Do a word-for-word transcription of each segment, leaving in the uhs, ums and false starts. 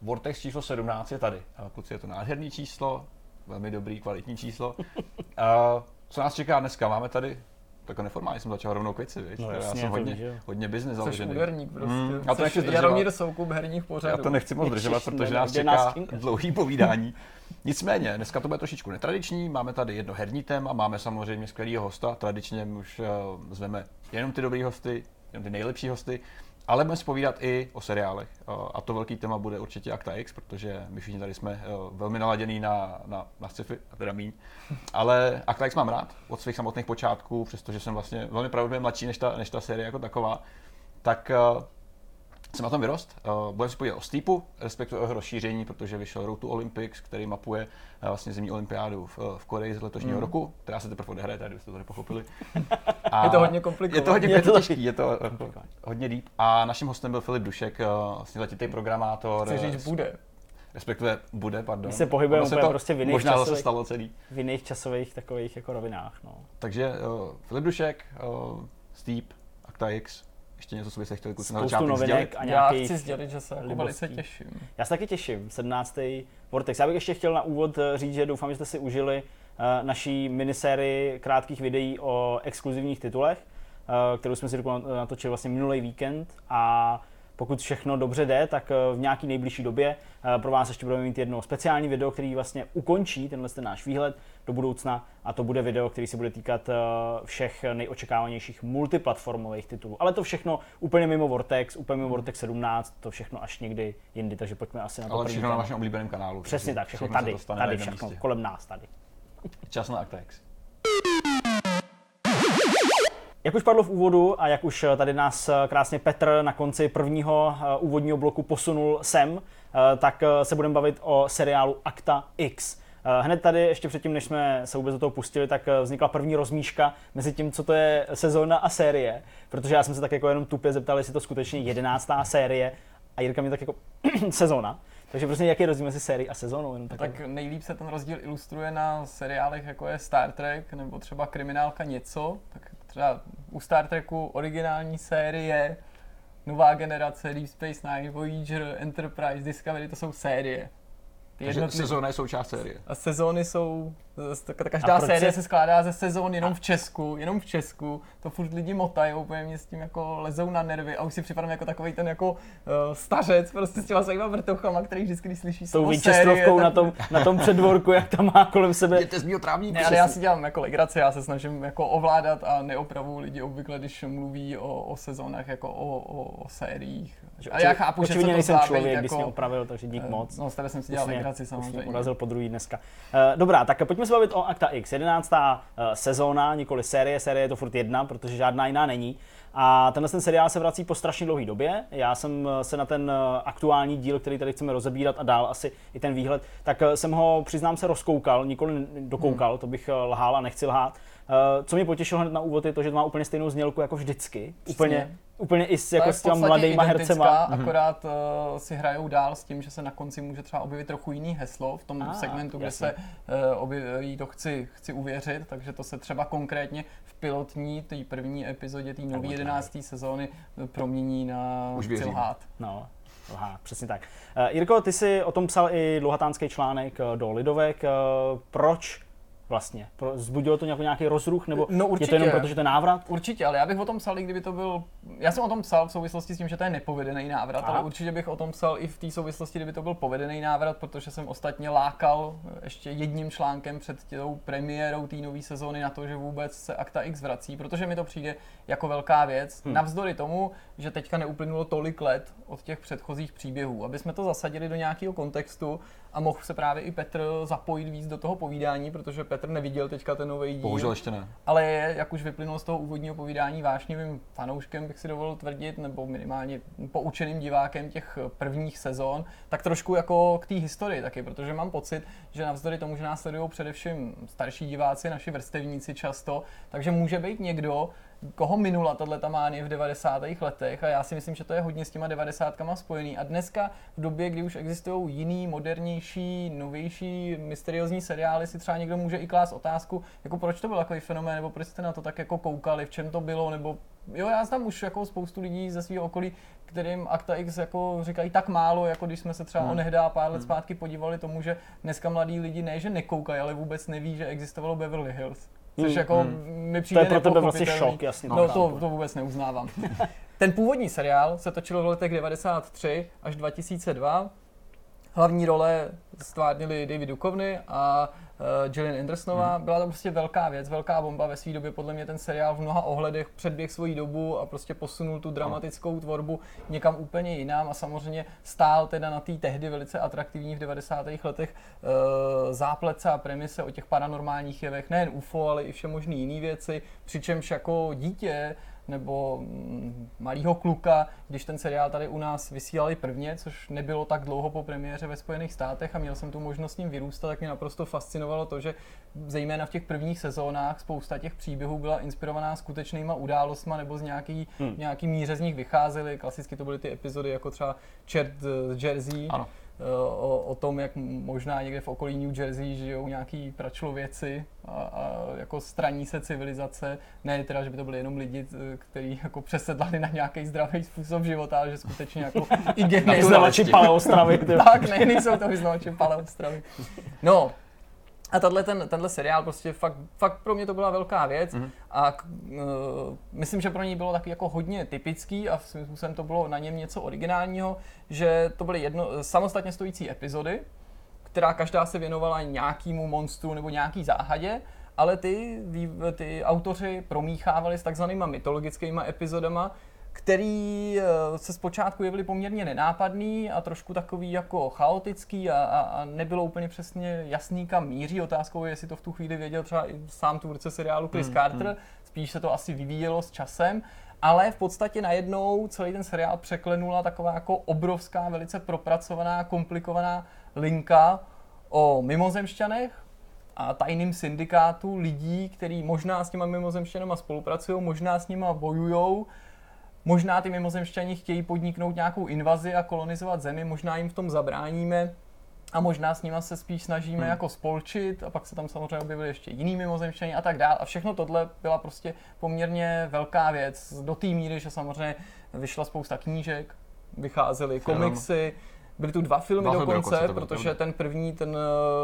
Vortex číslo sedmnáct je tady. Kluci, je to nádherný číslo, velmi dobrý, kvalitní číslo. uh, co nás čeká dneska? Máme tady tak neformálně jsem začal rovnou k věci, víš? No, jasně, já jsem hodně, to hodně business založený. Což úderník prostě. Mm, já to nechci zdržovat. Jaromír Soukup herních pořadů. Já to nechci moc zdržovat, protože nás čeká dlouhý povídání. Nicméně, dneska to bude trošičku netradiční, máme tady jedno herní téma, máme samozřejmě skvělýho hosta, tradičně už uh, zveme jenom ty dobrý hosty, jenom ty nejlepší hosty, ale budeme povídat i o seriálech. Uh, a to velký téma bude určitě Akta X, protože my všichni tady jsme uh, velmi naladění na, na, na sci-fi, a teda míň. Ale Akta X mám rád od svých samotných počátků, přestože jsem vlastně velmi pravděpodobně mladší než ta, než ta série jako taková, tak uh, jsem na tom vyrost. Uh, budeme si povídat o Steepu, respektive o jeho rozšíření, protože vyšel Road to Olympics, který mapuje uh, vlastně zimní olympiádu v, v Koreji z letošního mm. roku, která se teprve odehraje, tady jste to nepochopili. A je to hodně komplikované. Je to hodně je to těžký, je to uh, hodně deep. A naším hostem byl Filip Dušek, uh, vlastně letitý programátor. Chci říct bude. Respektive bude, pardon. My se pohybujeme úplně prostě v jiných možná časových, zase stalo celý. v jiných časových takových jako rovinách. No. Takže uh, Filip Dušek, uh, Steep, Akta X. Ještě něco, co by se chtěli kluci na začátek sdělit? A nějakých Já chci sdělit, že se jako velice těším. Já se taky těším, sedmnáctý Vortex. Já bych ještě chtěl na úvod říct, že doufám, že jste si užili uh, naší minisérii krátkých videí o exkluzivních titulech, uh, kterou jsme si natočili vlastně minulý víkend, a pokud všechno dobře jde, tak v nějaký nejbližší době pro vás ještě budeme mít jedno speciální video, který vlastně ukončí tenhle ten náš výhled do budoucna, a to bude video, který se bude týkat všech nejočekávanějších multiplatformových titulů. Ale to všechno úplně mimo Vortex, úplně mimo Vortex sedmnáct, to všechno až někdy jindy, takže pojďme asi na to. Ale všechno na vašem oblíbeném kanálu. Přesně tak, všechno tady, tady všechno, kolem nás tady. Čas na Akta X. Jak už padlo v úvodu a jak už tady nás krásně Petr na konci prvního úvodního bloku posunul sem, tak se budeme bavit o seriálu Akta X. Hned tady, ještě předtím, než jsme se vůbec do toho pustili, tak vznikla první rozmíška mezi tím, co to je sezóna a série, protože já jsem se tak jako jenom tupě zeptal, jestli to skutečně jedenáctá série, a Jirka mě tak jako sezóna. Takže prostě jaký je rozdíl mezi sérií a sezónou? Jenom tak, tak nejlíp se ten rozdíl ilustruje na seriálech, jako je Star Trek nebo třeba Kriminálka něco. Tak třeba u Star Treku originální série, Nová generace, Deep Space Nine, Voyager, Enterprise, Discovery, to jsou série. Takže sezóna je součást série. A sezóny jsou, každá série se skládá ze sezón jenom v Česku, jenom v Česku, to furt lidi motají, úplně mě s tím jako lezou na nervy a už si připadám jako takovej ten jako uh, stařec, prostě s těma svýma vrtochama, který vždycky, když slyší slovo série. Tou víčestrovkou na tom, na tom předvorku, jak tam má kolem sebe. Jděte z mýho trávníku. Ne, ale já si dělám jako legraci, já se snažím jako ovládat a neopravuju lidi obvykle, když mluví o, o sezónách, jako o, o, o sériích. A já chápu, že očividně nejsem člověk, jako, když mě opravil, takže dík moc. No, s tebe jsem si dělal legraci samozřejmě. Už mě urazil po druhý dneska. Uh, dobrá, tak pojďme se bavit o Akta X. jedenáctá uh, sezóna, nikoli série, série je to furt jedna, protože žádná jiná není. A tenhle ten seriál se vrací po strašně dlouhé době. Já jsem se na ten aktuální díl, který tady chceme rozebírat, a dál asi i ten výhled, tak jsem ho, přiznám se, rozkoukal, nikoli dokoukal, hmm. to bych lhal a nechci lhát. Co mě potěšilo hned na úvod je to, že to má úplně stejnou znělku jako vždycky. Úplně, úplně i s, jako s těma mladýma hercema. Akorát uh, si hrajou dál s tím, že se na konci může třeba objevit trochu jiný heslo v tom ah, segmentu, kde jasně. se uh, objeví to chci, chci uvěřit, takže to se třeba konkrétně v pilotní, té první epizodě té nové jedenácté sezóny promění na chci lhát. No. Aha, přesně tak. Uh, Jirko, ty jsi o tom psal i dlouhatánský článek do Lidovek. Uh, proč vlastně? Vzbudilo to nějaký rozruch, nebo no, určitě, je to jenom proto, že to je návrat? Určitě, ale já bych o tom psal, i kdyby to byl... Já jsem o tom psal v souvislosti s tím, že to je nepovedený návrat, Aha. ale určitě bych o tom psal i v té souvislosti, kdyby to byl povedený návrat, protože jsem ostatně lákal ještě jedním článkem před tou premiérou té nové sezóny na to, že vůbec se Akta X vrací, protože mi to přijde jako velká věc. Hmm. Navzdory tomu, že teďka neuplynulo tolik let od těch předchozích příběhů, aby jsme to zasadili do nějakého kontextu a mohl se právě i Petr zapojit víc do toho povídání, protože Petr neviděl teďka ten nový díl. Bohužel ještě ne. Ale je, jak už vyplynulo z toho úvodního povídání, vášnivým fanouškem, bych si dovolil tvrdit, nebo minimálně poučeným divákem těch prvních sezon, tak trošku jako k té historii taky, protože mám pocit, že navzdory tomu, že nás sledují především starší diváci, naši vrstevníci často, takže může být někdo, koho minula tato mánie v devadesátých letech, a já si myslím, že to je hodně s těma devadesátkama spojený. A dneska v době, kdy už existují jiný, modernější, novější, mysteriózní seriály, si třeba někdo může i klást otázku, jako proč to byl takový fenomén, nebo proč jste na to tak jako koukali, v čem to bylo, nebo jo, já znám už jako spoustu lidí ze svého okolí, kterým Akta X jako říkají tak málo, jako když jsme se třeba hmm. onehdá pár let zpátky podívali tomu, že dneska mladí lidi ne, že nekoukají, ale vůbec neví, že existovalo Beverly Hills. Což hmm. jako hmm. mi přijde to je pro tebe vlastně šok, jasně. No, to, to vůbec neuznávám. Ten původní seriál se točil v letech devadesát tři až dva tisíce dva. Hlavní role stvárnili David Duchovny a uh, Gillian Andersonová. Hmm. Byla to prostě velká věc, velká bomba ve své době. Podle mě ten seriál v mnoha ohledech předběh svoji dobu a prostě posunul tu dramatickou tvorbu někam úplně jinam a samozřejmě stál teda na té tehdy velice atraktivní v devadesátých letech uh, zápletce a premise o těch paranormálních jevech, nejen U F O, ale i všemožný jiný věci, přičemž jako dítě nebo malýho kluka, když ten seriál tady u nás vysílali prvně, což nebylo tak dlouho po premiéře ve Spojených státech a měl jsem tu možnost s ním vyrůstat, tak mě naprosto fascinovalo to, že zejména v těch prvních sezónách spousta těch příběhů byla inspirovaná skutečnýma událostma nebo z nějaký, hmm. nějaký míře z nich vycházely. Klasicky to byly ty epizody jako třeba Čert z Jersey. Ano. O, o tom, jak možná někde v okolí New Jersey žijou nějaký pračlověci a, a jako straní se civilizace. Ne teda, že by to byly jenom lidi, kteří jako přesedlali na nějaký zdravý způsob života, ale že skutečně jako i geneticky. Vyznavači paleostravy. Tak, ne, nejsou to vyznavači paleostravy. No, a tenhle, ten, tenhle seriál prostě fakt, fakt pro mě to byla velká věc mm-hmm. a k, uh, myslím, že pro něj bylo taky jako hodně typický a svým způsobem to bylo na něm něco originálního, že to byly jedno, samostatně stojící epizody, která každá se věnovala nějakému monstru nebo nějaký záhadě, ale ty, ty autoři promíchávali s takzvanýma mytologickýma epizodama, který se zpočátku jevily poměrně nenápadný a trošku takový jako chaotický a, a, a nebylo úplně přesně jasný, kam míří. Otázkou je, jestli to v tu chvíli věděl třeba i sám tvůrce seriálu Chris hmm, Carter, hmm. spíš se to asi vyvíjelo s časem, ale v podstatě najednou celý ten seriál překlenula taková jako obrovská, velice propracovaná, komplikovaná linka o mimozemšťanech a tajným syndikátu lidí, kteří možná s těma mimozemšťanama spolupracují, možná s nima bojujou. Možná ty mimozemšťani chtějí podniknout nějakou invazi a kolonizovat zemi, možná jim v tom zabráníme a možná s nima se spíš snažíme hmm. jako spolčit a pak se tam samozřejmě objevily ještě jiný mimozemšťani a tak dál. A všechno tohle byla prostě poměrně velká věc do té míry, že samozřejmě vyšla spousta knížek, vycházely komiksy, byly tu dva filmy dva dokonce, dokonce protože ten první, ten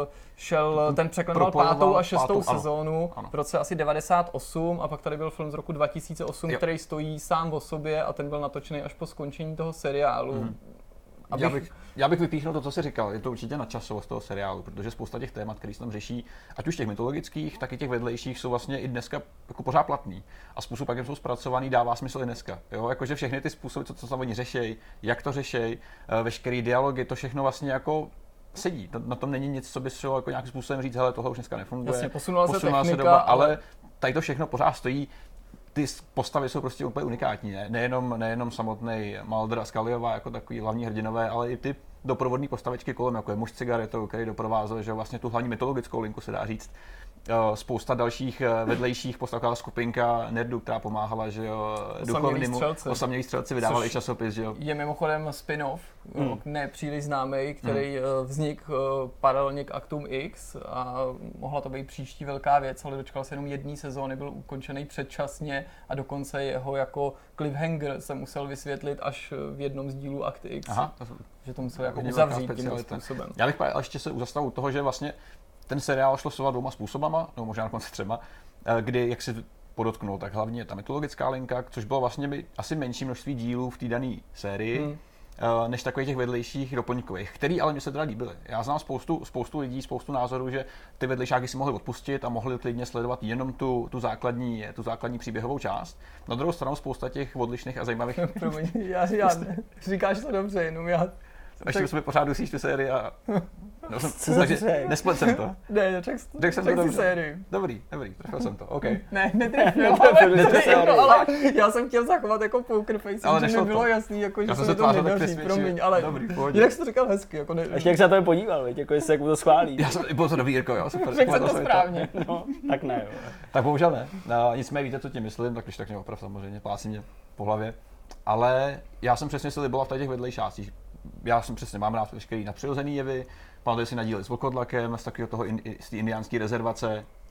šel, ten překlenoval pátou a šestou pátou, sezónu ano. v roce asi devadesát osm a pak tady byl film z roku dva tisíce osm, jo. který stojí sám o sobě a ten byl natočený až po skončení toho seriálu. Hmm. Abych... Já, bych, já bych vypíchnul to, co jsi říkal, je to určitě nadčasovost toho seriálu, protože spousta těch témat, které se tam řeší, ať už těch mytologických, tak i těch vedlejších, jsou vlastně i dneska jako pořád platný. A způsob, jak jsou zpracovaný, dává smysl i dneska. Jo? Jakože všechny ty způsoby, co, co tam oni řešejí, jak to řešejí, veškerý dialogy, to všechno vlastně jako sedí. Na tom není nic, co by šlo jako nějakým způsobem říct, hele, tohle už dneska nefunguje. Jasně, posunula se posunula technika, se doba, ale... ale tady to všechno pořád stojí. Ty postavy jsou prostě úplně unikátní, ne? Nejenom, nejenom samotný Mulder a Scullyová jako takový hlavní hrdinové, ale i ty doprovodné postavičky kolem, jako je muž s cigaretou, který doprovázel, že vlastně tu hlavní mytologickou linku se dá říct. Spousta dalších vedlejších postav, taková skupinka nerdů, která pomáhala, že jo, duchovnímu, osamělí střelci vydávali i časopis, že jo. Je mimochodem spin-off, hmm. nepříliš známý, který hmm. vznikl paralelně k Actum X a mohla to být příští velká věc, ale dočkal se jenom jedné sezóny, byl ukončený předčasně a dokonce jeho jako cliffhanger se musel vysvětlit až v jednom z dílů Act X. Aha, to že to musel jako uzavřít tímhle způsobem. Já bych ještě se zastavil toho, že vlastně ten seriál šlo slova dvouma způsobama, nebo možná dokonce třema, kdy, jak si podotknul, tak hlavně ta mytologická linka, což bylo vlastně by asi menší množství dílů v té dané sérii, hmm. než takových těch vedlejších doplňkových, který ale mě se teda líbily. Já znám spoustu, spoustu lidí, spoustu názorů, že ty vedlejšáky si mohli odpustit a mohli klidně sledovat jenom tu, tu, základní, tu základní příběhovou část. Na druhou stranu spousta těch odlišných a zajímavých... Promiň, já, já ne, říkáš to dobře, jenom já... Ještě tak... jsme pořád dusíš tu sérii a... No, jsem, takže nesplet jsem to. Ne, řekl jsem to dobře. Sérii. Dobrý, dobrý, trefil jsem to, OK. Ne, netrefil, ale, ale já jsem chtěl zachovat jako poker face, ale že mi bylo jasný, jako, že se mi to nedaří, promiň, ale dobrý, jinak jsi to říkal hezky. Jako ne, ještě jak se na to podíval, víš, jako jestli jak mu to schválí. Já jsem, bylo to dobrý, Jirko, jo, super. Řekl jsem to správně. No, tak ne, jo. Tak bohužel ne, no, nicméně víte, co tím myslím, tak když tak mě oprav samozřejmě, plásí mě po hlavě. Ale já jsem přesně si liboval v těch vedlejších. Já jsem přesně, mám rád veškerý nadpřirozený jevy, pamatuji si na díly s vlkodlakem, z takového toho, z té indiánské rezervace,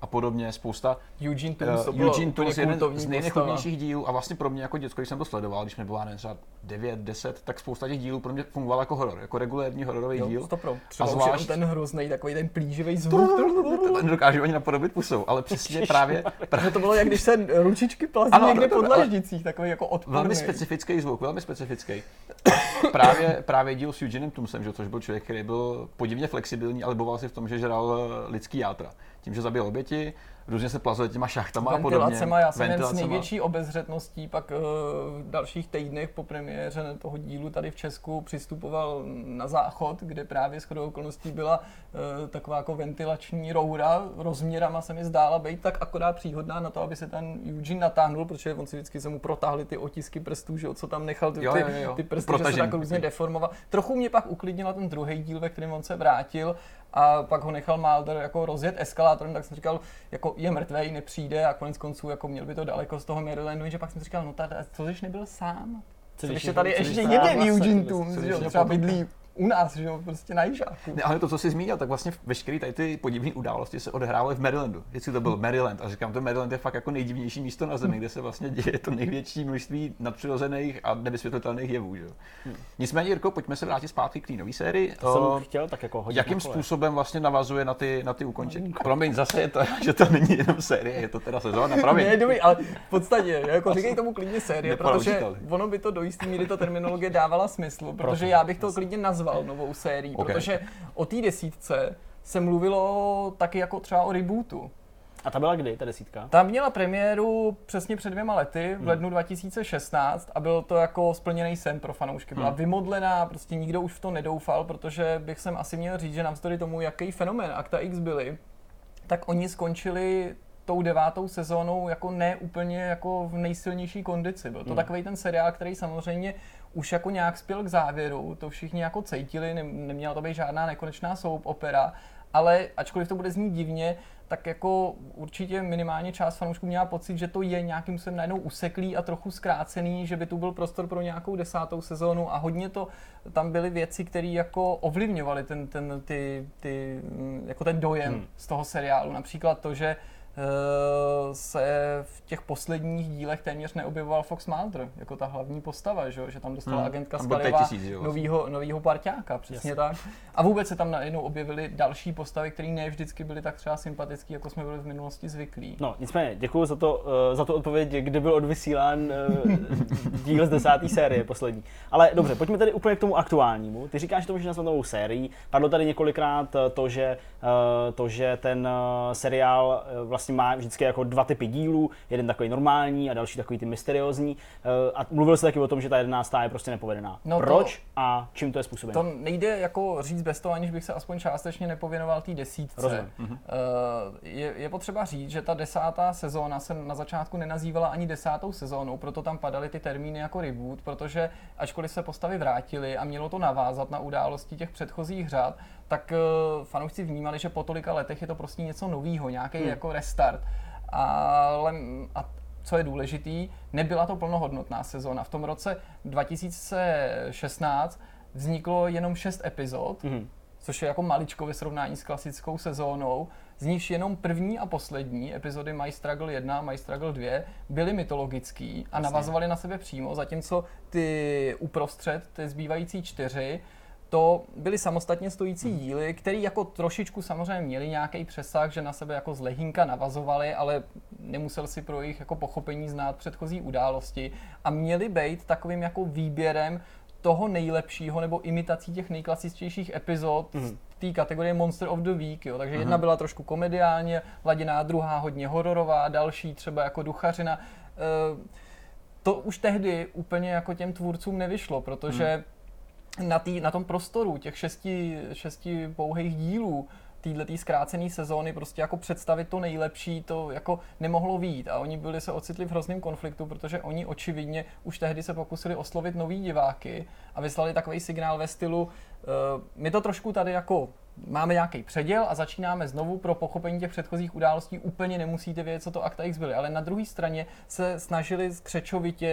a podobně, spousta. Eugene Toomes, uh, Eugene Toomes je jeden z nejnechutnějších dílů a vlastně pro mě jako děcko, když jsem to sledoval, když mi bylo nevím, třeba devět, deset, tak spousta těch dílů pro mě fungovala jako horor, jako regulérní hororový jo, díl. Stopro. Třeba a zvlášť ten hrozný, takový ten plíživý zvuk. Nedokážu ani napodobit pusou, ale přesně právě, právě to bylo, jak když se ručičky plazí někde pod laždicích, takový jako odporný. Velmi specifický zvuk, velmi specifický. právě, právě díl s Eugenem Toomesem, že, což byl člověk, který byl podivně flexibilní, ale boval si v tom, že žral lidský játra. Tím, že zabil oběti, různě se plazil těma šachtama a podobně. Ventilacema, já jsem jen s největší obezřetností pak v dalších týdnech po premiéře toho dílu tady v Česku přistupoval na záchod, kde právě shodou okolností byla taková jako ventilační roura, rozměrama se mi zdála být tak akorát příhodná na to, aby se ten Eugene natáhnul, protože on si vždycky se mu protáhly ty otisky prstů, že co tam nechal ty, jo, jo, jo. ty prsty, Protažen. Že se tak různě deformoval. Trochu mě pak uklidnila ten druhý díl, ve kterém on se vrátil a pak ho nechal Mulder jako rozjet eskalátorem, tak jsem říkal, jako je mrtvej, nepřijde a konec konců jako měl by to daleko z toho Marylandu, že pak jsem říkal, no tady, co jsi nebyl sám? Co když je tady ještě jeden Eugene Toomes, že třeba bydlí u nás, že jo, prostě na Jižáku. Ne, ale to, co jsi zmínil, tak vlastně veškeré tady ty podivné události se odehrávaly v Marylandu. Vždycky to byl Maryland a říkám, to Maryland je fakt jako nejdivnější místo na zemi, kde se vlastně děje to největší množství nadpřirozených a nevysvětlitelných jevů, že jo. Hmm. Nicméně, Jirko, pojďme se vrátit zpátky k té nové sérii. To o, jsem chtěl tak jako hodit. Jakým způsobem vlastně navazuje na ty, na ty ukončení? Promiň, zase je to, že to není jenom série, je to teda sezóna, promiň. Ne, dobrý, ale v podstatě, jako říkej tomu klidně série, protože ono by to do jisté míry ta terminologie dávala smysl, protože já bych to klidně nazval novou sérii. Okay. Protože o té desítce se mluvilo taky jako třeba o rebootu. A ta byla kdy, ta desítka? Ta měla premiéru přesně před dvěma lety, v lednu dva tisíce šestnáct a byl to jako splněný sen pro fanoušky. Byla hmm. vymodlená, prostě nikdo už v to nedoufal, protože bych sem asi měl říct, že navzdory tomu, jaký fenomén Akta X byli, tak oni skončili tou devátou sezónou jako ne úplně jako v nejsilnější kondici. Byl to hmm. takový ten seriál, který samozřejmě už jako nějak spěl k závěru, to všichni jako cítili, ne, neměla to být žádná nekonečná soap opera, ale ačkoliv to bude znít divně, tak jako určitě minimálně část fanoušků měla pocit, že to je nějakým způsobem najednou useklý a trochu zkrácený, že by tu byl prostor pro nějakou desátou sezónu a hodně to, tam byly věci, které jako ovlivňovaly ten, ten, ty, ty, jako ten dojem hmm. z toho seriálu. Například to, že se v těch posledních dílech téměř neobjevoval Fox Mulder jako ta hlavní postava, že, že tam dostala hmm. agentka Scullyová novýho, novýho parťáka, přesně yes. tak. A vůbec se tam najednou objevily další postavy, které ne vždycky byly tak třeba sympatický, jako jsme byli v minulosti zvyklí. No, nicméně, děkuji za to, uh, za tu odpověď, kdy byl odvysílán uh, díl z desáté série, poslední. Ale dobře, pojďme tedy úplně k tomu aktuálnímu. Ty říkáš, že to můžeš nazvat novou sérii. Padlo tady několikrát to, že, uh, to, že ten uh, seriál uh, vlastně má vždycky jako dva typy dílů, jeden takový normální a další takový ty mysteriózní. A mluvil se taky o tom, že ta jedenáctá je prostě nepovedená. No Proč to, a čím to je způsobeno? To nejde jako říct bez toho, aniž bych se aspoň částečně nepověnoval té desítce. Rozumím. Je, je potřeba říct, že ta desátá sezóna se na začátku nenazývala ani desátou sezónou, proto tam padaly ty termíny jako reboot, protože ačkoliv se postavy vrátily a mělo to navázat na události těch předchozích řad, tak uh, fanoušci vnímali, že po tolika letech je to prostě něco novýho, nějaký hmm. jako restart. Ale a co je důležitý, nebyla to plnohodnotná sezóna. V tom roce dva tisíce šestnáct vzniklo jenom šest epizod, hmm. což je jako maličko ve srovnání s klasickou sezónou. Z nichž jenom první a poslední epizody My Struggle jedna a My Struggle dva byly mytologický a navazovaly na sebe přímo, zatímco ty uprostřed, ty zbývající čtyři, to byly samostatně stojící díly, které jako trošičku samozřejmě měly nějaký přesah, že na sebe jako z lehínka navazovaly, ale nemusel si pro jejich jako pochopení znát předchozí události a měly být takovým jako výběrem toho nejlepšího nebo imitací těch nejklasičtějších epizod mm. v té kategorie Monster of the Week. Jo. Takže mm. jedna byla trošku komediálně laděná, druhá hodně hororová, další třeba jako duchařina. E, to už tehdy úplně jako těm tvůrcům nevyšlo, protože mm. Na, tý, na tom prostoru těch šesti, šesti pouhých dílů této zkrácené sezóny prostě jako představit to nejlepší, to jako nemohlo vyjít a oni byli se ocitli v hrozném konfliktu, protože oni očividně už tehdy se pokusili oslovit nový diváky a vyslali takový signál ve stylu uh, my to trošku tady jako máme nějaký předěl a začínáme znovu, pro pochopení těch předchozích událostí úplně nemusíte vědět, co to Akta X byly, ale na druhé straně se snažili skřečovitě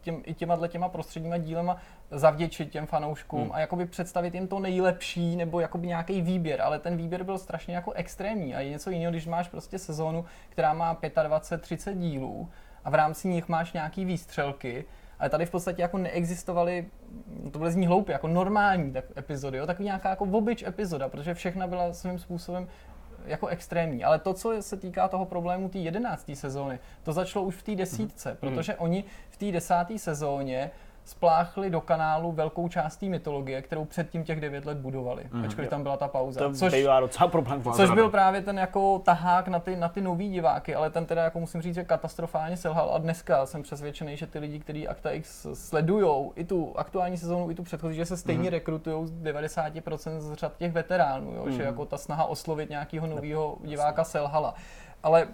těm, i těma těma prostředníma dílema zavděčit těm fanouškům hmm. a jakoby představit jim to nejlepší nebo jakoby nějaký výběr, ale ten výběr byl strašně jako extrémní a je něco jiného, když máš prostě sezónu, která má dvacet pět třicet dílů a v rámci nich máš nějaký výstřelky, ale tady v podstatě jako neexistovaly, to bude zní hloupě, jako normální tak epizody, jo, takový nějaká jako obyč epizoda, protože všechna byla svým způsobem jako extrémní. Ale to, co se týká toho problému té jedenácté sezóny, to začalo už v té desítce, mm. protože oni v té desáté sezóně spláchli do kanálu velkou část té mytologie, kterou předtím těch devět let budovali, mm. ačkoliv tam byla ta pauza. To což, bývá docela problém. Což byl právě ten jako tahák na ty, na ty nový diváky, ale ten teda jako musím říct, že katastrofálně selhal a dneska jsem přesvědčený, že ty lidi, kteří Akta X sledujou i tu aktuální sezónu, i tu předchozí, že se stejně mm. rekrutujou z devadesát procent z řad těch veteránů, jo? Mm. že jako ta snaha oslovit nějakého nového diváka selhala. Ale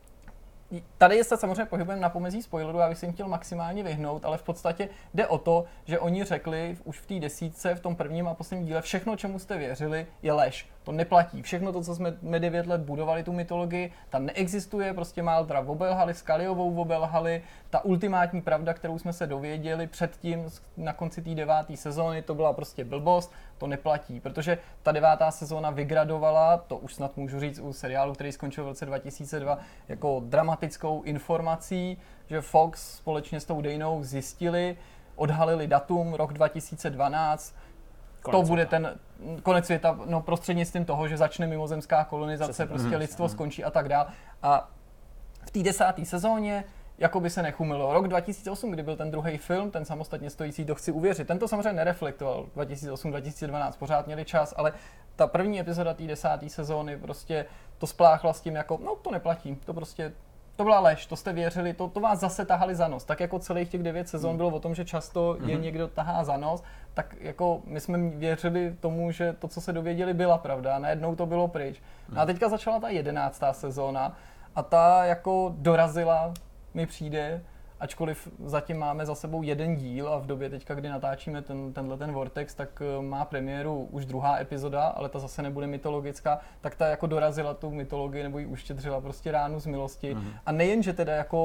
tady se samozřejmě pohybujeme na pomezí spoilerů, já bych se jim chtěl maximálně vyhnout, ale v podstatě jde o to, že oni řekli už v té desítce, v tom prvním a posledním díle, všechno, čemu jste věřili, je lež. To neplatí. Všechno to, co jsme devět let budovali, tu mytologii, tam neexistuje, prostě Maldra obelhali, Scullyovou obelhali, ta ultimátní pravda, kterou jsme se dověděli předtím na konci té deváté sezóny, to byla prostě blbost, to neplatí, protože ta devátá sezóna vygradovala, to už snad můžu říct u seriálu, který skončil v roce dva tisíce dva, jako dramatickou informací, že Fox společně s tou Dejnou zjistili, odhalili datum, rok dva tisíce dvanáct, konec to bude světa. Ten konec světa, no prostřednictvím toho, že začne mimozemská kolonizace, přesně, prostě mm, lidstvo mm. skončí a tak dál. A v té desáté sezóně jako by se nechumilo. Rok dva tisíce osm, kdy byl ten druhý film, ten samostatně stojící, to chci uvěřit. Ten to samozřejmě nereflektoval dva tisíce osm dva tisíce dvanáct, pořád měli čas, ale ta první epizoda té desáté sezóny prostě to spláchla s tím jako, no to neplatí, to prostě to byla lež, to jste věřili, to, to vás zase tahali za nos. Tak jako celých těch devět sezon bylo o tom, že často je mm-hmm. někdo tahá za nos, tak jako my jsme věřili tomu, že to, co se dověděli, byla pravda a najednou to bylo pryč. No a teďka začala ta jedenáctá sezóna a ta jako dorazila, mi přijde, ačkoliv zatím máme za sebou jeden díl a v době teďka, kdy natáčíme ten, tenhle ten Vortex, tak má premiéru už druhá epizoda, ale ta zase nebude mytologická, tak ta jako dorazila tu mytologii nebo ji uštědřila prostě ránu z milosti. Mm-hmm. A nejen, že teda jako,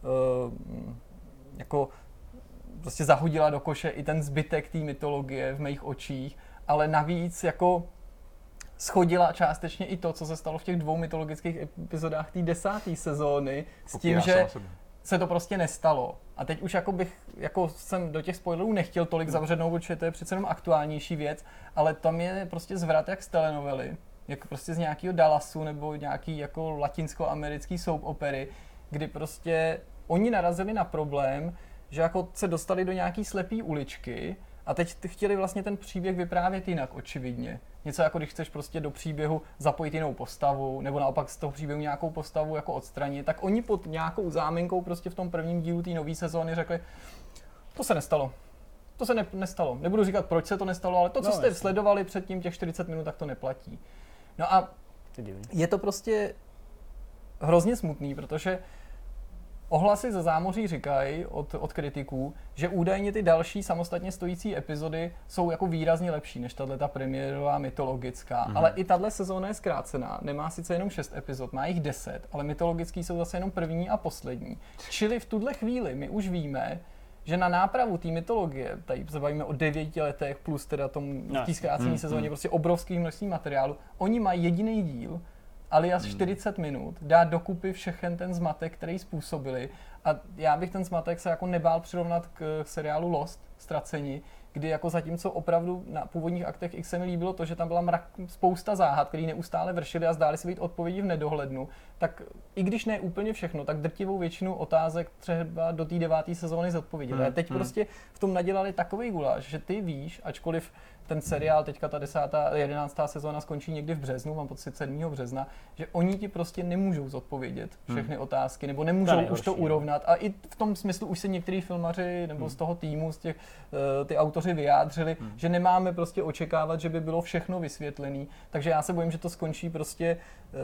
uh, jako prostě zahodila do koše i ten zbytek té mytologie v mých očích, ale navíc jako schodila částečně i to, co se stalo v těch dvou mytologických epizodách té desáté sezóny, s tím, že se to prostě nestalo. A teď už jako bych, jako jsem do těch spoilerů nechtěl tolik zavřednout, protože to je přece jenom aktuálnější věc, ale tam je prostě zvrat jak z telenovely, jako prostě z nějakého Dallasu nebo nějaký jako latinsko-americký soap opery, kdy prostě oni narazili na problém, že jako se dostali do nějaký slepý uličky a teď chtěli vlastně ten příběh vyprávět jinak, očividně. Něco jako když chceš prostě do příběhu zapojit jinou postavu, nebo naopak z toho příběhu nějakou postavu jako odstranit, tak oni pod nějakou záminkou prostě v tom prvním dílu té nové sezóny řekli, to se nestalo. To se ne, nestalo. Nebudu říkat, proč se to nestalo, ale to, co no, jste jasný. sledovali předtím těch čtyřicet minut, tak to neplatí. No a je to prostě hrozně smutný, protože ohlasy ze zámoří říkají od, od kritiků, že údajně ty další samostatně stojící epizody jsou jako výrazně lepší než tato premiérová mytologická, mm-hmm. ale i tahle sezóna je zkrácená, nemá sice jenom šest epizod, má jich deset, ale mytologický jsou zase jenom první a poslední. Čili v tuhle chvíli my už víme, že na nápravu té mytologie, tady se bavíme o devěti letech plus teda tom v té zkrácené mm, sezóně, mm. prostě obrovský množství materiálu, oni mají jediný díl, alias hmm. čtyřicet minut, dát dokupy všechen ten zmatek, který způsobili. A já bych ten zmatek se jako nebál přirovnat k seriálu Lost, Ztraceni, kdy jako zatímco opravdu na původních aktech X se mi líbilo to, že tam byla mrak, spousta záhad, který neustále vršily a zdály se být odpovědi v nedohlednu, tak i když ne úplně všechno, tak drtivou většinu otázek třeba do té deváté sezóny zodpověděli. Hmm. A teď hmm. prostě v tom nadělali takovej guláš, že ty víš, ačkoliv ten seriál, teďka ta desátá, jedenáctá sezóna skončí někdy v březnu, mám pocit sedmého března, že oni ti prostě nemůžou zodpovědět všechny hmm. otázky, nebo nemůžou už to urovnat. A i v tom smyslu už se některý filmaři nebo hmm. z toho týmu, z těch, uh, ty autoři vyjádřili, hmm. že nemáme prostě očekávat, že by bylo všechno vysvětlené. Takže já se bojím, že to skončí prostě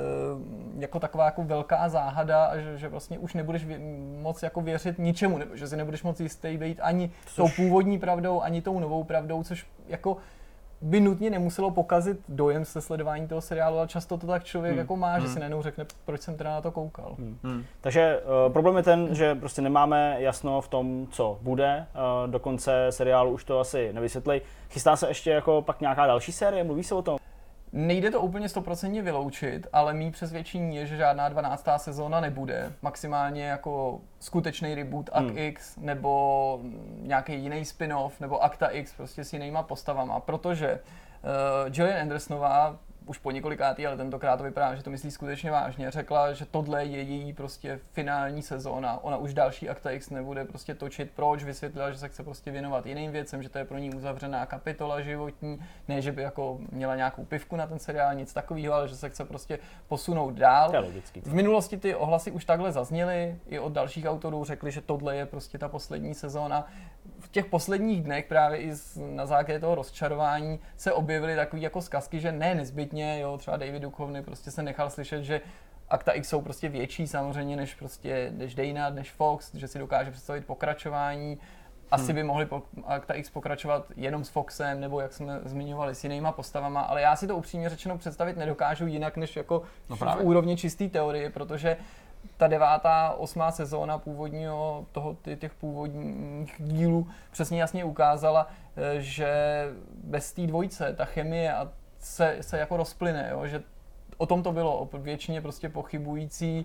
uh, jako taková jako velká záhada a že, že vlastně už nebudeš vě- moc jako věřit ničemu, nebo že si nebudeš moc jistý být ani což... tou původní pravdou, ani tou novou pravdou, což jako by nutně nemuselo pokazit dojem se sledování toho seriálu, ale často to tak člověk hmm. jako má, hmm. že si najednou řekne, proč jsem teda na to koukal. Hmm. Hmm. Takže uh, problém je ten, že prostě nemáme jasno v tom, co bude. Uh, do konce seriálu už to asi nevysvětlej. Chystá se ještě jako pak nějaká další série? Mluví se o tom? Nejde to úplně stoprocentně vyloučit, ale mý přesvědčení je, že žádná dvanáctá sezóna nebude. Maximálně jako skutečný reboot Akt hmm. X nebo nějaký jiný spin-off nebo Akta X prostě s jinýma postavama, protože uh, Gillian Andersonová už po několikátý, ale tentokrát to vypadá, že to myslí skutečně vážně, řekla, že tohle je její prostě finální sezóna. Ona už další Akta X nebude prostě točit. Proč? Vysvětlila, že se chce prostě věnovat jiným věcem, že to je pro ní uzavřená kapitola životní, ne, že by jako měla nějakou pivku na ten seriál, nic takového, ale že se chce prostě posunout dál. V minulosti ty ohlasy už takhle zazněly, i od dalších autorů řekli, že tohle je prostě ta poslední sezóna. V těch posledních dnech právě i na základě toho rozčarování se objevily takové jako zkazky, že ne nezbytně, jo, třeba David Duchovny prostě se nechal slyšet, že Akta X jsou prostě větší samozřejmě než prostě než Dana, než Fox, že si dokáže představit pokračování. Asi hmm. by mohli po, Akta X pokračovat jenom s Foxem, nebo jak jsme zmiňovali, s jinýma postavama, ale já si to upřímně řečeno představit nedokážu jinak, než jako no v úrovni čisté teorie, protože ta devátá, osmá sezóna původního, toho, těch původních dílů přesně jasně ukázala, že bez té dvojice ta chemie a se, se jako rozplyne, jo? Že o tom to bylo, o většině prostě pochybující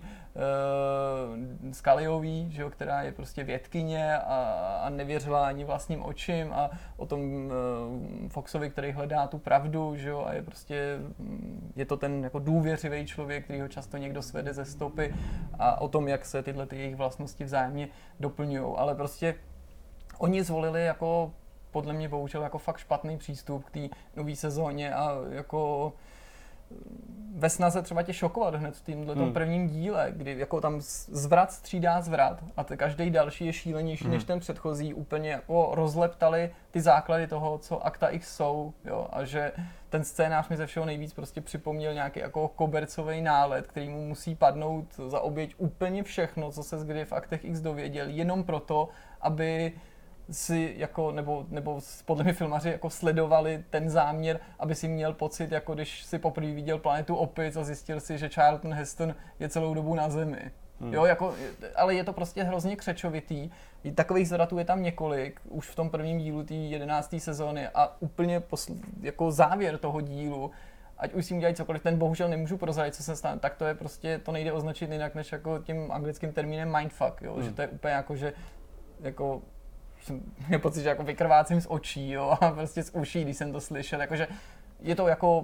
uh, Scullyový, že jo, která je prostě vědkyně a, a nevěřila ani vlastním očím, a o tom uh, Foxovi, který hledá tu pravdu, že jo, a je prostě, je to ten jako důvěřivý člověk, který ho často někdo svede ze stopy, a o tom, jak se tyhle ty jejich vlastnosti vzájemně doplňují, ale prostě oni zvolili jako, podle mě bohužel jako fakt špatný přístup k té nové sezóně a jako ve snaze třeba tě šokovat hned v tomhle hmm. prvním díle, kdy jako tam zvrat střídá zvrat a každý další je šílenější hmm. než ten předchozí, úplně jako rozleptali ty základy toho, co Akta X jsou, jo, a že ten scénář mi ze všeho nejvíc prostě připomněl nějaký jako kobercový nálet, který mu musí padnout za oběť úplně všechno, co se kdy v Aktech X dověděl, jenom proto, aby si jako, nebo, nebo podle mě filmaři jako sledovali ten záměr, aby si měl pocit, jako když si poprvé viděl Planetu opic a zjistil si, že Charlton Heston je celou dobu na Zemi. Hmm. Jo, jako, ale je to prostě hrozně křečovitý. Takových zvratů je tam několik, už v tom prvním dílu té jedenácté sezóny, a úplně posl- jako závěr toho dílu, ať už si udělají cokoliv, ten bohužel nemůžu prozradit, co se stane, tak to je prostě, to nejde označit jinak než jako tím anglickým termínem mindfuck, jo, hmm. že to je úplně jako, že jako měl pocit, že jako vykrvácím z očí, jo, a prostě z uší, když jsem to slyšel, jakože je to jako,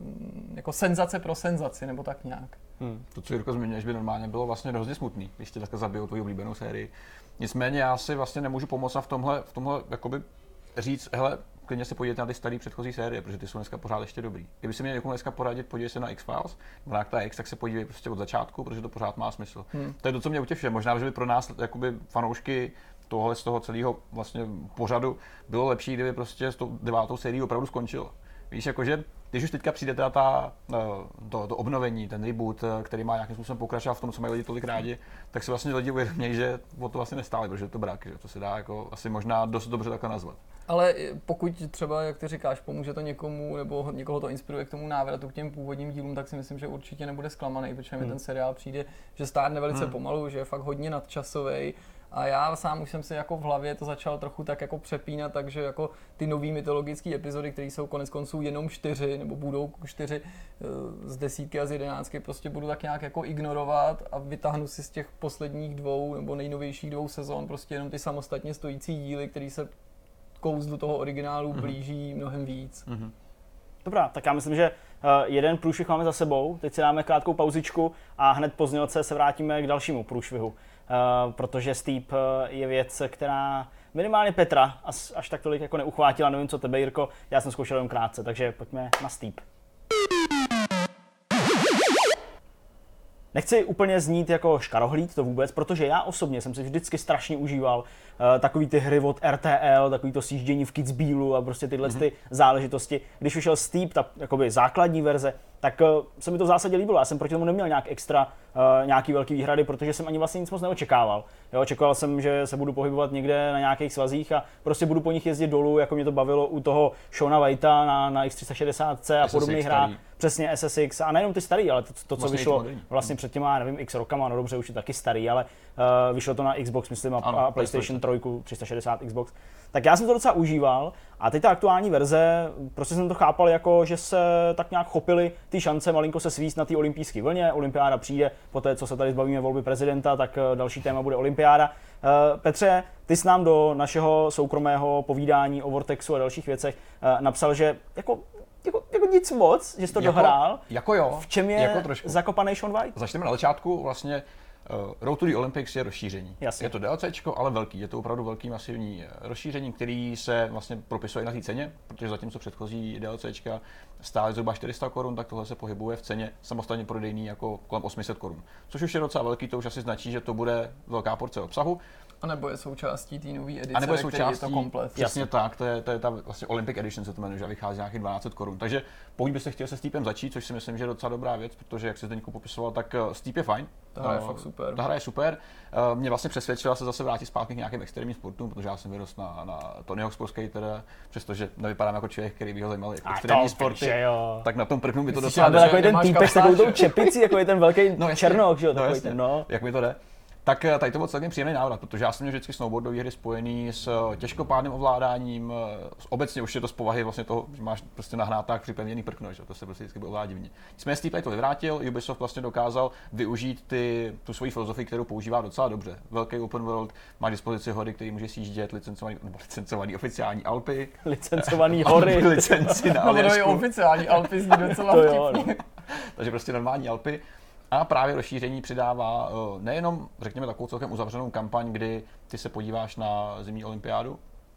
jako senzace pro senzaci, nebo tak nějak. Hmm. To, co Jirko zmiňuješ, by normálně bylo vlastně hrozně smutný, když tě takhle zabijou tvoji oblíbenou sérii. Nicméně já si vlastně nemůžu pomoct a v tomhle, v tomhle jakoby říct, hele, klidně se podívejte na ty staré předchozí série, protože ty jsou dneska pořád ještě dobrý. Kdyby si měl někomu dneska poradit, podívej se na X-Files, nebo na Akta X, tak se podívej prostě od začátku, protože to pořád má smysl. Hmm. To je to, co mě utěšuje. Možná, že by pro nás jakoby fanoušky tohle z toho celého vlastně pořadu bylo lepší, kdyby prostě s tou devátou sérií opravdu skončilo. Víš, jakože když už teďka přijde teda ta, to, to obnovení, ten reboot, který má nějakým způsobem pokračovat v tom, co mají lidi tolik rádi, tak se vlastně lidi uvědomějí, že o to vlastně nestáli, protože to brak, že to se dá jako asi možná dost dobře takhle nazvat. Ale pokud třeba, jak ty říkáš, pomůže to někomu nebo někoho to inspiruje k tomu návratu k těm původním dílům, tak si myslím, že určitě nebude zklamaný, protože mi hmm. ten seriál přijde, že stárne velice hmm. pomalu, že je fakt hodně nadčasovej. A já sám už jsem si jako v hlavě to začal trochu tak jako přepínat, takže jako ty nový mytologické epizody, které jsou konec konců jenom čtyři, nebo budou čtyři z desítky a z jedenáctky, prostě budu tak nějak jako ignorovat a vytáhnu si z těch posledních dvou nebo nejnovějších dvou sezon prostě jenom ty samostatně stojící díly, které se kouzlu toho originálu blíží mnohem víc. Mm-hmm. Dobrá, tak já myslím, že jeden průšvih máme za sebou, teď si dáme krátkou pauzičku a hned po znělce se vrátíme k dalšímu průšvihu. Uh, protože Steep je věc, která minimálně Petra až, až tak tolik jako neuchvátila, nevím co tebe, Jirko, já jsem zkoušel jen krátce, takže pojďme na Steep. Nechci úplně znít jako škarohlíd, to vůbec, protože já osobně jsem si vždycky strašně užíval uh, takový ty hry od R T L, takový to sjíždění v Kitzbühelu a prostě tyhle mm-hmm. ty záležitosti. Když vyšel Steep, ta jakoby základní verze, tak uh, se mi to v zásadě líbilo. Já jsem proti tomu neměl nějak extra uh, nějaký velký výhrady, protože jsem ani vlastně nic moc neočekával. Jo, očekával jsem, že se budu pohybovat někde na nějakých svazích a prostě budu po nich jezdit dolů, jako mě to bavilo u toho Shona Whitea na, na X tři sta šedesát C a podobných hrách. Přesně S S X a nejenom ty starý, ale to, to co vlastně vyšlo vlastně před těma, nevím, x rokama, no dobře, už je taky starý, ale uh, vyšlo to na Xbox, myslím, a, ano, a PlayStation tři, tři sta šedesát Xbox. Tak já jsem to docela užíval a teď ta aktuální verze, prostě jsem to chápal jako, že se tak nějak chopili ty šance malinko se svíst na té olympijské vlně. Olympiáda přijde, poté co se tady zbavíme volby prezidenta, tak další téma bude olympiáda. Uh, Petře, ty jsi nám do našeho soukromého povídání o Vortexu a dalších věcech uh, napsal, že jako Jako, jako nic moc, že jsi to jako, dohrál. Jako jo. V čem je jako zakopaný Shaun White? Začneme na začátku. Vlastně uh, Road to the Olympics je rozšíření. Jasně. Je to DLCčko, ale velký. Je to opravdu velký masivní rozšíření, který se vlastně propisuje na té ceně, protože zatímco předchozí DLCčka stály zhruba čtyři sta korun, tak tohle se pohybuje v ceně samostatně prodejný jako kolem osm set korun. Což už je docela velký, to už asi značí, že to bude velká porce obsahu. A nebo je součástí té nové edice, a nebo je součástí, je to komplet. Přesně jasně. tak, to je, to je ta vlastně Olympic Edition, se to jmenuje, že vychází nějakých dvanáct set korun. Takže pokud byste chtěli se Steepem začít, což si myslím, že je docela dobrá věc, protože jak se Zdeňku popisoval, tak Steep je fajn. Ta hra je uh, fakt super. Ta hra je super. Uh, mě vlastně přesvědčila se zase vrátit zpátky k nějakým extrémním sportům, protože já jsem vyrostl na, na Tony Hawk's Pro Skater, přestože nevypadám jako člověk, který by ho zajímal extrémní sporty. Tak na tom prvním by to docela jde. Takový ten týpek s takovou tou čepicí, jako je ten velký no, černok, že jo, no, jasně, no. Jak mi to jde. Tak tady to byl celkem příjemný návrat, protože já jsem měl vždycky snowboardové hry spojený s těžkopádným ovládáním, obecně už je to z povahy vlastně toho, že máš prostě na hnátách připevněný prkno, že to se prostě vždycky bylo ovládá divně. Nicméně Steep to vyvrátil, Ubisoft vlastně dokázal využít ty, tu svoji filozofii, kterou používá docela dobře. Velký open world, má dispozici hory, který může sjíždět, licencovaný, nebo licencovaný oficiální Alpy. Licencovaný hory. Licenci na Aljašku. No, oficiální Alpy zní docela vtipně. Takže prostě normální Alpy. A právě rozšíření přidává nejenom, řekněme, takovou celkem uzavřenou kampaň, kdy ty se podíváš na zimní olympiádu,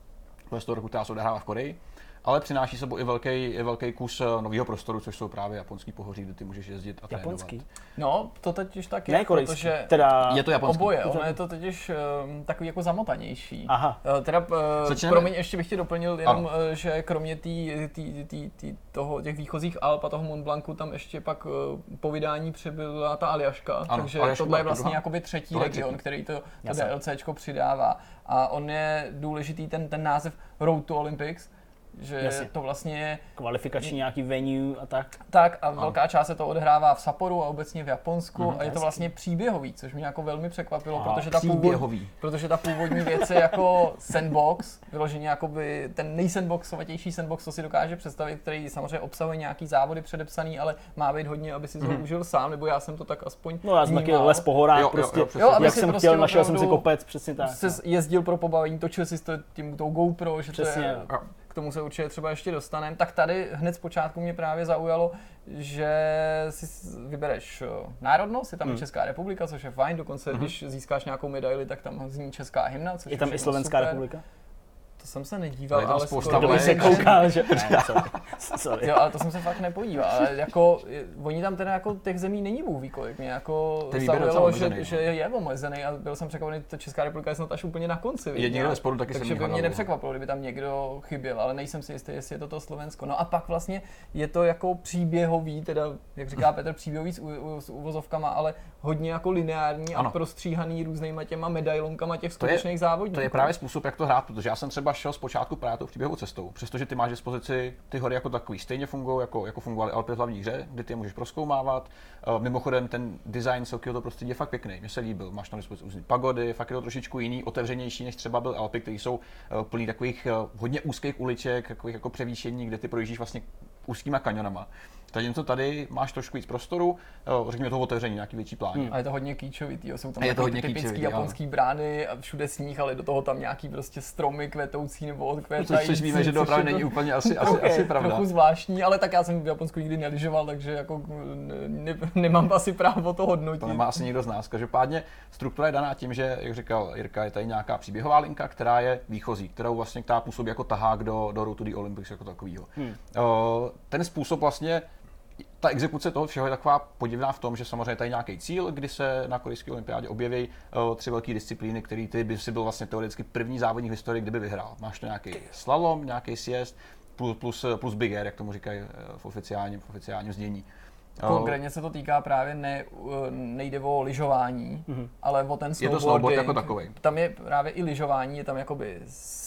z toho roku, která se odehrává v Koreji, ale přináší sebou i velký, i velký kus nového prostoru, což jsou právě japonský pohoří, kde ty můžeš jezdit a trénovat. Japonský? No, to totiž tak je, ne, korejský. Protože teda je to japonský. Oboje, ono je to totiž um, takový jako zamotanější. Aha. Uh, teda, uh, promiň, ještě bych ti doplnil jenom, uh, že kromě tý, tý, tý, tý, toho, těch výchozích Alp a toho Mont Blancu tam ještě pak uh, po vydání přibyla ta Aljaška, ano, takže Aljaška, tohle je vlastně jakoby třetí tohle region, třetí. Který to, to DLCčko přidává. A on je důležitý ten, ten název Road to Olympics, že jasně. To vlastně je kvalifikační nějaký venue a tak. Tak a velká a. část se to odehrává v Sapporu a obecně v Japonsku mm, a je to vlastně příběhový, což mě jako velmi překvapilo, Aha, protože, ta původ, protože ta původní věc je jako sandbox, vyloženě jakoby ten nejsandboxovatější sandbox, co si dokáže představit, který samozřejmě obsahuje nějaký závody předepsaný, ale má být hodně, aby si to mm. užil sám, nebo já jsem to tak aspoň No já jsem taky les po horách, jo, prostě, jo, jo, jak jsem prostě chtěl, našel jsem si kopec, přesně tak. Jezdil pro pobavení, točil si to tím tou GoPro, že přesně. To je, k tomu se určitě třeba ještě dostaneme, tak tady hned z počátku mě právě zaujalo, že si vybereš národnost, je tam hmm. Česká republika, což je fajn, dokonce hmm. když získáš nějakou medaili, tak tam zní česká hymna, což je tam i Slovenská super. Republika? To jsem se nedíval, ale, ale skoro se koukal, že... Ne, sorry. sorry. Jo, ale to jsem se fakt nepodíval, ale jako, oni tam teda jako těch zemí není bůh ví kolik, mě jako zaujalo, že, že je omezený a byl jsem překvapený, že Česká republika je snad až úplně na konci. Jediný ve sporu taky takže by mě nepřekvapilo, kdyby tam někdo chyběl, ale nejsem si jistý, jestli je to to Slovensko. No a pak vlastně je to jako příběhový, teda jak říká Petr, příběhový s, u, s uvozovkama, ale hodně jako lineární a ano. prostříhaný různýma těma medailonkama těch skutečných závodníků. To je právě způsob, jak to hrát, protože já jsem třeba šel zpočátku právě tou příběhovou cestou, přestože ty máš dispozici ty hory jako takový stejně fungují, jako, jako fungovaly Alpy v hlavní hře, kdy ty je můžeš prozkoumávat. Uh, mimochodem ten design celkového prostředí je fakt pěkný, mně se líbil. Máš tam dispozici různé pagody, fakt je to trošičku jiný, otevřenější než třeba byl Alpy, které jsou uh, plný takových uh, hodně úzkých uliček, takových jako převýšení, kde ty projíždíš vlastně úzkýma kanionama. Takže něco tady máš trošku víc prostoru, řekněme toho otevření, nějaký větší plán. Hmm. A je to hodně kýčovitý, jsou tam ty typický japonský brány a všude sníh, ale do toho tam nějaký prostě stromy kvetoucí nebo odkvétající. Což víme, že to opravdu není úplně asi, asi, okay, asi pravda. Trochu zvláštní, ale tak já jsem v Japonsku nikdy nelyžoval, takže jako ne, nemám asi právo to hodnotit. To nemá asi nikdo z nás. Každopádně struktura je daná tím, že, jak říkal Jirka, je tady nějaká příběhová linka, která je výchozí, kterou vlastně která působí jako tahák do, do Road to the Olympics jako takovýho. Hmm. Ten způsob vlastně ta exekuce toho všeho je taková podivná v tom, že samozřejmě tady nějaký cíl, kdy se na korejské olympiádě objeví uh, tři velké disciplíny, který ty by si byl vlastně teoreticky první závodník v historii, kdyby vyhrál. Máš to nějaký slalom, nějaký sjezd, plus, plus, plus big air, jak tomu říkají v oficiálním, v oficiálním znění. Konkrétně se to týká právě ne, nejde o lyžování, mm-hmm. ale o ten snowboarding. Je to snowboard jako takový. Tam je právě i lyžování, je tam jakoby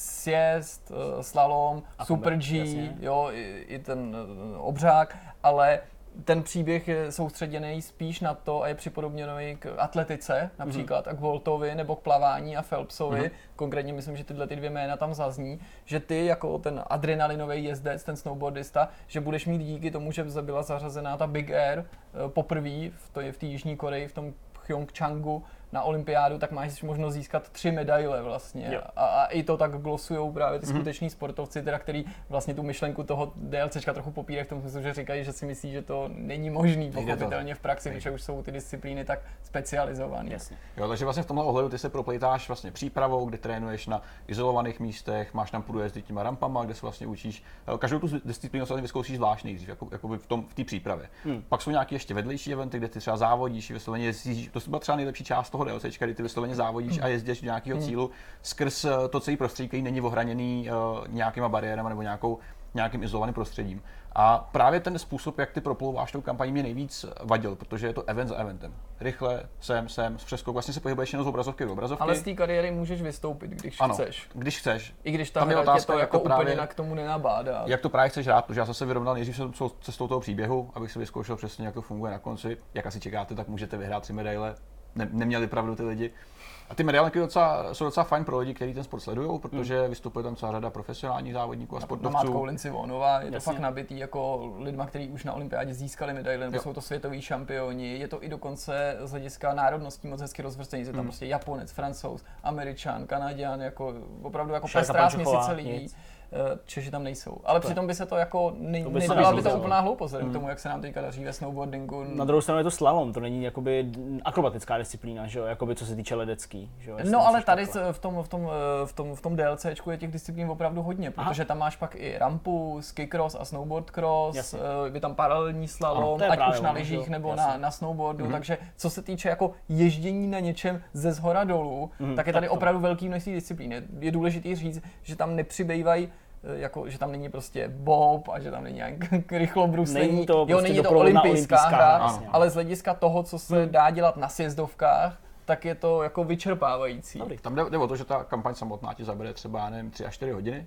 sjezd, slalom, a super G, jasně. jo, i, i ten obřák, ale ten příběh je soustředěný spíš na to a je připodobněný k atletice, například, mm-hmm. a k Boltovi nebo k plavání a Phelpsovi. Mm-hmm. Konkrétně myslím, že tyhle ty dvě jména tam zazní, že ty jako ten adrenalinový jezdec, ten snowboardista, že budeš mít díky tomu, že byla zařazená ta Big Air poprvé v té Jižní Koreji, v tom Pyeongchangu na olympiádu, tak máš možnost získat tři medaile vlastně. A, a i to tak glosujou právě ty mm-hmm. skuteční sportovci, teda, který vlastně tu myšlenku toho DLCčka trochu popírají v tom smyslu, že říkají, že si myslí, že to není možný pochopitelně v praxi, když už jsou ty disciplíny tak specializované. Jasně. Jo, takže vlastně v tomhle ohledu ty se proplejtáš vlastně přípravou, kdy trénuješ na izolovaných místech, máš tam půjdu jezdit těma rampama, kde se vlastně učíš. Každou tu disciplínu se vyzkoušíš zvlášť nejdřív, jako, jako v tom v té přípravě. Hmm. Pak jsou nějaké ještě vedlejší eventy, kde ty třeba závodíš, vysloveně jezdíš. To byla třeba nejlepší část toho DLCčka, kdy ty vysloveně závodíš a jezdíš do nějakého hmm. cílu skrz to celý prostředí, který není ohraněný uh, nějakýma bariérama nebo nějakou, nějakým izolovaným prostředím. A právě ten způsob, jak ty proplouváš tou kampaní, mě nejvíc vadil, protože je to event za eventem. Rychle, sem, sem, z přeskok, vlastně se pohybuješ jenom z obrazovky do obrazovky. Ale z té kariéry můžeš vystoupit, když ano, chceš. když chceš. I když ta hra tě to jako to právě, úplně k tomu nenabádá. Jak to právě chceš hrát, protože já jsem se vyrovnal nejdřív cestou toho příběhu, abych si vyzkoušel přesně, jak to funguje na konci. Jak asi čekáte, tak můžete vyhrát tři medaile. Ne, neměli pravdu ty lidi. A ty medailenky docela, jsou docela fajn pro lidi, kteří ten sport sledují, protože hmm. vystupuje tam celá řada profesionálních závodníků a sportovců. Namátkou Lindsey Vonová, je to Jasně. fakt nabitý jako lidma, kteří už na olympiádě získali medaile, nebo jo. jsou to světoví šampioni, je to i dokonce z hlediska národností moc hezky rozvrstvený, je tam hmm. prostě Japonec, Francouz, Američan, Kanaďan, jako opravdu jako pestrá směsice lidí. Češi tam nejsou. Ale přitom by se to jako nej, to by nebyla by to úplná hloupost, vzhledem k tomu, jak se nám teďka daří ve snowboardingu. Na druhou stranu je to slalom, to není jakoby akrobatická disciplína, že jo, jakoby co se týče ledecký, že jo. No ale tady v tom, v tom, v tom, v tom DLCčku je těch disciplín opravdu hodně, protože Aha. tam máš pak i rampu, ski cross a snowboard cross, Jasně. je tam paralelní slalom, ano, ať už na lyžích nebo na, na snowboardu, mm-hmm. takže co se týče jako ježdění na něčem ze zhora dolů, mm-hmm. tak je tady tak opravdu velký množství disciplín. Je důležité říct, že tam nepřibývají jako, že tam není prostě bob a že tam není nějak rychlobruslení. Není to, jo, prostě není to olympijská, olympijská hra, hra ale z hlediska toho, co se hmm. dá dělat na sjezdovkách, tak je to jako vyčerpávající. Dobrý. Tam jde, jde o to, že ta kampaň samotná ti zabere třeba nevím, tři až čtyři hodiny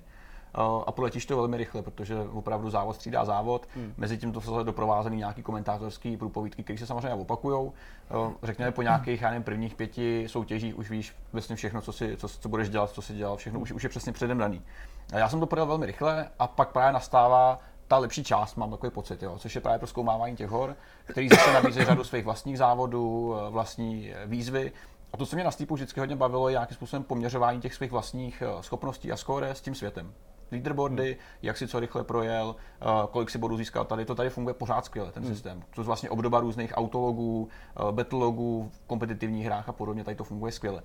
a poletíš to velmi rychle, protože opravdu závod střídá závod. Hmm. Mezi tím to jsou doprovázený nějaký komentátorský průpovídky, které se samozřejmě opakujou. Řekněme po nějakých já nevím, prvních pěti soutěžích už víš vlastně všechno, co, si, co, co budeš dělat, co si dělal, všechno už, už je přesně předem daný. Já jsem to projel velmi rychle a pak právě nastává ta lepší část, mám takový pocit, jo, což je právě prozkoumávání těch hor, který zase nabízí řadu svých vlastních závodů, vlastní výzvy. A to, co mě na Steepu vždycky hodně bavilo, je nějakým způsobem poměřování těch svých vlastních schopností a skóre s tím světem. Leaderboardy, hmm. jak si co rychle projel, kolik si bodů získal tady, to tady funguje pořád skvěle, ten hmm. systém. To je vlastně obdoba různých autologů, battlelogů v kompetitivních hrách a podobně, tady to funguje skvěle.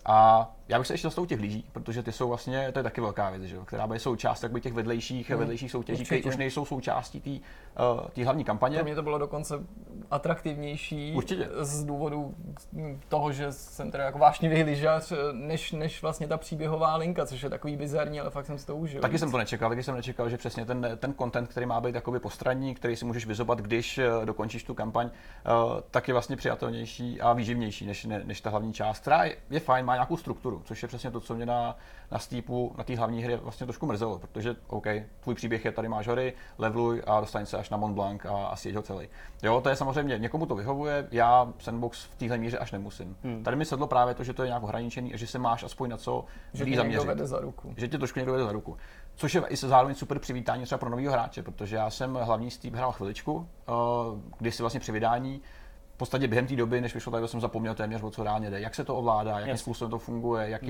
A já bych se ještě dostal těch lyží, protože ty jsou vlastně, to je taky velká věc, že? Která bude součást těch vedlejších, hmm. vedlejších soutěží, které už nejsou součástí té uh, hlavní kampaně. Pro mě to bylo dokonce atraktivnější Určitě. Z důvodu toho, že jsem teda jako vášnivý lyžař, než, než vlastně ta příběhová linka, což je takový bizarní, ale fakt jsem si to užil. Taky jsem to nečekal, taky jsem nečekal, že přesně ten, ten content, který má být jakoby postranní, který si můžeš vyzobat, když dokončíš tu kampaň, uh, tak je vlastně přijatelnější a výživnější než, ne, než ta hlavní část, která je, je fajn, má nějakou strukturu, což je přesně to, co mě na, na Steepu, na té hlavní hře vlastně trošku mrzelo, protože OK, tvůj příběh je, tady máš hory, leveluj a dostaň se až na Mont Blanc a, a sjeď ho celý. Jo, to je samozřejmě, někomu to vyhovuje, já sandbox v téhle míře až nemusím. Hmm. Tady mi sedlo právě to, že to je nějak ohraničený a že se máš aspoň na co že zaměřit. Vede za ruku. Že tě trošku někdo vede za ruku. Což je i se zároveň super přivítání třeba pro nového hráče, protože já jsem hlavní Steep hrál chviličku, kdy si vlastně při vydání v podstatě během té doby, než vyšlo, tak jsem zapomněl téměř, o co reálně jde, jak se to ovládá, jakým yes. způsobem to funguje, jak, hmm. je,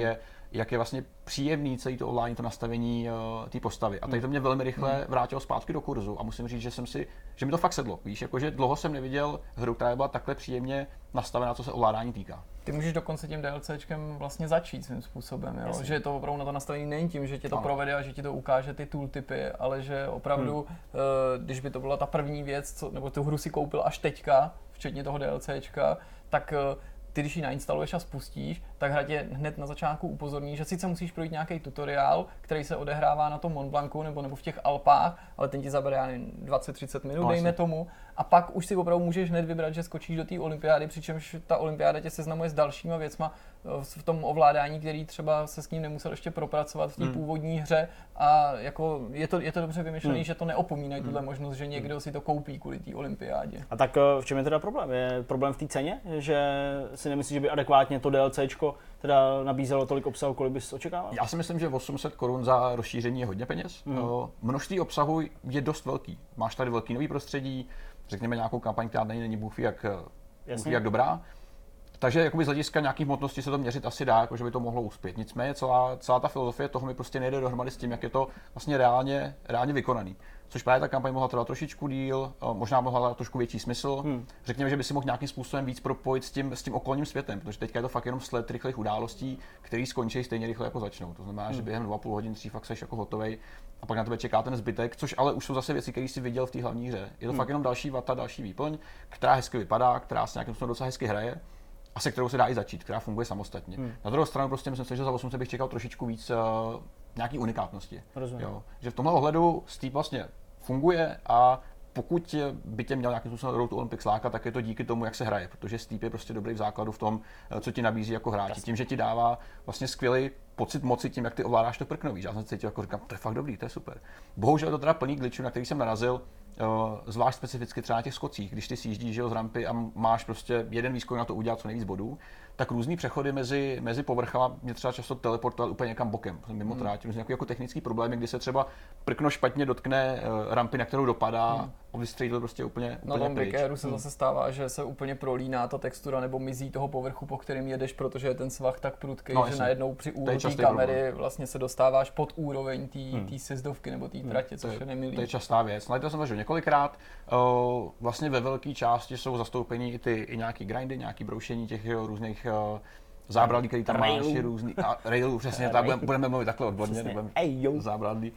jak je vlastně příjemný celý to online, to nastavení uh, té postavy. A tady to mě velmi rychle vrátilo zpátky do kurzu a musím říct, že jsem si, že mi to fakt sedlo. Víš, jakože dlouho jsem neviděl hru, která byla takhle příjemně nastavená, co se ovládání týká. Ty můžeš dokonce tím DLCčkem vlastně začít svým způsobem, jo? Že je to opravdu na to nastavení nejen tím, že ti to ano. provede a že ti to ukáže ty tooltipy, ale že opravdu, hmm. uh, když by to byla ta první věc, co, nebo tu hru si koupil až teďka, včetně toho DLCčka, tak uh, ty, když ji nainstaluješ a spustíš, tak hra tě hned na začátku upozorní, že sice musíš projít nějaký tutoriál, který se odehrává na tom Mont Blancu nebo, nebo v těch Alpách, ale ten ti zabere dvacet třicet minut, no, dejme tomu, a pak už si opravdu můžeš hned vybrat, že skočíš do té olympiády, přičemž ta olympiáda tě seznamuje s dalšíma věcma v tom ovládání, který třeba se s ním nemusel ještě propracovat v té hmm. původní hře, a jako je to, je to dobře vymyšlené, hmm. že to neopomínají hmm. tuhle možnost, že někdo si to koupí kvůli té olympiádě. A tak v čem je teda problém? Je problém v té ceně, že si nemyslíš, že by adekvátně to DLCčko teda nabízelo tolik obsahu, kolik bys očekával? Já si myslím, že osm set korun za rozšíření je hodně peněz. Hmm. Množství obsahu je dost velký. Máš tady velký nový prostředí, řekněme nějakou kampaň, která není, není bůh jak, jak dobrá. Takže jakoby z hlediska nějakých hmotností se to měřit asi dá, jako že by to mohlo uspět. Nicméně celá, celá ta filozofie toho mi prostě nejde dohromady s tím, jak je to vlastně reálně, reálně vykonaný. Což právě ta kampaň mohla trvat trošičku díl, možná mohla dát trošku větší smysl. Hmm. Řekněme, že by si mohl nějakým způsobem víc propojit s tím, s tím okolním světem, protože teďka je to fakt jenom sled rychlých událostí, které skončí stejně rychle jako začnou. To znamená, hmm. že během dvou a půl hodin, tří fakt seš jako hotovej a pak na tebe čeká ten zbytek, což ale už jsou zase věci, které jsi viděl v té hlavní hře. Je to hmm. fakt jenom další vata, další výplň, která hezky vypadá, která se nějakým způsobem docela hezky hraje. A se kterou se dá i začít, která funguje samostatně. Hmm. Na druhou stranu prostě myslím si, že za osm set bych čekal trošičku víc uh, nějaký unikátnosti. Jo. Že v tomhle ohledu Steep vlastně funguje a pokud by tě měl nějakým způsobem Road to Olympics lákat, tak je to díky tomu, jak se hraje, protože Steep je prostě dobrý v základu v tom, co ti nabízí jako hráči. Tím, že ti dává vlastně skvělý pocit moci tím, jak ty ovládáš to prkno, víš. Já jsem cítil, jako říkám, to je fakt dobrý, to je super. Bohužel to teda plný glitchů, na který jsem narazil, zvlášť specificky třeba na těch skocích, když ty sjíždíš z rampy a máš prostě jeden výskok na to udělat co nejvíc bodů, tak různý přechody mezi, mezi povrchama mě třeba často teleportovat úplně někam bokem, mimo hmm. tráť, různý jako, jako technický problémy, kdy se třeba prkno špatně dotkne rampy, na kterou dopadá, hmm. a vystřídil prostě úplně, úplně na tom Bikeru se hmm. zase stává, že se úplně prolíná ta textura nebo mizí toho povrchu, po kterým jedeš, protože je ten svah tak prudký, no, že jasný. Najednou při úhlu té kamery problém. Vlastně se dostáváš pod úroveň té hmm. sjezdovky nebo té tratě, hmm. což je, je nemilý. To je častá věc. Na to jsem zažil několikrát. Uh, vlastně ve velké části jsou zastoupení i ty i nějaký grindy, nějaký broušení těch jo, různých uh, zábradlí, který tam máš, různý a railů, přesně, tak budeme, budeme mluvit takhle odborně, nebudeme zábradlí.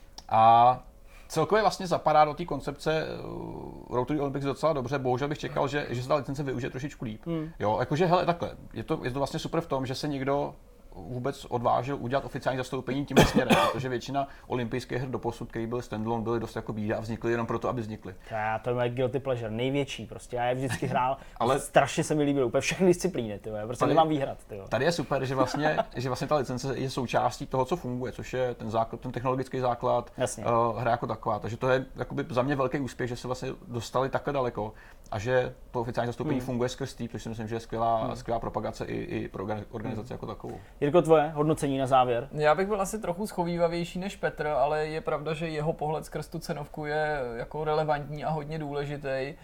A celkově vlastně zapadá do té koncepce uh, Road to Olympics docela dobře, bohužel bych čekal, že, že se ta licence využije trošičku líp. Hmm. Jo, jakože hele, takhle, je to, je to vlastně super v tom, že se někdo vůbec odvážil udělat oficiální zastoupení tím směrem, protože většina olympijských her doposud, které byly standalone, byly dost jako bída a vznikly jenom proto, aby vznikly. Já, to je moje guilty pleasure, největší prostě. Já je vždycky hrál, ale strašně se mi líbilo, úplně všechny disciplíny, tyjo, prostě tady, nemám výhrad. Tyjo. Tady je super, že vlastně, že vlastně ta licence je součástí toho, co funguje, což je ten základ, ten technologický základ, uh, hra jako taková. Takže to je jakoby za mě velký úspěch, že se vlastně dostali takhle daleko a že to oficiální zastoupení hmm. funguje skrz Steep, což si myslím, že je skvělá, hmm. skvělá propagace i, i pro organizaci hmm. jako takovou. Jirko, tvoje hodnocení na závěr? Já bych byl asi trochu schovývavější než Petr, ale je pravda, že jeho pohled skrz tu cenovku je jako relevantní a hodně důležitý.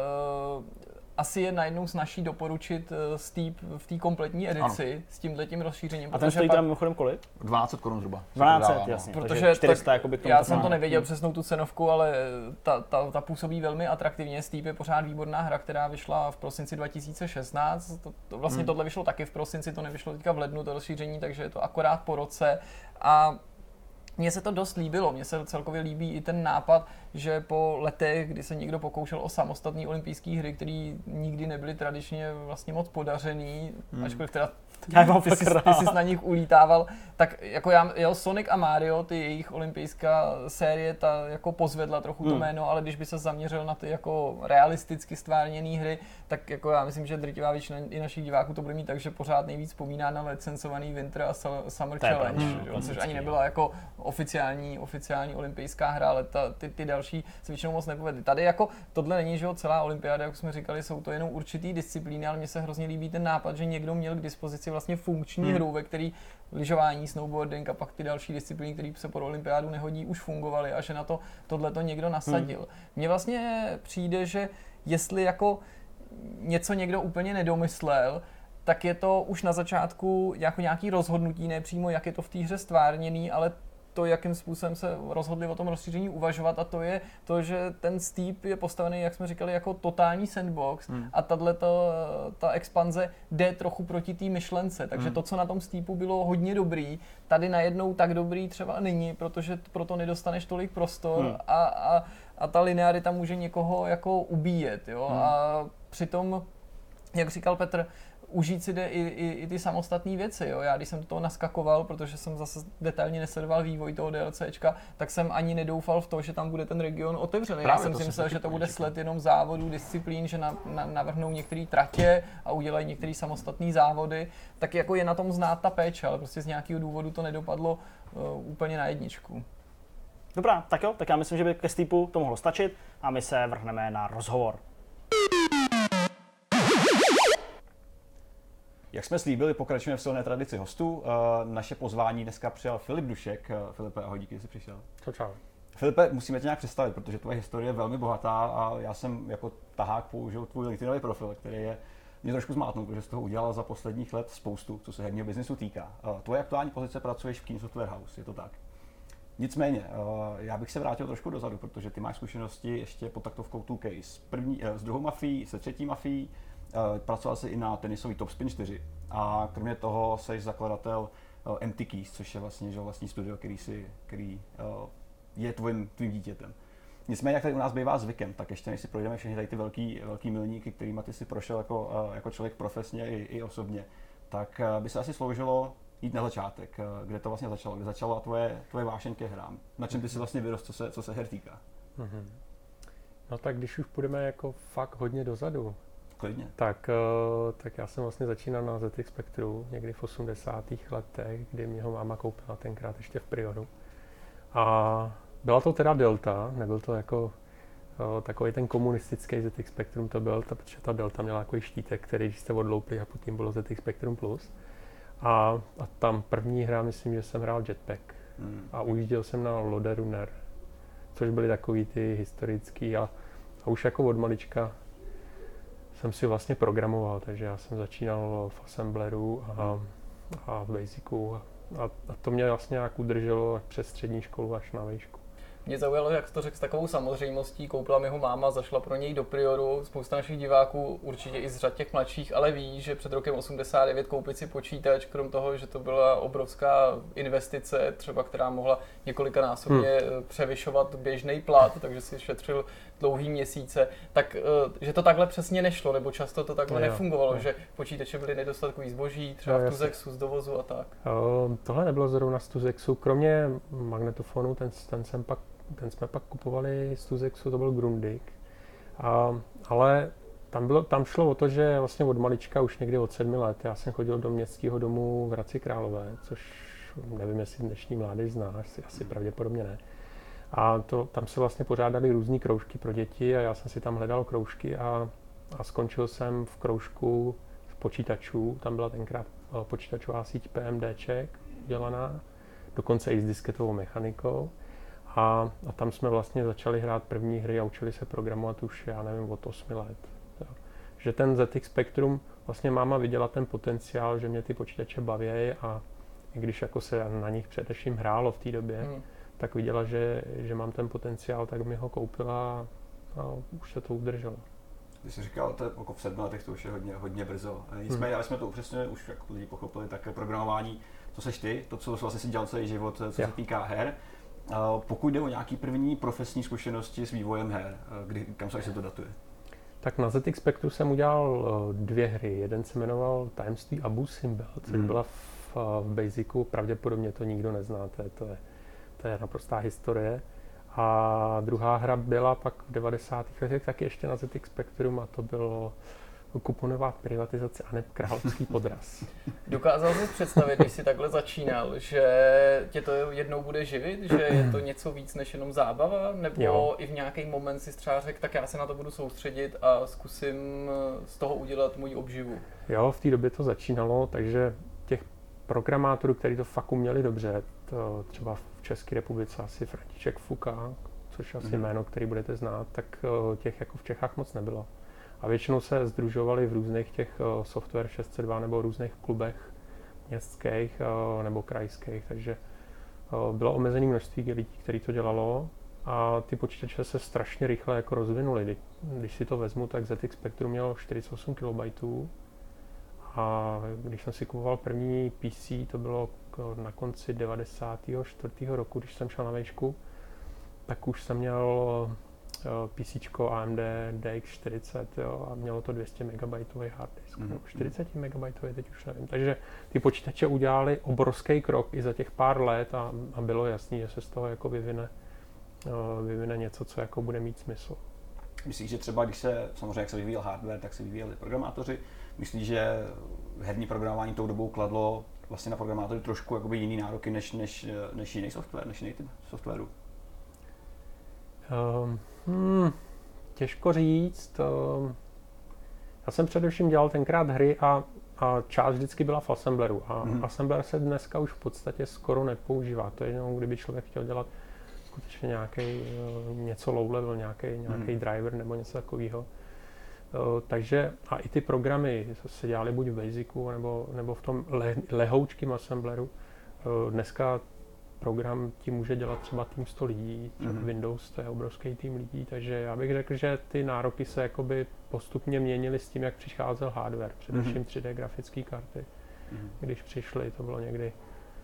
Asi je najednou snaží doporučit Steep v té kompletní edici ano. s tímhletím rozšířením. A ten stojí tam mimochodem kolik? dvanáct korun zhruba. dvanáct, jasně. Protože čtyři sta, jako by k tomu já jsem to nevěděl hmm. přesnou tu cenovku, ale ta, ta, ta působí velmi atraktivně. Steep je pořád výborná hra, která vyšla v prosinci dva tisíce šestnáct. To, to vlastně hmm. tohle vyšlo taky v prosinci, to nevyšlo teďka v lednu, to rozšíření, takže je to akorát po roce. A mně se to dost líbilo, mně se celkově líbí i ten nápad, že po letech, kdy se někdo pokoušel o samostatné olympijské hry, které nikdy nebyly tradičně vlastně moc podařený, hmm. ačkoliv teda ty jsi, ty jsi na nich ulítával, tak jako já, jo, Sonic a Mario, ty jejich olympijská série, ta jako pozvedla trochu hmm. to jméno, ale když by se zaměřil na ty jako realisticky stvárněné hry, tak jako já myslím, že drtivá většina i našich diváků to bude mít tak, že pořád nejvíc vzpomíná na licencovaný Winter a Summer Challenge, hmm. jo, což ani nebyla jako oficiální, oficiální olympijská hra, ale ta, ty, ty další se většinou moc nepovedly. Tady jako tohle není, že jo, celá olympiáda, jak jsme říkali, jsou to jenom určitý disciplíny, ale mně se hrozně líbí ten nápad, že někdo měl k dispozici vlastně funkční hmm. hru, ve který lyžování, snowboarding a pak ty další disciplíny, které se pro olympiádu nehodí, už fungovaly a že na to tohleto někdo nasadil. Hmm. Mně vlastně přijde, že jestli jako něco někdo úplně nedomyslel tak je to už na začátku jako nějaký rozhodnutí, ne přímo jak je to v té hře stvárněný, ale to, jakým způsobem se rozhodli o tom rozšíření uvažovat, a to je to, že ten Steep je postavený, jak jsme říkali, jako totální sandbox hmm. a tato, ta expanze jde trochu proti té myšlence, takže hmm. to, co na tom Steepu bylo hodně dobrý, tady najednou tak dobrý třeba není, protože proto nedostaneš tolik prostor hmm. a, a, a ta linearita může někoho jako ubíjet, jo, hmm. a přitom, jak říkal Petr, užít si jde i, i, i ty samostatné věci. Jo. Já když jsem do toho naskakoval, protože jsem zase detailně nesledoval vývoj toho DLCčka, tak jsem ani nedoufal v to, že tam bude ten region otevřený. Právě já jsem si myslel, že to bude sled jenom závodů, disciplín, že na, na, navrhnou některé tratě a udělají některé samostatné závody. Tak jako je na tom znát ta péče, ale prostě z nějakého důvodu to nedopadlo uh, úplně na jedničku. Dobrá, tak jo, tak já myslím, že by ke Steepu to mohlo stačit a my se vrhneme na rozhovor. Jak jsme slíbili, pokračujeme v silné tradici hostů. Naše pozvání dneska přijal Filip Dušek. Filipe, ahoj, díky, že jsi přišel. Čau, čau. Filipe, musíme tě nějak představit, protože tvoje historie je velmi bohatá a já jsem jako tahák použil tvůj LinkedInový profil, který je mě trošku zmátnul, protože jsi toho udělal za posledních let spoustu, co se herního biznisu týká. Tvoje aktuální pozice, pracuješ v Keen Software House, je to tak? Nicméně, já bych se vrátil trošku dozadu, protože ty máš zkušenosti ještě pod taktovkou two K s, první, s druhou mafií, se třetí mafií. Pracoval jsi i na tenisový Top Spin čtyři a kromě toho jsi zakladatel M T Keys, což je vlastně že vlastní studio, který, si, který uh, je tvým, tvým dítětem. Nicméně, jak tady u nás bývá zvykem, tak ještě než si projdeme všechny tady ty velký, velký milníky, kterými ty si prošel jako, uh, jako člověk profesně i, i osobně, tak uh, by se asi sloužilo jít na začátek, uh, kde to vlastně začalo, kde začala tvoje, tvoje vášeň ke hrám. Na čem ty si vlastně vyrost, co se, co se her týká? Mm-hmm. No tak když už půjdeme jako fakt hodně dozadu, Klidně. Tak, tak já jsem vlastně začínal na Z X Spectru někdy v osmdesátých letech, kdy mě ho máma koupila tenkrát ještě v Prioru. A byla to teda Delta, nebyl to jako takový ten komunistický Z X Spectrum to byl, protože ta Delta měla takový štítek, který jste odloupli a potom bylo Z X Spectrum Plus. A, a tam první hra, myslím, že jsem hrál Jetpack hmm. a ujížděl jsem na Lode Runner, což byly takový ty historický a, a už jako od malička jsem si vlastně programoval, takže já jsem začínal v Assembleru a, a v Basicu a, a to mě vlastně nějak udrželo přes střední školu až na výšku. Mě zaujalo, jak to řekl s takovou samozřejmostí, koupila mi ho máma, zašla pro něj do Prioru. Spousta našich diváků, určitě i z řad těch mladších, ale ví, že před rokem osmdesát devět koupit si počítač, krom toho, že to byla obrovská investice, třeba která mohla několikanásobně hmm. převyšovat běžný plat, takže si šetřil dlouhý měsíce, tak že to takhle přesně nešlo, nebo často to takhle no, nefungovalo, no. že počítače byly nedostatkový zboží, třeba no, v Tuzexu z dovozu a tak. O, tohle nebylo zrovna z Tuzexu, kromě magnetofonu, ten, ten jsem pak Ten jsme pak kupovali z Tuzexu, to byl Grundig. A, ale tam, bylo, tam šlo o to, že vlastně od malička, už někdy od sedmi let, já jsem chodil do městského domu v Hradci Králové, což nevím, jestli dnešní mládež zná, asi, asi pravděpodobně ne. A to, tam se vlastně pořádali různý kroužky pro děti a já jsem si tam hledal kroužky a, a skončil jsem v kroužku v počítačů. Tam byla tenkrát počítačová síť PMDček udělaná, dokonce i s disketovou mechanikou. A, a tam jsme vlastně začali hrát první hry a učili se programovat už, já nevím, od osmi let. Jo. Že ten Z X Spectrum, vlastně máma viděla ten potenciál, že mě ty počítače baví a i když jako se na nich především hrálo v té době, hmm. tak viděla, že, že mám ten potenciál, tak mi ho koupila a už se to udrželo. Když jsi říkal, to jako v sedmi letech to už je hodně, hodně brzo. Nicméně, hmm. ale jsme to upřesnili, už jak lidi pochopili, tak programování, co seš ty, to, co vlastně si dělal celý život, co ja. se týká her. Pokud jde o nějaký první profesní zkušenosti s vývojem her, kdy, kam se to datuje? Tak na Z X Spectru jsem udělal dvě hry. Jeden se jmenoval Tajemství Abu Simbel, což hmm. byla v, v Basicu, pravděpodobně to nikdo neznáte, to je, to je naprostá historie. A druhá hra byla pak v devadesátých letech taky ještě na Z X Spectrum a to bylo kuponová privatizace a neb královský podraz. Dokázal jsi představit, když jsi takhle začínal, že tě to jednou bude živit, že je to něco víc než jenom zábava, nebo jo. i v nějaký moment si třeba řekl, tak já se na to budu soustředit a zkusím z toho udělat můj obživu? Jo, v té době to začínalo, takže těch programátorů, kteří to fakt uměli dobře, to třeba v České republice asi František Fuka, což asi mm. jméno, který budete znát, tak těch jako v Čechách moc nebylo. A většinou se sdružovali v různých těch uh, Software šest set dva nebo různých klubech městských uh, nebo krajských, takže uh, bylo omezené množství lidí, kteří to dělalo a ty počítače se strašně rychle jako rozvinuly. Když si to vezmu, tak Z X Spectrum mělo čtyřicet osm kilobajtů a když jsem si kupoval první P C, to bylo na konci devadesátého čtvrtého roku, když jsem šel na vejšku, tak už jsem měl PCčko A M D D X čtyřicet, jo, a mělo to dvě stě megabajtový hard disk, mm. čtyřicet megabajtový, teď už nevím. Takže ty počítače udělali obrovský krok i za těch pár let a, a bylo jasný, že se z toho jako vyvine, uh, vyvine něco, co jako bude mít smysl. Myslíš, že třeba když se, samozřejmě jak se vyvíjel hardware, tak se vyvíjeli programátoři, myslíš, že herní programování tou dobou kladlo vlastně na programátory trošku jakoby jiný nároky než, než, než jiný software, než jiný typ softwaru? Um, hmm, těžko říct. Um, já jsem především dělal tenkrát hry a, a část vždycky byla v Assembleru. A mm. Assembler se dneska už v podstatě skoro nepoužívá. To je jenom, kdyby člověk chtěl dělat skutečně nějaký uh, něco low level, nějaký nějaký mm. driver nebo něco takového. Uh, takže a i ty programy se dělaly buď v Basicu nebo, nebo v tom le, lehoučkým Assembleru. Uh, dneska program ti může dělat třeba tým sto lidí, třeba mm. Windows, to je obrovský tým lidí, takže já bych řekl, že ty nároky se jakoby postupně měnily s tím, jak přicházel hardware, především mm. tři dé grafické karty. Mm. Když přišly, to bylo někdy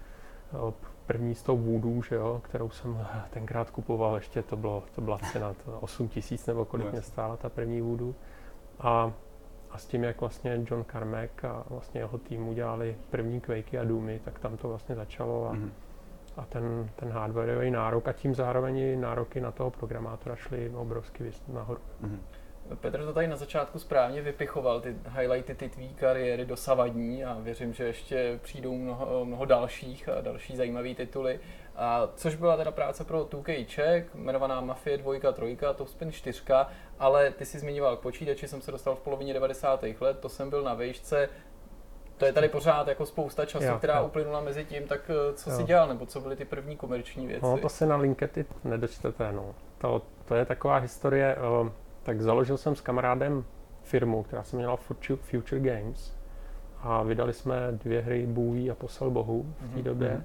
o, první s tou Voodoo, že jo, kterou jsem tenkrát kupoval, ještě to, bylo, to byla cena osm tisíc nebo kolik yes. mě stála ta první Voodoo. A, a s tím, jak vlastně John Carmack a vlastně jeho tým udělali první Quakey a Doomy, tak tam to vlastně začalo a mm. a ten, ten hardwareový nárok a tím zároveň i nároky na toho programátora šly obrovsky nahoru. Mm-hmm. Petr to tady na začátku správně vypichoval, ty highlighty ty tvý kariéry dosavadní a věřím, že ještě přijdou mnoho, mnoho dalších a další zajímavé tituly. A což byla teda práce pro two K Czech, jmenovaná Mafie dva, tři, Top Spin čtyři, ale ty jsi zmiňoval k počítači, jsem se dostal v polovině devadesátých let, to jsem byl na vejšce. To je tady pořád jako spousta času, jo, která jo. uplynula mezi tím, tak co jo. jsi dělal, nebo co byly ty první komerční věci? No to se na Linkety nedočtete, no. To, to je taková historie, uh, tak založil jsem s kamarádem firmu, která se jmenovala Future Games a vydali jsme dvě hry, Bowie a Posel Bohu v té mm-hmm. době.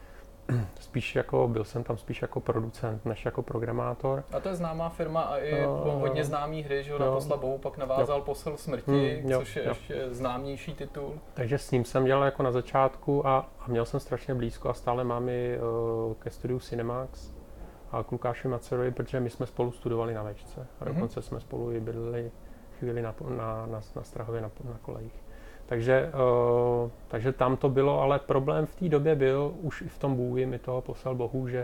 Spíš jako, byl jsem tam spíš jako producent, než jako programátor. A to je známá firma a i uh, hodně známý hry, že jo, na Posla Bohu pak navázal jo. Posel smrti, mm, jo, což je jo. ještě známější titul. Takže s ním jsem dělal jako na začátku a, a měl jsem strašně blízko a stále mám i uh, ke studiu Cinemax a k Lukáši Macerovi, protože my jsme spolu studovali na vejšce a dokonce mm-hmm. jsme spolu i bydleli chvíli na, na, na, na Strahově na, na kolejích. Takže, uh, takže tam to bylo, ale problém v té době byl, už i v tom Bowie mi toho poslal Bohu, že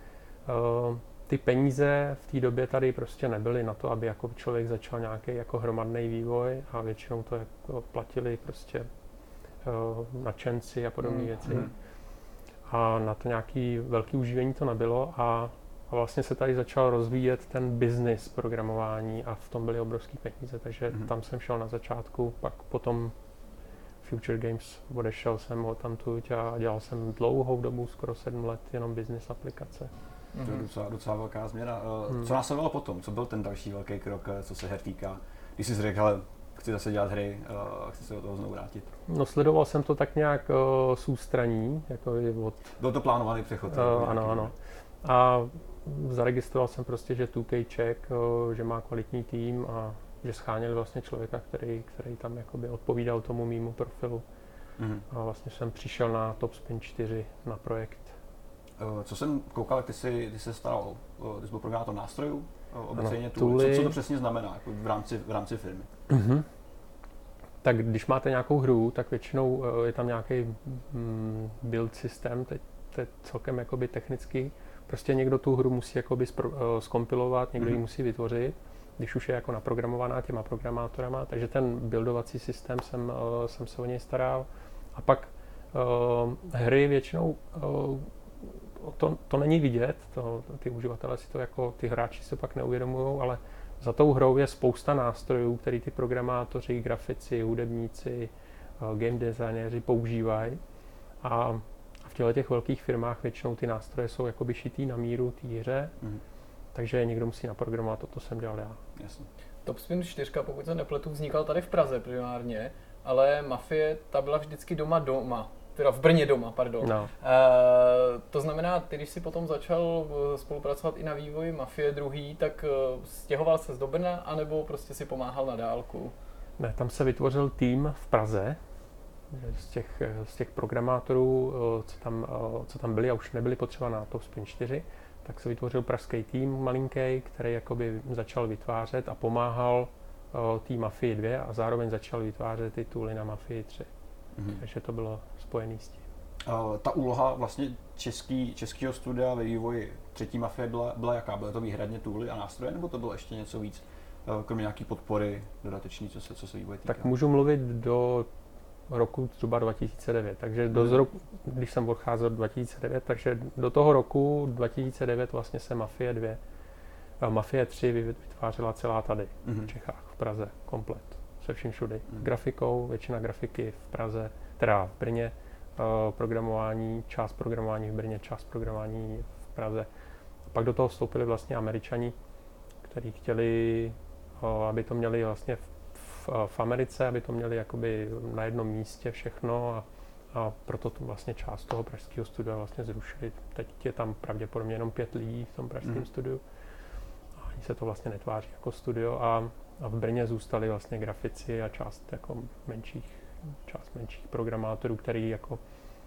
uh, ty peníze v té době tady prostě nebyly na to, aby jako člověk začal nějaký jako hromadný vývoj a většinou to jako platili prostě uh, nadšenci a podobné mm. věci. Mm. A na to nějaký velký užívání to nebylo a, a vlastně se tady začal rozvíjet ten business programování a v tom byly obrovský peníze, takže mm. tam jsem šel na začátku, pak potom Future Games odešel jsem ho tamtuť a dělal jsem dlouhou dobu, skoro sedm let, jenom business aplikace. Mm-hmm. To je docela, docela velká změna. Co následovalo potom? Co byl ten další velký krok, co se her týká? Když jsi řekl, hele, chci zase dělat hry, chci se do toho znovu vrátit. No sledoval jsem to tak nějak uh, z ústraní, jako od... Byl to plánovaný přechod? Uh, ano, ano. A zaregistroval jsem prostě, že two K Czech, uh, že má kvalitní tým a že scháněli vlastně člověka, který, který tam jakoby odpovídal tomu mýmu profilu. Mm-hmm. A vlastně jsem přišel na Top Spin čtyři na projekt. Co jsem koukal, ty jsi, ty jsi staral, ty jsi byl programátor nástrojů, obecně tooly. Co, co to přesně znamená jako v, rámci, v rámci firmy? Mm-hmm. Tak když máte nějakou hru, tak většinou je tam nějaký mm, build systém, teď to je celkem jakoby technický. Prostě někdo tu hru musí jakoby spro, uh, zkompilovat, někdo mm-hmm. ji musí vytvořit, když už je jako naprogramovaná těma programátorama, takže ten buildovací systém jsem, uh, jsem se o něj staral. A pak uh, hry většinou, uh, to, to není vidět, to, ty uživatelé si to jako, ty hráči si to pak neuvědomujou, ale za tou hrou je spousta nástrojů, který ty programátoři, grafici, hudebníci, uh, game designéři používají. A v těchto těch velkých firmách většinou ty nástroje jsou jakoby šitý na míru té hře. Mm. Takže někdo musí naprogramovat, to, to jsem dělal já. Jasně. Top Spin čtyři, pokud se nepletu, vznikal tady v Praze primárně, ale Mafie, ta byla vždycky doma doma. Teda v Brně doma, pardon. No. Uh, to znamená, ty, když jsi potom začal spolupracovat i na vývoji Mafie druhý, tak uh, stěhoval ses do Brna, anebo prostě si pomáhal na dálku? Ne, tam se vytvořil tým v Praze, z těch, z těch programátorů, co tam, co tam byli a už nebyli potřeba na Top Spin čtyři, tak se vytvořil pražský tým malinký, který jakoby začal vytvářet a pomáhal tým Mafii dva a zároveň začal vytvářet tituly na Mafii tři. Mm-hmm. Takže to bylo spojené s tím. Uh, ta úloha vlastně český, českého studia ve vývoji třetí Mafie byla, byla jaká? Byly to výhradně tooly a nástroje, nebo to bylo ještě něco víc, uh, kromě nějaký podpory dodatečný, co se, co se vývoje týká? Tak můžu mluvit do roku zhruba dva tisíce devět, takže do hmm. roku, když jsem odcházel dva tisíce devět, takže do toho roku dva tisíce devět vlastně se Mafie dva, uh, Mafie tři vytvářela celá tady hmm. v Čechách, v Praze, komplet, se vším všudy. Hmm. Grafikou, většina grafiky v Praze, teda v Brně, uh, programování, část programování v Brně, část programování v Praze. A pak do toho vstoupili vlastně Američani, kteří chtěli, uh, aby to měli vlastně v, v, v Americe, aby to měli jakoby na jednom místě všechno a, a proto to vlastně část toho pražského studia vlastně zrušili. Teď je tam pravděpodobně jenom pět lidí v tom pražském mm. studiu. A oni se to vlastně netváří jako studio a, a v Brně zůstali vlastně grafici a část jako menších, část menších programátorů, který jako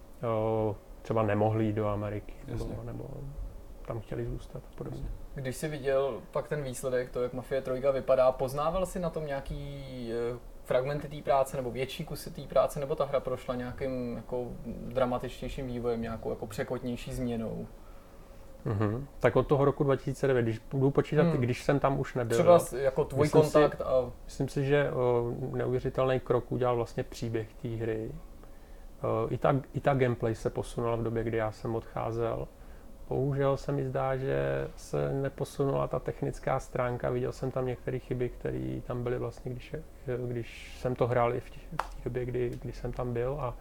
o, třeba nemohli jít do Ameriky nebo, nebo tam chtěli zůstat a podobně. Když jsi viděl pak ten výsledek, to, jak Mafie tři vypadá, poznával jsi na tom nějaký e, fragmenty té práce nebo větší kusy té práce, nebo ta hra prošla nějakým jako dramatičtějším vývojem, nějakou jako překotnější změnou? Mm-hmm. Tak od toho roku dva tisíce devět, když budu počítat, hmm. když jsem tam už nebyl. Třeba jako tvůj myslím kontakt. Si, a... Myslím si, že o, neuvěřitelný krok udělal vlastně příběh té hry. O, i, ta, I ta gameplay se posunula v době, kdy já jsem odcházel. Bohužel se mi zdá, že se neposunula ta technická stránka. Viděl jsem tam některé chyby, které tam byly vlastně, když, když jsem to hrál i v té době, kdy, kdy jsem tam byl. A,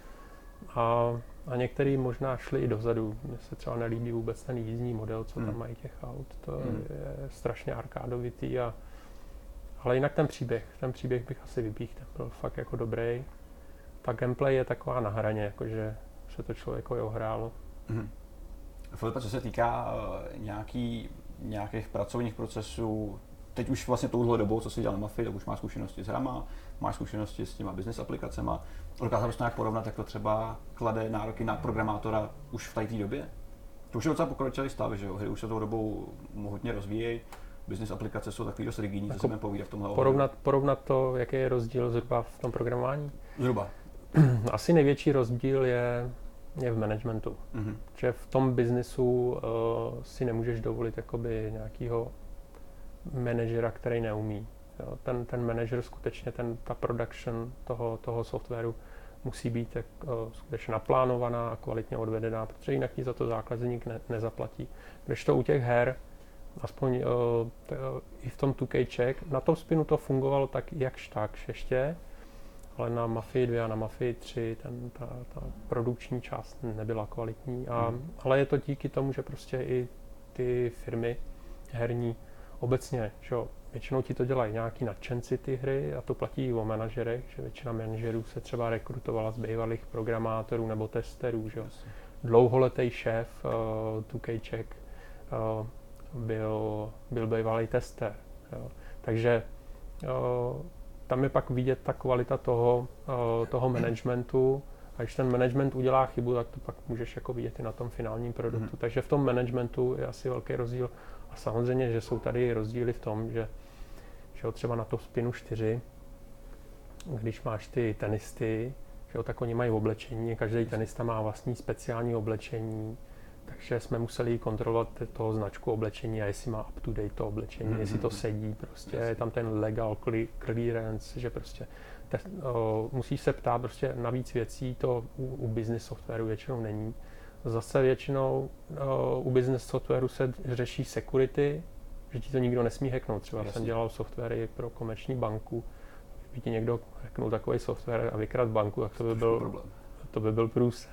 a, a některý možná šli i dozadu. Mně se třeba nelíbí vůbec ten jízdní model, co tam hmm. mají těch aut. To hmm. je strašně arkádovitý. A, ale jinak ten příběh, ten příběh bych asi vypíchl, ten byl fakt jako dobrý. Ta gameplay je taková na hraně, jakože se to člověko ohrálo. Hmm. Filipe, co se týká uh, nějaký, nějakých pracovních procesů, teď už vlastně touhle dobou, co jsi dělal na Mafii, tak už máš zkušenosti s hrama, máš zkušenosti s těma business aplikacema. Dokázal bys to nějak porovnat, jak to třeba klade nároky na programátora už v té době? To už je docela pokročilý stav, že jo? Hry už se tou dobou hodně rozvíjejí, business aplikace jsou takový dost rigidní, co si budeme povídat v tomhle porovnat, porovnat to, jaký je rozdíl zhruba v tom programování? Zhruba. Asi největší rozdíl je je v managementu. Mm-hmm. Že v tom biznisu uh, si nemůžeš dovolit jakoby nějakýho manažera, který neumí. Jo. Ten, ten manažer skutečně, ten, ta production toho, toho softwaru musí být uh, skutečně naplánovaná a kvalitně odvedená, protože jinak ti za to zákazník ne, nezaplatí. Když to u těch her, aspoň uh, t, uh, i v tom two K check, na tom spinu to fungovalo tak jakž takž ještě, ale na Mafii dva a na Mafii tři ten, ta, ta produkční část nebyla kvalitní. A, mm. Ale je to díky tomu, že prostě i ty firmy herní obecně, že většinou ti to dělají nějaký nadšenci ty hry a to platí i o manažerech, že většina manažerů se třeba rekrutovala z bývalých programátorů nebo testerů. Že dlouholetý šéf uh, two K check uh, byl, byl bývalý tester. Jo. Takže uh, tam je pak vidět ta kvalita toho, uh, toho managementu a když ten management udělá chybu, tak to pak můžeš jako vidět i na tom finálním produktu. Mm. Takže v tom managementu je asi velký rozdíl a samozřejmě, že jsou tady rozdíly v tom, že, že třeba na to spinu čtyři, když máš ty tenisty, že jo, tak oni mají oblečení, každý tenista má vlastní speciální oblečení, takže jsme museli kontrolovat toho značku oblečení a jestli má up-to-date to oblečení, mm-hmm. jestli to sedí, prostě je tam ten legal clearance, že prostě te, o, musíš se ptát prostě na víc věcí, to u, u business softwaru většinou není. Zase většinou o, u business softwaru se řeší security, že ti to nikdo nesmí hacknout. Třeba Jasně. jsem dělal softwary pro komerční banku, kdyby ti někdo hacknul takový software a vykradl banku, tak to by byl, to by byl průser.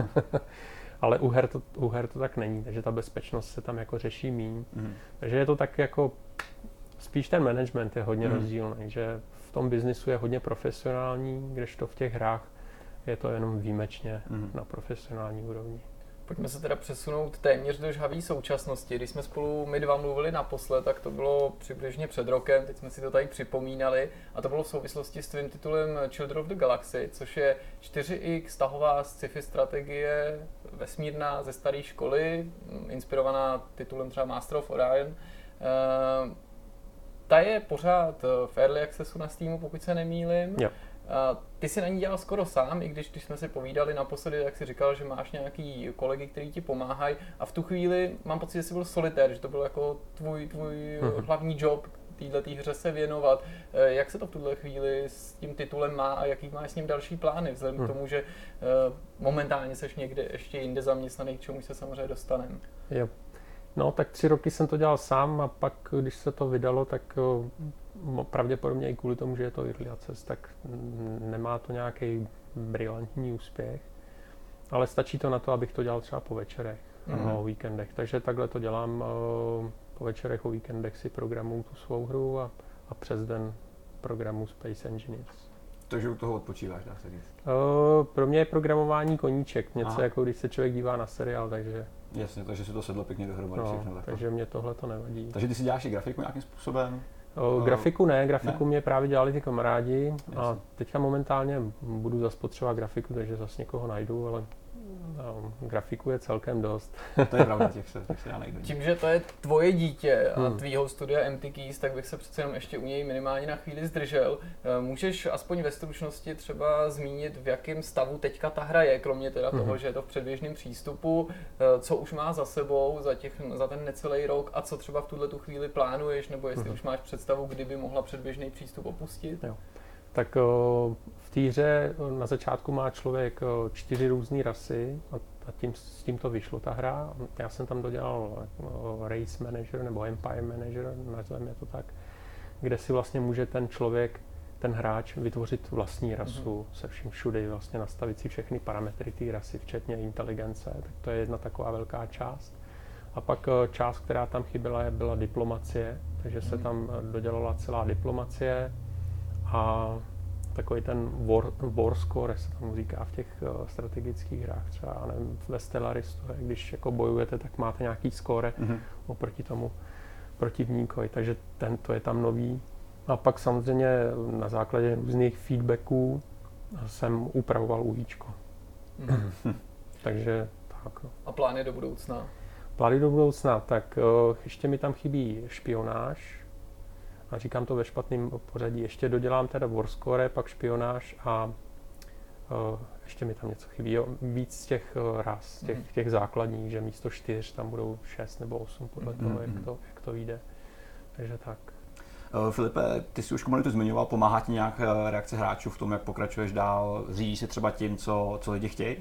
Ale u her, to, u her to tak není, takže ta bezpečnost se tam jako řeší míň. Mm. Takže je to tak jako spíš ten management je hodně Hmm. rozdílný, že v tom biznisu je hodně profesionální, kdežto v těch hrách je to jenom výjimečně hmm. na profesionální úrovni. Pojďme se teda přesunout téměř do žhavé současnosti. Když jsme spolu my dva mluvili naposled, tak to bylo přibližně před rokem, teď jsme si to tady připomínali, a to bylo v souvislosti s tvým titulem Children of the Galaxy, což je čtyři iks tahová sci-fi strategie vesmírná ze staré školy, inspirovaná titulem třeba Master of Orion. Uh, ta je pořád v Early Accessu na Steamu, pokud se nemýlim. Jo. Uh, ty si na ní dělal skoro sám, i když, když jsme si povídali naposledy, tak si říkal, že máš nějaký kolegy, kteří ti pomáhají, a v tu chvíli mám pocit, že jsi byl solitér, že to byl jako tvůj, tvůj uh-huh. hlavní job této hře se věnovat. Uh, jak se to v tuhle chvíli s tím titulem má a jaký máš s ním další plány, vzhledem uh-huh. k tomu, že uh, momentálně seš někde ještě jinde zaměstnaný, k čemu se samozřejmě dostaneme. Jo. No, tak tři roky jsem to dělal sám a pak, když se to vydalo, tak o, pravděpodobně i kvůli tomu, že je to Early Access, tak nemá to nějaký brilantní úspěch, ale stačí to na to, abych to dělal třeba po večerech mm-hmm. a o víkendech. Takže takhle to dělám, o, po večerech, o víkendech si programuju tu svou hru a, a přes den programu Space Engineers. Takže u toho odpočíváš, dá se říct. O, pro mě je programování koníček, něco Aha. jako když se člověk dívá na seriál, takže... Jasně, takže si to sedlo pěkně dohromady No, všechno. takže mě tohle to nevadí. Takže ty si děláš i grafiku nějakým způsobem? O, grafiku ne, grafiku ne? mě právě dělali ty kamarádi a Jasně. teďka momentálně budu zase potřebovat grafiku, takže zase někoho najdu, ale no, grafiku je celkem dost. To je pravda, těch se, těch se já najdu. Tím, že to je tvoje dítě a Hmm. tvýho studia M T Keys, tak bych se přece jenom ještě u něj minimálně na chvíli zdržel. Můžeš aspoň ve stručnosti třeba zmínit, v jakém stavu teďka ta hra je, kromě teda toho, Hmm. že je to v předběžném přístupu, co už má za sebou za, těch, za ten necelý rok a co třeba v tuhle tu chvíli plánuješ, nebo jestli Hmm. už máš představu, kdy by mohla předběžný přístup opustit? Jo. Tak o, v té hře na začátku má člověk o, čtyři různé rasy a, a tím, s tím to vyšlo ta hra. Já jsem tam dodělal o, Race Manager nebo Empire Manager, nazveme to tak, kde si vlastně může ten člověk, ten hráč vytvořit vlastní rasu mm-hmm. se vším všude, vlastně nastavit si všechny parametry té rasy, včetně inteligence, tak to je jedna taková velká část. A pak o, část, která tam chyběla, byla diplomacie, takže se tam dodělala celá diplomacie, a takový ten war, war score, se tomu říká v těch uh, strategických hrách, třeba nevím, ve Stellaristu, když jako bojujete, tak máte nějaký score mm-hmm. oproti tomu protivníkovi, takže ten, to je tam nový. A pak samozřejmě na základě různých feedbacků jsem upravoval UIčko. Mm-hmm. Takže tak. A plány do budoucna? Plány do budoucna, tak uh, ještě mi tam chybí špionáž, a říkám to ve špatném pořadí. Ještě dodělám teda warscore, pak špionáž a uh, ještě mi tam něco chybí. Jo, víc z těch uh, ras, těch, mm. těch základních, že místo čtyř tam budou šest nebo osm podle mm. toho, jak to, jak to vyjde. Takže tak. Uh, Filipe, ty jsi už komunitu zmiňoval, pomáhá ti nějak reakce hráčů v tom, jak pokračuješ dál? Řídíš se třeba tím, co, co lidi chtějí?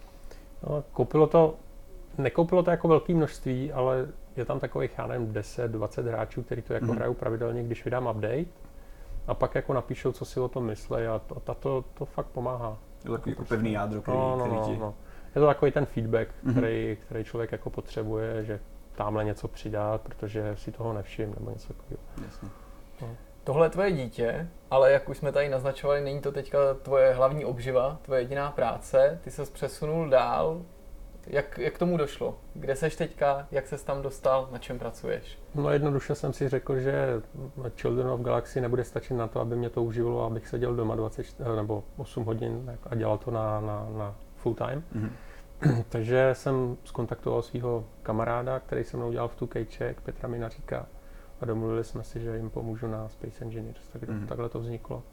No, koupilo to, nekoupilo to jako velké množství, ale je tam takových, já nevím, deset dvacet hráčů, kteří to jako mm. hrajou pravidelně, když vydám update a pak jako napíšou, co si o tom myslí a to, to, to, to fakt pomáhá. Je to takový jako pevný jádro, který, no, no, který ti... No, no. Je to takový ten feedback, mm. který, který člověk jako potřebuje, že tamhle něco přidat, protože si toho nevšim nebo něco takového. Jasně. No. Tohle je tvoje dítě, ale jak už jsme tady naznačovali, není to teďka tvoje hlavní obživa, tvoje jediná práce, ty ses přesunul dál. Jak, jak tomu došlo? Kde seš teďka? Jak ses tam dostal? Na čem pracuješ? No jednoduše jsem si řekl, že Children of Galaxy nebude stačit na to, aby mě to uživilo, abych seděl doma dvacet čtyři nebo osm hodin a dělal to na, na, na full time. Mm-hmm. Takže jsem skontaktoval svého kamaráda, který se mnou dělal v two K Czech, Petra Minaříka, a domluvili jsme si, že jim pomůžu na Space Engineers. Tak mm-hmm. takhle to vzniklo.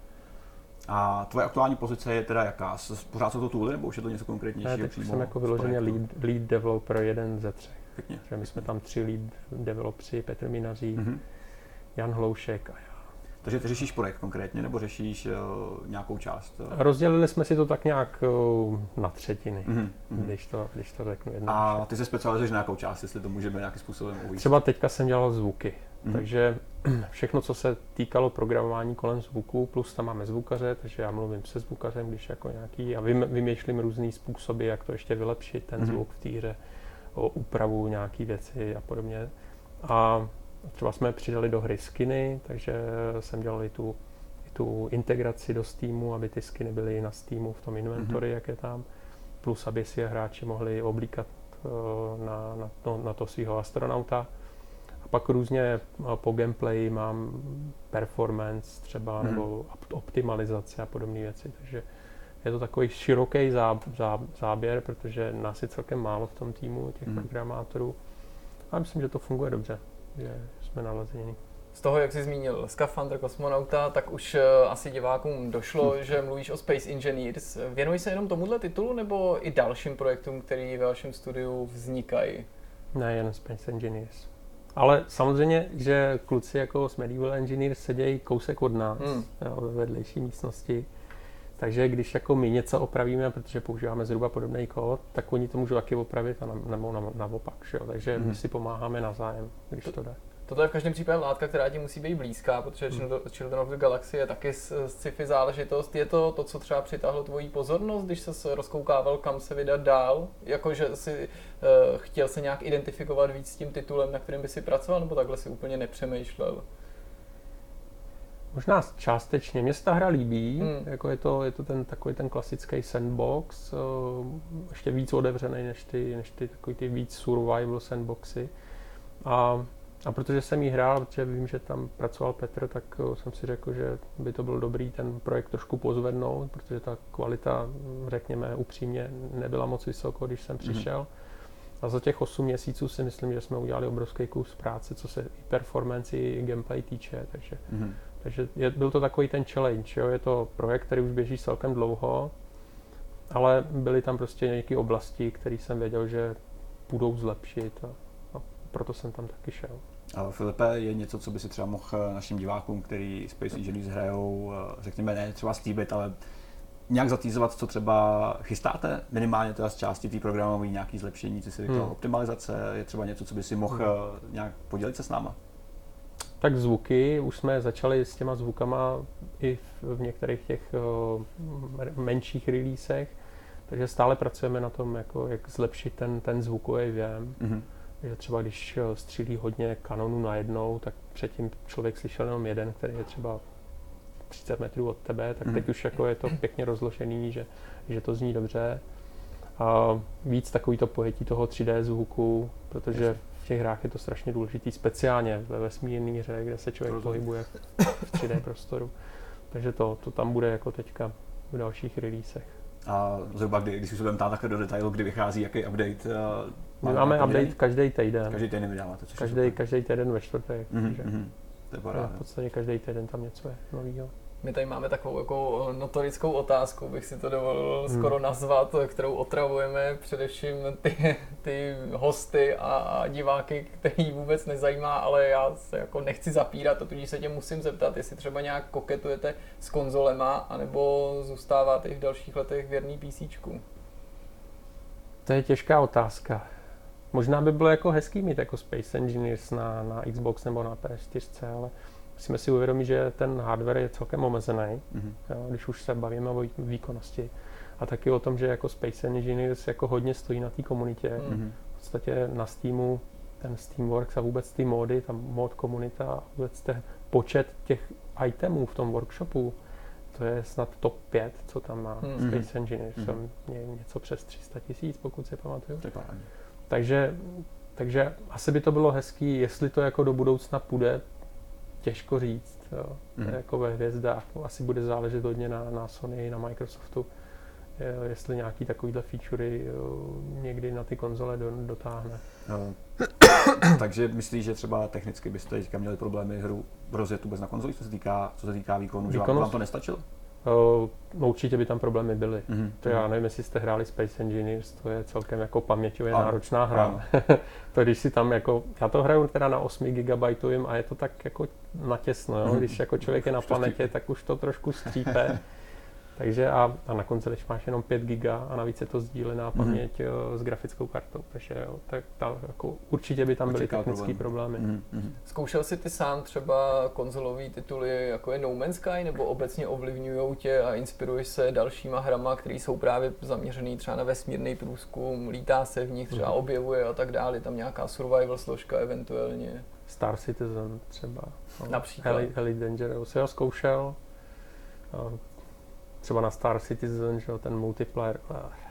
A tvoje aktuální pozice je teda jaká? Pořád jsou to tooly, nebo už je to něco konkrétnějšího? Ne, teď jsem jako vyloženě lead, lead developer jeden ze třech. Pěkně. Že my jsme tam tři lead developři, Petr Minařík, mm-hmm. Jan Hloušek a já. Takže ty řešíš projekt konkrétně, nebo řešíš uh, nějakou část? Uh... Rozdělili jsme si to tak nějak uh, na třetiny, mm-hmm. když, to, když to řeknu jednoduše. A ty se specializuješ na nějakou část, jestli to můžeme nějakým způsobem uvést? Třeba teďka jsem dělal zvuky, mm-hmm. takže všechno, co se týkalo programování kolem zvuku, plus tam máme zvukaře, takže já mluvím se zvukařem, když jako nějaký, a vymýšlím různý způsoby, jak to ještě vylepšit, ten mm-hmm. zvuk v té hře, o úpravu nějaký věci a podobně. A třeba jsme přidali do hry skiny, takže jsem dělal i tu, i tu integraci do Steamu, aby ty skiny byly na Steamu v tom inventory, mm-hmm. jak je tam, plus aby si je hráči mohli oblíkat uh, na, na, to, na to svého astronauta. A pak různě uh, po gameplay mám performance třeba, mm-hmm. nebo optimalizace a podobné věci, takže je to takový široký zá, zá, záběr, protože nás je celkem málo v tom týmu, těch mm. programátorů. A myslím, že to funguje dobře, že jsme naladěni. Z toho, jak jsi zmínil skafandr kosmonauta, tak už uh, asi divákům došlo, hm. že mluvíš o Space Engineers. Věnují se jenom tomuhle titulu, nebo i dalším projektům, který ve vašem studiu vznikají? Ne, jen Space Engineers. Ale samozřejmě, že kluci jako z Medieval Engineers sedějí kousek od nás, hm. jo, ve vedlejší místnosti. Takže když jako my něco opravíme, protože používáme zhruba podobný kód, tak oni to můžou taky opravit a na, nebo na, naopak. Že jo? Takže mm. my si pomáháme navzájem, když to, to jde. Toto je v každém případě látka, která ti musí být blízká, protože mm. Children of the Galaxy je taky sci-fi záležitost. Je to to, co třeba přitáhlo tvoji pozornost, když ses rozkoukával, kam se vydat dál? Jakože jsi uh, chtěl se nějak identifikovat víc s tím titulem, na kterém by si pracoval, nebo takhle si úplně nepřemýšlel? Možná částečně. Mně se ta hra líbí, hmm. jako je to, je to ten, takový ten klasický sandbox, uh, ještě víc otevřený než ty, než ty, takový ty víc survival sandboxy. A, a protože jsem jí hrál, protože vím, že tam pracoval Petr, tak uh, jsem si řekl, že by to byl dobrý ten projekt trošku pozvednout, protože ta kvalita, řekněme upřímně, nebyla moc vysoko, když jsem přišel. Hmm. A za těch osm měsíců si myslím, že jsme udělali obrovský kus práce, co se i performance, i gameplay týče, takže hmm. Takže je, byl to takový ten challenge, jo? Je to projekt, který už běží celkem dlouho, ale byly tam prostě nějaké oblasti, které jsem věděl, že budou zlepšit a, a proto jsem tam taky šel. A Filipe, je něco, co by si třeba mohl našim divákům, který Space Engineers hrajou, řekněme ne třeba slíbit, ale nějak zatýzovat, co třeba chystáte? Minimálně teda z části té programové nějaké zlepšení, co si říkal, hmm. optimalizace, je třeba něco, co by si mohl hmm. nějak podělit se s náma? Tak zvuky, už jsme začali s těma zvukama i v, v některých těch uh, menších releasech, takže stále pracujeme na tom, jako, jak zlepšit ten, ten zvukový věm. Mm-hmm. Že třeba když střílí hodně kanonů najednou, tak předtím člověk slyšel jenom jeden, který je třeba třicet metrů od tebe, tak mm-hmm. teď už jako je to pěkně rozložený, že, že to zní dobře. A víc takovýto pojetí toho tři dé zvuku, protože v těch hrách je to strašně důležitý, speciálně ve vesmírné hře, kde se člověk Rozumím. pohybuje v tři dé prostoru. Takže to, to tam bude jako teďka v dalších releasech. A zhruba kdy, když se budeme ptát takhle do detailu, kdy vychází, jaký update? Uh, My máme update den? každý týden. Každý týden vydáváte, což každý, každý týden ve čtvrtek. Mm-hmm, takže mm-hmm. To je paráda. V podstatě každý týden tam něco je novýho. My tady máme takovou jako notorickou otázku, bych si to dovolil hmm. skoro nazvat, kterou otravujeme především ty, ty hosty a, a diváky, který vůbec nezajímá, ale já se jako nechci zapírat a tudíž se tě musím zeptat, jestli třeba nějak koketujete s konzolema, anebo zůstáváte i v dalších letech věrný PCčku. To je těžká otázka. Možná by bylo jako hezký mít jako Space Engineers na, na Xbox nebo na P S čtyři, ale musíme si uvědomit, že ten hardware je celkem omezený, mm-hmm. jo, když už se bavíme o výkonnosti. A taky o tom, že jako Space Engineers jako hodně stojí na té komunitě. Mm-hmm. V podstatě na Steamu, ten Steamworks a vůbec ty módy, ta mod komunita a vůbec ten počet těch itemů v tom workshopu, to je snad top pět, co tam má mm-hmm. Space Engineers. Mm-hmm. Ně, něco přes tři sta tisíc, pokud si pamatuju. Takže, takže asi by to bylo hezký, jestli to jako do budoucna půjde, těžko říct, jo. Mm. Jako ve hvězdách. Asi bude záležet hodně na, na Sony, na Microsoftu, jestli nějaký takovýhle featurey někdy na ty konzole do, dotáhne. No. Takže myslíš, že třeba technicky byste teďka měli problémy hru rozjet vůbec na konzoli, co se týká, co se týká výkonu, že vám to nestačilo? Uh, no určitě by tam problémy byly. Mm-hmm. To já nevím, jestli jste hráli Space Engineers, to je celkem jako paměťově ano. náročná hra. To když si tam jako, já to hraju teda na osm gigabajtovým a je to tak jako natěsno, jo? Když jako člověk je na planetě, tak už to trošku střípe. Takže a, a na konci, když máš jenom pět giga a navíc je to sdílená paměť mm. s grafickou kartou, takže jo, tak ta, jako, určitě by tam byly technické problémy. Mm. Zkoušel jsi ty sám třeba konzolový tituly, jako je No Man's Sky, nebo obecně ovlivňujou tě a inspiruješ se dalšíma hrama, které jsou právě zaměřený třeba na vesmírný průzkum, lítá se v nich, třeba objevuje a tak dále, tam nějaká survival složka eventuálně? Star Citizen třeba. No. Například? Elite, Elite Dangerous. Já zkoušel. Třeba na Star Citizen, že ten multiplayer.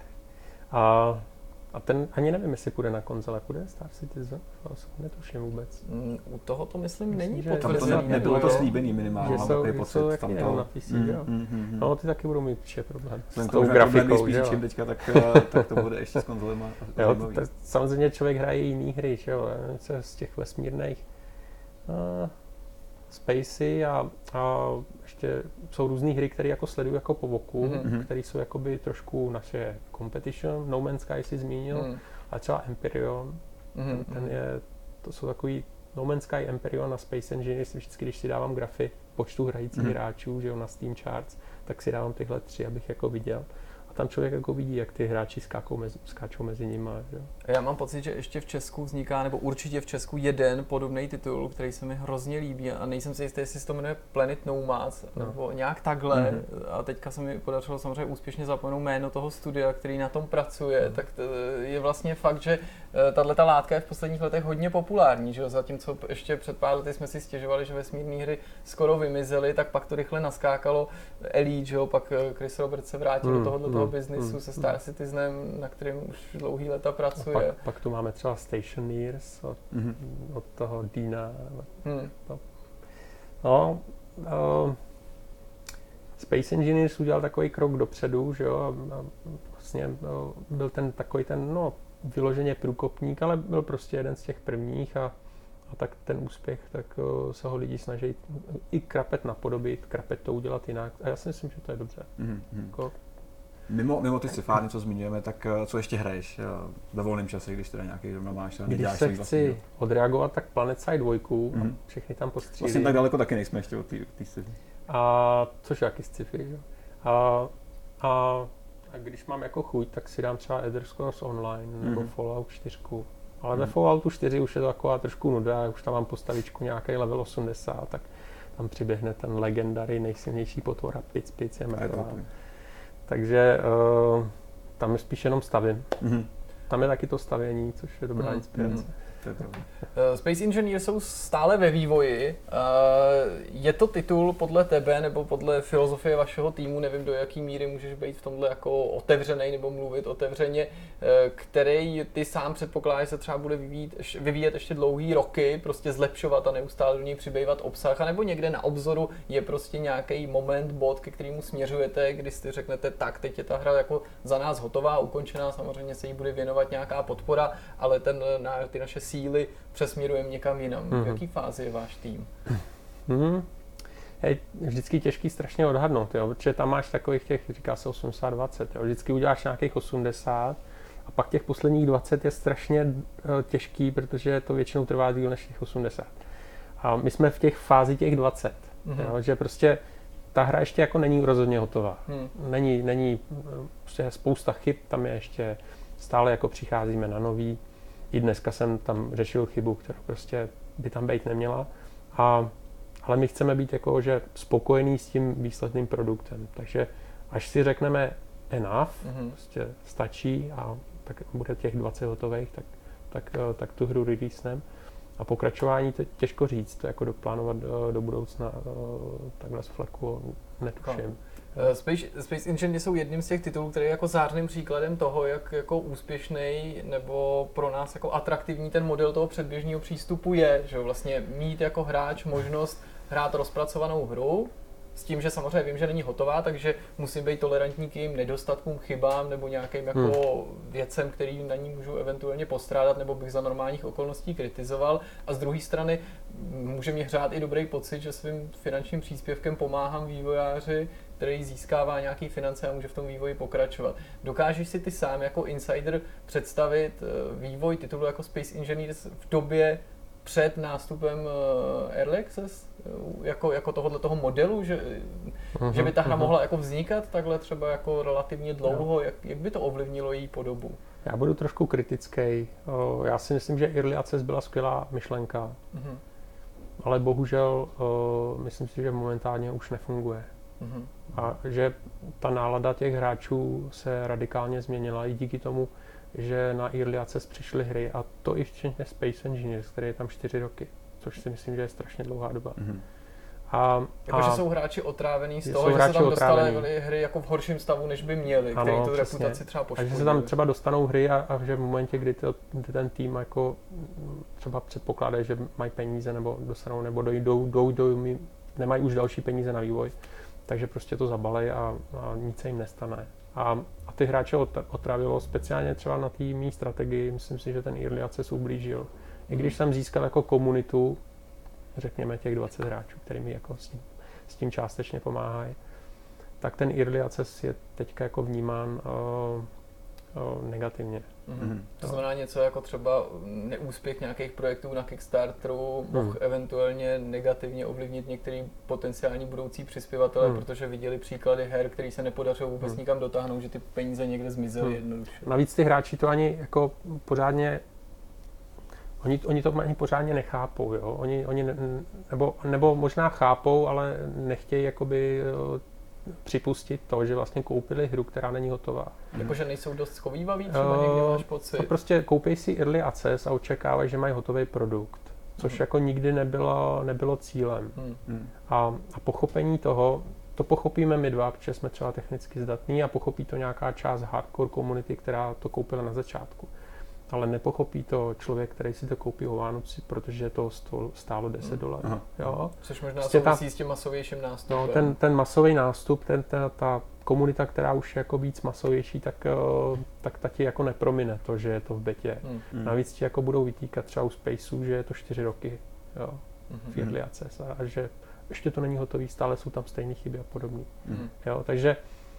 A, a ten ani nevím, jestli půjde na konzole. Půjde Star Citizen? Vlastně netuším vůbec. Mm, u toho to myslím, myslím není potvrzený. To nebylo to slíbený minimálně. Že jsou, že jsou taky jenom na P C, mm, jo. Mm, mm, no, ty taky budou mít vše problém. S tou grafikou, že jo. Teďka, tak, tak to bude ještě s konzolema. Jo, to, samozřejmě člověk hraje jiný hry, že jo. Z těch vesmírných uh, Spacey a, a ještě jsou různý hry, které jako sleduju jako po boku, mm-hmm. které jsou jakoby trošku naše competition. No Man's Sky si zmínil, mm. a třeba Empyrean, mm-hmm. ten, ten je, to jsou takový No Man's Sky, Empyrean a Space Engineers, vždycky, když si dávám grafy počtu hrajících mm-hmm. hráčů, že jo, na Steam Charts, tak si dávám tyhle tři, abych jako viděl. A tam člověk jako vidí, jak ty hráči skáčou mezi, skáčou mezi nimi. Že? Já mám pocit, že ještě v Česku vzniká, nebo určitě v Česku jeden podobný titul, který se mi hrozně líbí a nejsem si jistý, jestli se to jmenuje Planet Nomads, no. nebo nějak takhle. Mm-hmm. A teďka se mi podařilo samozřejmě úspěšně zapomenout jméno toho studia, který na tom pracuje. Mm. Tak je vlastně fakt, že tato látka je v posledních letech hodně populární, že? Zatímco ještě před pár lety jsme si stěžovali, že vesmírné hry skoro vymizely, tak pak to rychle naskákalo Elite, že? Pak Chris Roberts se vrátil mm. do tohoto mm. toho biznisu mm. se Star Citizenem, na kterém už dlouhý léta pracuje. Pak, pak tu máme třeba Stationeers od, mm. od toho Dina. Mm. To. No, uh, Space Engineers udělal takový krok dopředu, že jo, a vlastně uh, byl ten takový ten, no, vyloženě průkopník, ale byl prostě jeden z těch prvních a, a tak ten úspěch, tak uh, se ho lidi snaží i Krapet napodobit, Krapet to udělat jinak a já si myslím, že to je dobře. Mm-hmm. Jako, Mimo, mimo ty sci-fi, co zmiňujeme, tak co ještě hraješ ve volném čase, když teda nějaký zrovna máš? Když se chci vlastně, odreagovat, tak Planet Side dva mm-hmm. a všechny tam postřílí. Vlastně tak daleko taky nejsme ještě od té sci-fi. A což je jaký sci-fi, že? A, a, a když mám jako chuť, tak si dám třeba Elder Scrolls Online mm-hmm. nebo Fallout čtyři. Ale mm-hmm. ve Falloutu čtyři už je to taková trošku nuda, už tam mám postavičku nějaký level osmdesát, tak tam přiběhne ten legendary nejsilnější potvora Pic Pic je mrtvá. Takže uh, tam je spíš jenom stavím. Mm-hmm. Tam je taky to stavění, což je dobrá mm-hmm. inspirace. Uh, Space Engineers jsou stále ve vývoji. Uh, je to titul podle tebe nebo podle filozofie vašeho týmu, nevím do jaký míry můžeš být v tomhle jako otevřenej nebo mluvit otevřeně, uh, který ty sám předpokládáš, se třeba bude vyvíjet, vyvíjet ještě dlouhý roky, prostě zlepšovat a neustále do něj přibývat obsah, anebo někde na obzoru je prostě nějaký moment, bod, ke kterému směřujete, kdy si řeknete, tak teď je ta hra jako za nás hotová, ukončená, samozřejmě se jí bude věnovat nějaká podpora, ale ten, na, ty naše síly přesměrujeme někam jinam. Mm-hmm. V jaký fázi je váš tým? Mm-hmm. Je vždycky těžký strašně odhadnout, jo, protože tam máš takových těch, říká se osmdesát dvacet, jo. Vždycky uděláš nějakých osmdesát a pak těch posledních dvacet je strašně uh, těžký, protože to většinou trvá díl než těch osmdesát. A my jsme v těch fázi těch dvacet, mm-hmm. jo, že prostě ta hra ještě jako není rozhodně hotová. Mm. Není, není prostě spousta chyb, tam je ještě stále jako přicházíme na nový. I dneska jsem tam řešil chybu, kterou prostě by tam být neměla. A, ale my chceme být jako, že spokojení s tím výsledným produktem. Takže až si řekneme enough, mm-hmm. prostě stačí a tak bude těch dvacet hotových, tak, tak, tak tu hru releasenem. A pokračování to těžko říct, to jako doplánovat do, do budoucna takhle z fleku netuším. Space, Space Engineers jsou jedním z těch titulů, který je jako zářným příkladem toho, jak jako úspěšný nebo pro nás jako atraktivní ten model toho předběžného přístupu je, že vlastně mít jako hráč možnost hrát rozpracovanou hru, s tím, že samozřejmě vím, že není hotová, takže musím být tolerantní k jejím nedostatkům, chybám nebo nějakým jako hmm. věcem, který na ní můžu eventuálně postrádat nebo bych za normálních okolností kritizoval. A z druhé strany může mě hřát i dobrý pocit, že svým finančním příspěvkem pomáhám vývojáři, který získává nějaký finance a může v tom vývoji pokračovat. Dokážeš si ty sám jako insider představit vývoj titulu jako Space Engineers v době před nástupem Early Access, jako, jako tohohle toho modelu, že, uh-huh, že by ta hra uh-huh. mohla jako vznikat takhle třeba jako relativně dlouho, jak, jak by to ovlivnilo její podobu? Já budu trošku kritický. Já si myslím, že Early Access byla skvělá myšlenka, uh-huh. ale bohužel myslím si, že momentálně už nefunguje. Uh-huh. A že ta nálada těch hráčů se radikálně změnila i díky tomu, že na Early Access přišly hry, a to i včetně Space Engineers, který je tam čtyři roky, což si myslím, že je strašně dlouhá doba. Mm-hmm. A, Jakože jsou hráči otrávení z toho, že se tam dostali hry jako v horším stavu, než by měli, který ano, tu přesně. reputaci třeba poškodili. Takže se tam třeba dostanou hry a, a že v momentě, kdy, to, kdy ten tým jako třeba předpokládá, že mají peníze nebo dostanou, nebo dojdou, dojdou, dojdou, nemají už další peníze na vývoj, takže prostě to zabalej a, a nic se jim nestane. A, a ty hráče otrávilo speciálně třeba na té mý strategii, myslím si, že ten Early Access ublížil. I když jsem získal jako komunitu, řekněme těch dvacet hráčů, který mi jako s tím, s tím částečně pomáhají, tak ten Early Access je teďka jako vnímán uh, uh, negativně. Mm-hmm. To znamená něco jako třeba neúspěch nějakých projektů na Kickstarteru mohl mm. eventuálně negativně ovlivnit některý potenciální budoucí přispěvatele, mm. protože viděli příklady her, který se nepodařilo vůbec mm. nikam dotáhnout, že ty peníze někde zmizely mm. jednoduše. Navíc ty hráči to ani jako pořádně Oni, oni to ani pořádně nechápou, jo? Oni, oni ne, nebo, nebo možná chápou, ale nechtějí jakoby připustit to, že vlastně koupili hru, která není hotová. Jakože nejsou dost schovývaví, třeba uh, někdy máš pocit? No prostě koupí si Early Access a očekávají, že mají hotový produkt, což hmm. jako nikdy nebylo, nebylo cílem. Hmm. A, a pochopení toho, to pochopíme my dva, protože jsme třeba technicky zdatní, a pochopí to nějaká část hardcore komunity, která to koupila na začátku. Ale nepochopí to člověk, který si to koupí o Vánoci, protože to stálo deset dolarů. Jo? Což možná prostě souvisí ta, s tím masovějším nástupem. No, ten, ten masový nástup, ten, ta, ta komunita, která už je jako víc masovější, tak, tak ta ti jako nepromine to, že je to v betě. Hmm. Navíc ti jako budou vytýkat třeba u Spaceu, že je to čtyři roky jo, v Early Access a že ještě to není hotový, stále jsou tam stejné chyby a podobné. Hmm. Jo, takže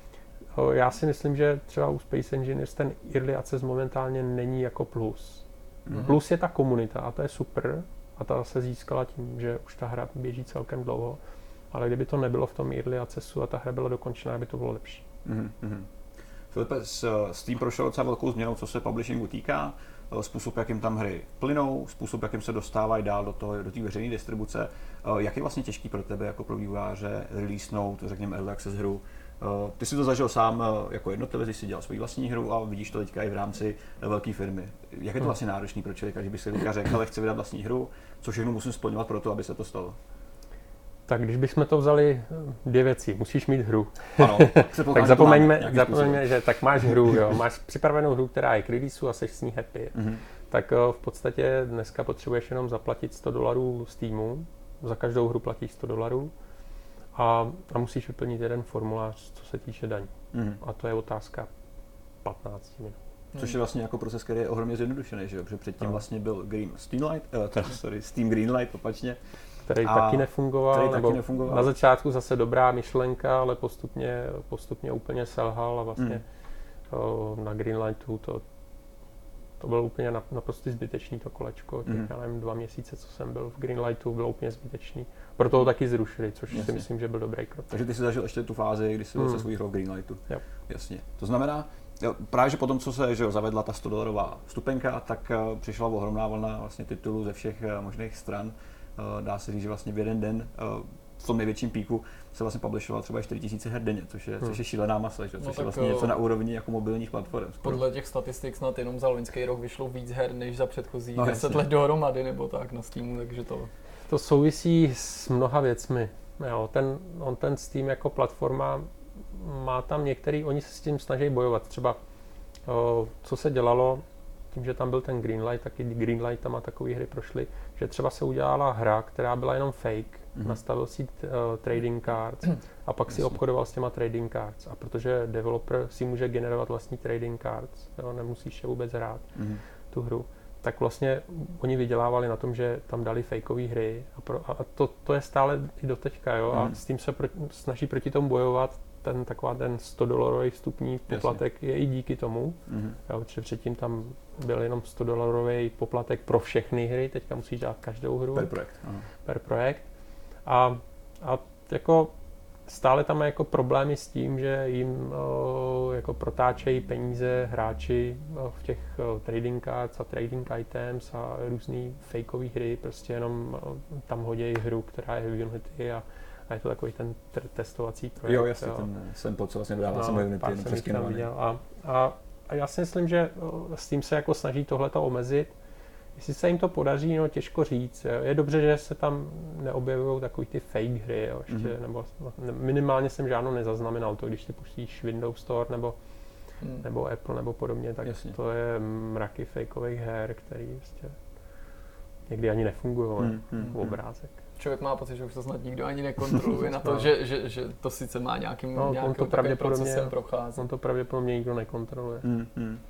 já si myslím, že třeba u Space Engineers ten Early Access momentálně není jako plus. Mm-hmm. Plus je ta komunita a to je super a ta se získala tím, že už ta hra běží celkem dlouho, ale kdyby to nebylo v tom Early Accessu a ta hra byla dokončená, by to bylo lepší. Mm-hmm. Filipe, Steam prošel docela velkou změnou, co se publishingu týká, způsob, jakým tam hry plynou, způsob, jakým se dostávají dál do toho, do té veřejné distribuce. Jak je vlastně těžký pro tebe jako pro vývojáře releasenout, řekněme, Early Access hru? Uh, ty jsi to zažil sám uh, jako jednotlivec, když jsi dělal svou vlastní hru a vidíš to teďka i v rámci uh, velké firmy. Jak je to vlastně náročný pro člověka, že by si teďka řekl, ale chci vydat vlastní hru, co všechno musím splňovat pro to, aby se to stalo? Tak když bychom to vzali dvě věci, musíš mít hru. Ano, tak zapomeňme, zapomeňme že tak máš hru, jo, máš připravenou hru, která je k releaseu a jsi s ní happy. Mm-hmm. Tak uh, v podstatě dneska potřebuješ jenom zaplatit sto dolarů Steamu, za každou hru platíš sto dolarů. A, a musíš vyplnit jeden formulář, co se týče daní. Mm. A to je otázka patnáct minut. Což je vlastně jako proces, který je ohromně zjednodušený, že jo? Protože předtím no. vlastně byl Green Steamlight, uh, teda, sorry, Steam Greenlight opačně. Který taky nefungoval, který nebo taky nefungoval. Na začátku zase dobrá myšlenka, ale postupně, postupně úplně selhal a vlastně mm. uh, na Greenlightu to, to bylo úplně naprosto zbytečný to kolečko. Těch, mm. já nevím, dva měsíce, co jsem byl v Greenlightu, bylo úplně zbytečný. Proto ho taky zrušili, což Jasně. si myslím, že byl dobrý krok. Takže ty jsi zažil ještě tu fázi, kdy jsi byl mm. se svojí hrou v Greenlightu. Jo. Jasně. To znamená, jo, právě že potom, co se že jo, zavedla ta sto dolarová vstupenka, tak uh, přišla ohromná vlna vlastně titulů ze všech uh, možných stran. Uh, dá se říct, že vlastně v jeden den uh, v tom největším píku se vlastně publishoval třeba čtyři tisíce her denně, což je, hmm. což je šílená masa, že? Což no je vlastně něco na úrovni jako mobilních platform. Podle těch statistik snad jenom za loňský rok vyšlo víc her než za předchozí no, deset let dohromady nebo tak na Steamu, takže to... To souvisí s mnoha věcmi. Jo, ten, on ten Steam jako platforma má tam některý, oni se s tím snaží bojovat. Třeba o, co se dělalo, tím, že tam byl ten Greenlight, taky Greenlight tam a takové hry prošly, že třeba se udělala hra, která byla jenom fake, mm-hmm. nastavil si uh, trading cards a pak si obchodoval s těma trading cards. A protože developer si může generovat vlastní trading cards, jo, nemusíš je vůbec hrát mm-hmm. tu hru, tak vlastně oni vydělávali na tom, že tam dali fakeové hry a, pro, a to, to je stále i doteďka, jo, mm. a s tím se pro, snaží proti tomu bojovat ten taková ten sto dolarový vstupní poplatek Jasně. je i díky tomu. Mm-hmm. Jo, protože předtím tam byl jenom sto dolarový poplatek pro všechny hry, teďka musíš dát každou hru. Per projekt. Aha. Per projekt. A, a jako stále tam má jako problémy s tím, že jim uh, jako protáčejí peníze hráči uh, v těch uh, trading cards a trading items a různý fakeový hry, prostě jenom uh, tam hodějí hru, která je v Unity a, a je to takový ten t- testovací projekt. Jo, jasně, jo. ten sample, co vlastně dodává no, jsem Unity, jenom přeskynování. A, a, a já si myslím, že uh, s tím se jako snaží tohleto omezit. Jestli se jim to podaří, no těžko říct. Je dobře, že se tam neobjevují takový ty fake hry, jo, ještě, mm-hmm. nebo minimálně jsem žádnou nezaznamenal to, když ty pustíš Windows Store nebo, mm. nebo Apple nebo podobně, tak Jasně. to je mraky fakeových her, který prostě někdy ani nefungují, mm, mm, obrázek. Člověk má pocit, že už to snad nikdo ani nekontroluje na to, no. že, že, že to sice má nějakým, no, nějakým procesem procházet. On to pravděpodobně nikdo nekontroluje. Mm, mm.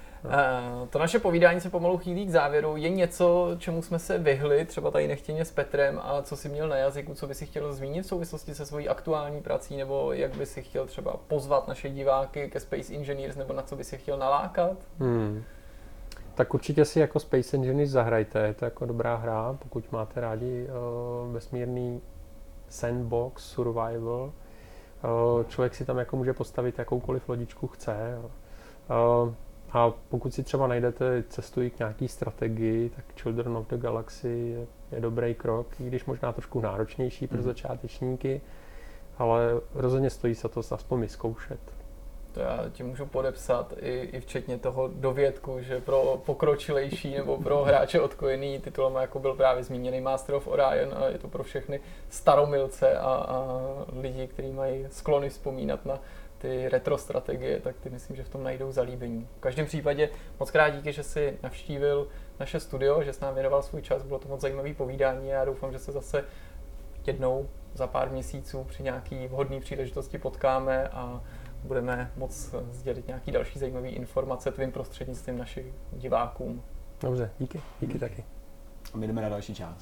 Uh, to naše povídání se pomalu chýlí k závěru. Je něco, čemu jsme se vyhli, třeba tady nechtěně s Petrem, a co si měl na jazyku, co by si chtěl zmínit v souvislosti se svojí aktuální prací, nebo jak by si chtěl třeba pozvat naše diváky ke Space Engineers, nebo na co by si chtěl nalákat? Hmm. Tak určitě si jako Space Engineers zahrajte, je to jako dobrá hra, pokud máte rádi uh, vesmírný sandbox, survival. Uh, člověk si tam jako může postavit jakoukoliv lodičku chce. Uh, A pokud si třeba najdete cestu k nějaký strategii, tak Children of the Galaxy je, je dobrý krok, i když možná trošku náročnější pro začátečníky, ale rozhodně stojí se to aspoň vyzkoušet. To já ti můžu podepsat i, i včetně toho dovědku, že pro pokročilejší nebo pro hráče odkojený titulem, jako byl právě zmíněný Master of Orion, a je to pro všechny staromilce a, a lidi, kteří mají sklony vzpomínat na ty retro strategie, tak ty myslím, že v tom najdou zalíbení. V každém případě moc krát díky, že jsi navštívil naše studio, že jsi nám věnoval svůj čas, bylo to moc zajímavé povídání a já doufám, že se zase jednou za pár měsíců při nějaký vhodné příležitosti potkáme a budeme moc sdělit nějaký další zajímavé informace tvým prostřednictvím našim divákům. Dobře, díky, díky hmm. taky. A my jdeme na další část.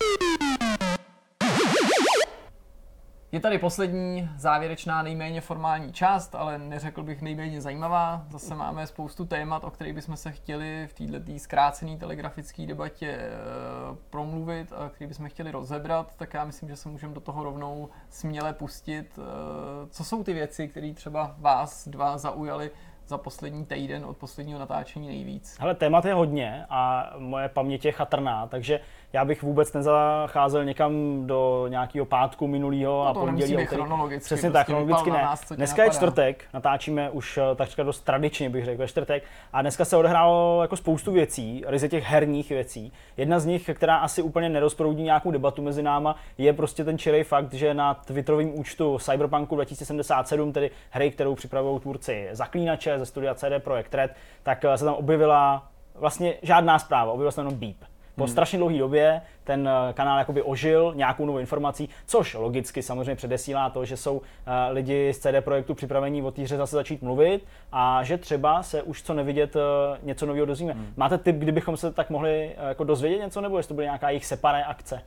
Je tady poslední závěrečná nejméně formální část, ale neřekl bych nejméně zajímavá. Zase máme spoustu témat, o kterých bychom se chtěli v této zkrácené telegrafické debatě e, promluvit a který bychom chtěli rozebrat, tak já myslím, že se můžeme do toho rovnou směle pustit. E, co jsou ty věci, které třeba vás dva zaujaly za poslední týden od posledního natáčení nejvíc? Hele, témat je hodně a moje paměť je chatrná, takže já bych vůbec nezacházel někam do nějakého pátku minulého no a pondělí. Chronologicky. Přesně tak, chronologicky ne. Nás, dneska je čtvrtek, natáčíme už takřka dost tradičně, bych řekl, ve čtvrtek. A dneska se odehrálo jako spoustu věcí, ryze těch herních věcí. Jedna z nich, která asi úplně nerozproudí nějakou debatu mezi náma, je prostě ten čirý fakt, že na twitterovém účtu Cyberpunku dva tisíce sedmdesát sedm, tedy hry, kterou připravují tvůrci Zaklínače ze studia C D Projekt Red, tak se tam objevila vlastně žádná zpráva, objevila se jenom beep. Po hmm. strašně dlouhé době ten kanál jakoby ožil nějakou novou informací, což logicky samozřejmě předesílá to, že jsou uh, lidi z C D Projektu připravení o té hře zase začít mluvit a že třeba se už co nevidět uh, něco nového dozvíme. Hmm. Máte tip, kdybychom se tak mohli uh, jako dozvědět něco, nebo jestli to bude nějaká jejich separé akce?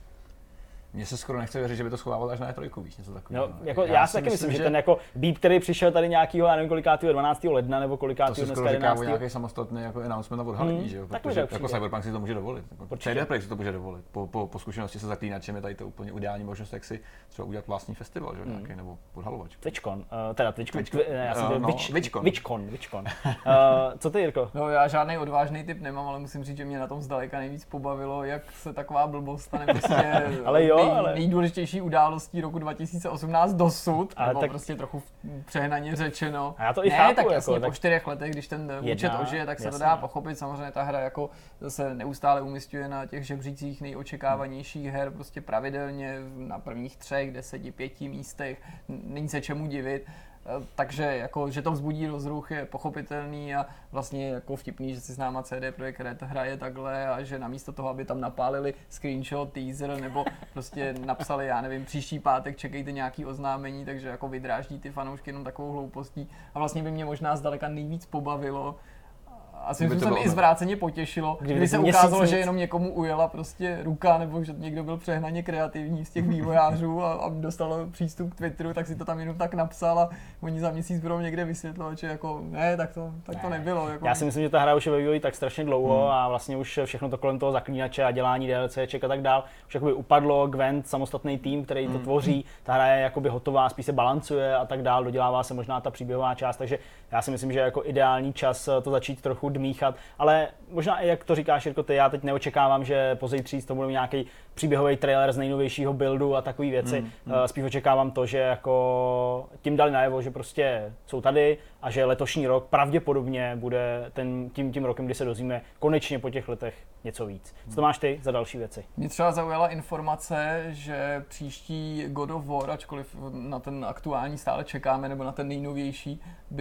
Mně se skoro nechce věřit, že by to schovával až na E tři, víš, něco takového. No, jako, já, já si taky myslím, že, že ten jako beep, který přišel tady nějakýho, já nevím kolikátýho, dvanáctého ledna nebo kolikátýho dneska jedenáctého. To se skoro říká o nějaký samostatný jako announcement a odhalení, hmm, že jo, protože jako Cyberpunk si to může dovolit. Jako C D Projekt si to může dovolit. Po, po, po zkušenosti se Zaklínačem je tady to úplně ideální možnost, jak si třeba udělat vlastní festival, že jo, hmm. nějaký, nebo podhalovač. Twitchcon, uh, teda Twitchcon, Twitchcon, já jsem uh, no, Twitch, Twitchcon. Twitchcon, Twitchcon. Uh, co ty, Jirko? No, já žádný odvážný tip nemám, ale musím říct, že mě na tom zdaleka nejvíc pobavilo, jak se taková blbost stane prostě ale jo, nej, ale... nejdůležitější událostí roku dva tisíce osmnáct dosud, ale nebo tak... prostě trochu přehnaně řečeno. A já to i ne, chápu, tak jako, jasně tak... po čtyřech letech, když ten účet Jedna, ožije, tak se jasně. to dá pochopit. Samozřejmě ta hra jako se neustále umísťuje na těch žebřících nejočekávanějších her, prostě pravidelně na prvních třech, deseti, pěti místech, není se čemu divit. Takže jako, že to vzbudí rozruch je pochopitelný a vlastně jako vtipný, že si s náma C D Projekt Red hraje takhle a že namísto toho, aby tam napálili screenshot, teaser nebo prostě napsali, já nevím, příští pátek čekejte nějaký oznámení, takže jako vydráždí ty fanoušky jenom takovou hloupostí a vlastně by mě možná zdaleka nejvíc pobavilo, a svým způsobem i zvráceně potěšilo, kdyby, kdyby se ukázalo, nic. že jenom někomu ujela prostě ruka, nebo že někdo byl přehnaně kreativní z těch vývojářů a, a dostal přístup k Twitteru, tak si to tam jenom tak napsal a oni za měsíc budou někde vysvětlovat, že jako ne, tak to, tak to nebylo. Jako. Já si myslím, že ta hra už je ve vývoji tak strašně dlouho hmm. a vlastně už všechno to kolem toho zaklínače a dělání DLCček a tak dál, už jakoby upadlo, Gwent, samostatný tým, který to tvoří, ta hra je jakoby hotová, spíš se balancuje a tak dál, dodělává se možná ta příběhová část, takže já si myslím, že je jako ideální čas to začít trochu dmíchat, ale možná i jak to říkáš, Jirko, ty, já teď neočekávám, že pozítří to bude nějaký příběhový trailer z nejnovějšího buildu a takové věci. Mm, mm. Spíš očekávám to, že jako tím dali najevo, že prostě jsou tady a že letošní rok pravděpodobně bude ten, tím, tím rokem, kdy se dozvíme konečně po těch letech něco víc. Co to máš ty za další věci? Mě třeba zaujala informace, že příští God of War, ačkoliv na ten aktuální stále čekáme, nebo na ten nejnovější,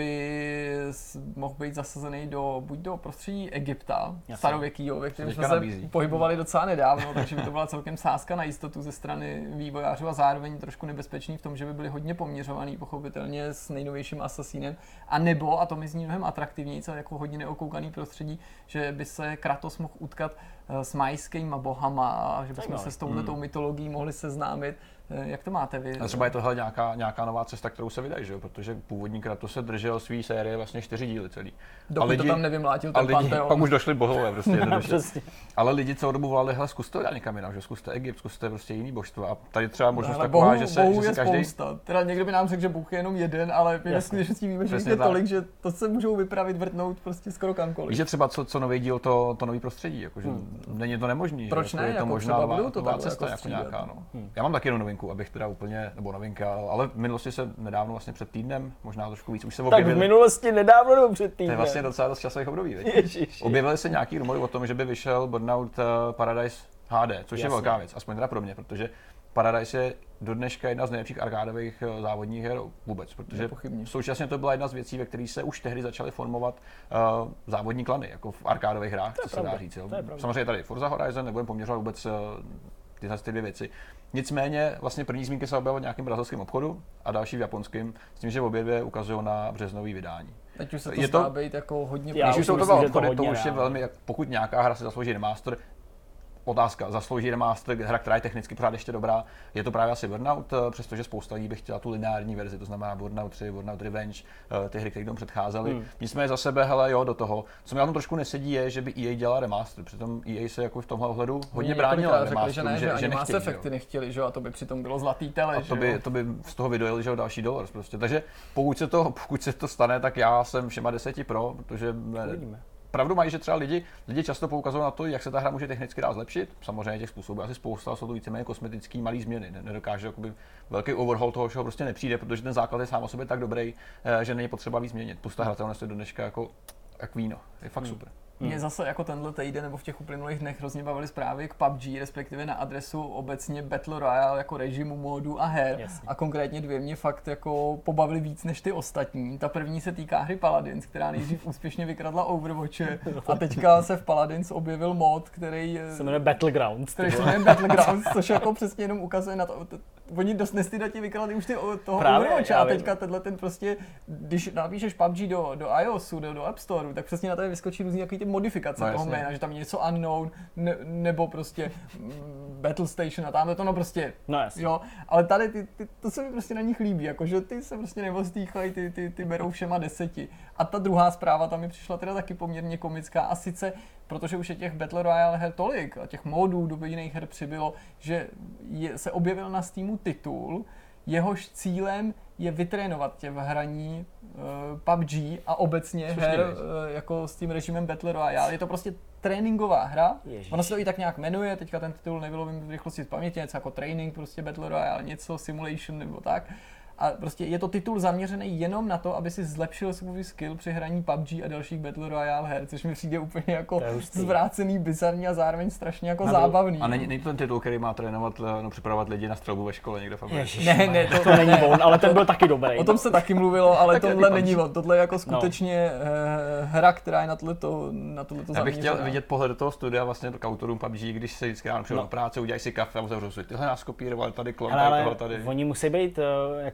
by mohl být zasazený do, buď do prostředí Egypta, starověkýho, ve kterém jsme se pohybovali docela nedávno, takže by to byla celkem sázka na jistotu ze strany vývojářů a zároveň trošku nebezpečný v tom, že by byli hodně poměřovaný pochopitelně s nejnovějším Assassinem, a nebo, a to mi zní mnohem atraktivněji, co jako hodně neokoukaný prostředí, že by se Kratos mohl utkat s majskýma bohama a že bychom se s touhletou hmm. mytologií mohli seznámit. Jak to máte vy? A třeba je tohle nějaká, nějaká nová cesta, kterou se vydají, že jo? Protože původní Kratos se držel svý série vlastně čtyři díly celý. Dokud lidi, to tam nevymlátil ten lidi, Panteon. Pak už došli bohové prostě jednoduše. Ale lidi celou dobu volali, hele, zkuste dát někam jinam, že zkuste Egypt, zkuste prostě jiný božstva. A tady třeba možnost ale taková, bohu, že se, bohu že je se každý... spousta. Teda někdo by nám řekl, že Bůh je jenom jeden, ale my ve skutečnosti víme, že je tolik, že to se můžou vypravit, vrtnout prostě skoro kamkoliv. Víš, že třeba co, co nový díl, to, to nový prostředí, jakože hmm. není to nemožný. Proč že? ne? Je to jako možná nová, to nová cesta jako nějaká, no. Hmm. Já mám taky jednu novinku, abych teda úplně, nebo novinka, ale v minulosti se nedávno vlastně před týdnem, možná trošku víc, už se objevily. Tak v minulosti nedávno nebo před týdnem. To je vlastně docela dost časových období, objevily se nějaký rumory o tom, že by vyšel Burnout Paradise H D, což Jasně. je velká věc, aspoň teda pro mě, protože Paradise je do dneška jedna z nejlepších arkádových závodních her vůbec, protože současně to byla jedna z věcí, ve kterých se už tehdy začaly formovat uh, závodní klany, jako v arkádových hrách, co se dá říct. Samozřejmě tady Forza Horizon, nebudeme poměřovat vůbec uh, tyhle ty dvě věci. Nicméně vlastně první zmínky se objevily v nějakém brazilském obchodu a další v japonském, s tím, že obě dvě ukazují na březnový vydání. Teď už se to je zdá to, být jako hodně... Když už jsou to dva obchody, to už je velmi, pokud nějaká hra si zaslouží remaster, otázka, zaslouží remaster, hra, která je technicky pořád ještě dobrá, je to právě asi Burnout, přestože spousta lidí by chtěla tu lineární verzi, to znamená Burnout tři, Burnout Revenge, ty hry, které tomu předcházely. Hmm. Nicméně za sebe, hele, jo, do toho. Co mi na tom trošku nesedí, je, že by E A dělala remaster, přitom E A se jako v tomhle ohledu hodně bránila remasteru, že, ne, že, že, že Mass Effecty nechtěli, že? A to by přitom bylo zlatý tele, a to by, to by z toho vydojili, že další dolar prostě. Takže pokud se to, pokud se to stane, tak já jsem všema deseti pro, protože Uvidíme. Pravdu mají, že třeba lidi, lidi často poukazují na to, jak se ta hra může technicky dál zlepšit. Samozřejmě těch způsobů asi spousta, jsou to víceméně kosmetický malý změny. Nedokáže jakoby velký overhaul toho, čeho prostě nepřijde, protože ten základ je sám o sobě tak dobrý, že není potřeba víc změnit. Plus ta hratelnost je do dneška jako jak víno. Je fakt super. Hmm. Mě zase jako tenhle týden nebo v těch uplynulých dnech hrozně bavily zprávy k P U B G, respektive na adresu obecně Battle Royale jako režimu, módu a her. Jasně. A konkrétně dvě mě fakt jako pobavily víc než ty ostatní. Ta první se týká hry Paladins, která nejdřív úspěšně vykradla Overwatche a teďka se v Paladins objevil mod, který se jmenuje Battlegrounds. Který se jmenuje Battlegrounds, což jako přesně jenom ukazuje na to. Oni dost nestydatě vykradli už ty toho Overwatche a teďka tenhle ten prostě, když napíšeš P U B G do, do iOSu, do, do App Storeu, tak přesně na tebe vyskočí různý jaký ty modifikace no, toho jména, že tam je něco unknown, ne, nebo prostě Battle Station a tamhle to no prostě, no jasně. Jo, ale tady ty, ty, to se mi prostě na nich líbí, jakože ty se prostě nevostýchají, ty, ty, ty berou všema deseti. A ta druhá zpráva tam mi přišla teda taky poměrně komická a sice, protože už je těch Battle Royale her tolik a těch modů do jiných her přibylo, že je, se objevil na Steamu titul, jehož cílem je vytrénovat tě v hraní uh, P U B G a obecně Což her uh, jako s tím režimem Battle Royale. Je to prostě tréninková hra. Ježiš. Ono se to i tak nějak jmenuje, teďka ten titul nevylovím v rychlosti z paměti, něco jako training, prostě Battle Royale, něco simulation nebo tak. A prostě je to titul zaměřený jenom na to, aby si zlepšil svůj skill při hraní P U B G a dalších Battle Royale her, což mi přijde úplně jako zvrácený, bizarní a zároveň strašně jako Nebyl, zábavný. A není, není to ten titul, který má trénovat, no, připravovat lidi na střelbu ve škole někde v Americe? Ne, ne, to, to není on, ale ten byl taky dobrý. O tom se taky mluvilo, ale tohle není on. Tohle je jako skutečně no. hra, která je na tohleto, na tohleto Já bych chtěl vidět pohled do toho studia vlastně k autorům P U B G, když se vždycky ráno přijdu no. do práce, udělají si kafe a uzavřou si tyhle nás kopírovali, tady klon, tady toho, tady. Oni musí být jako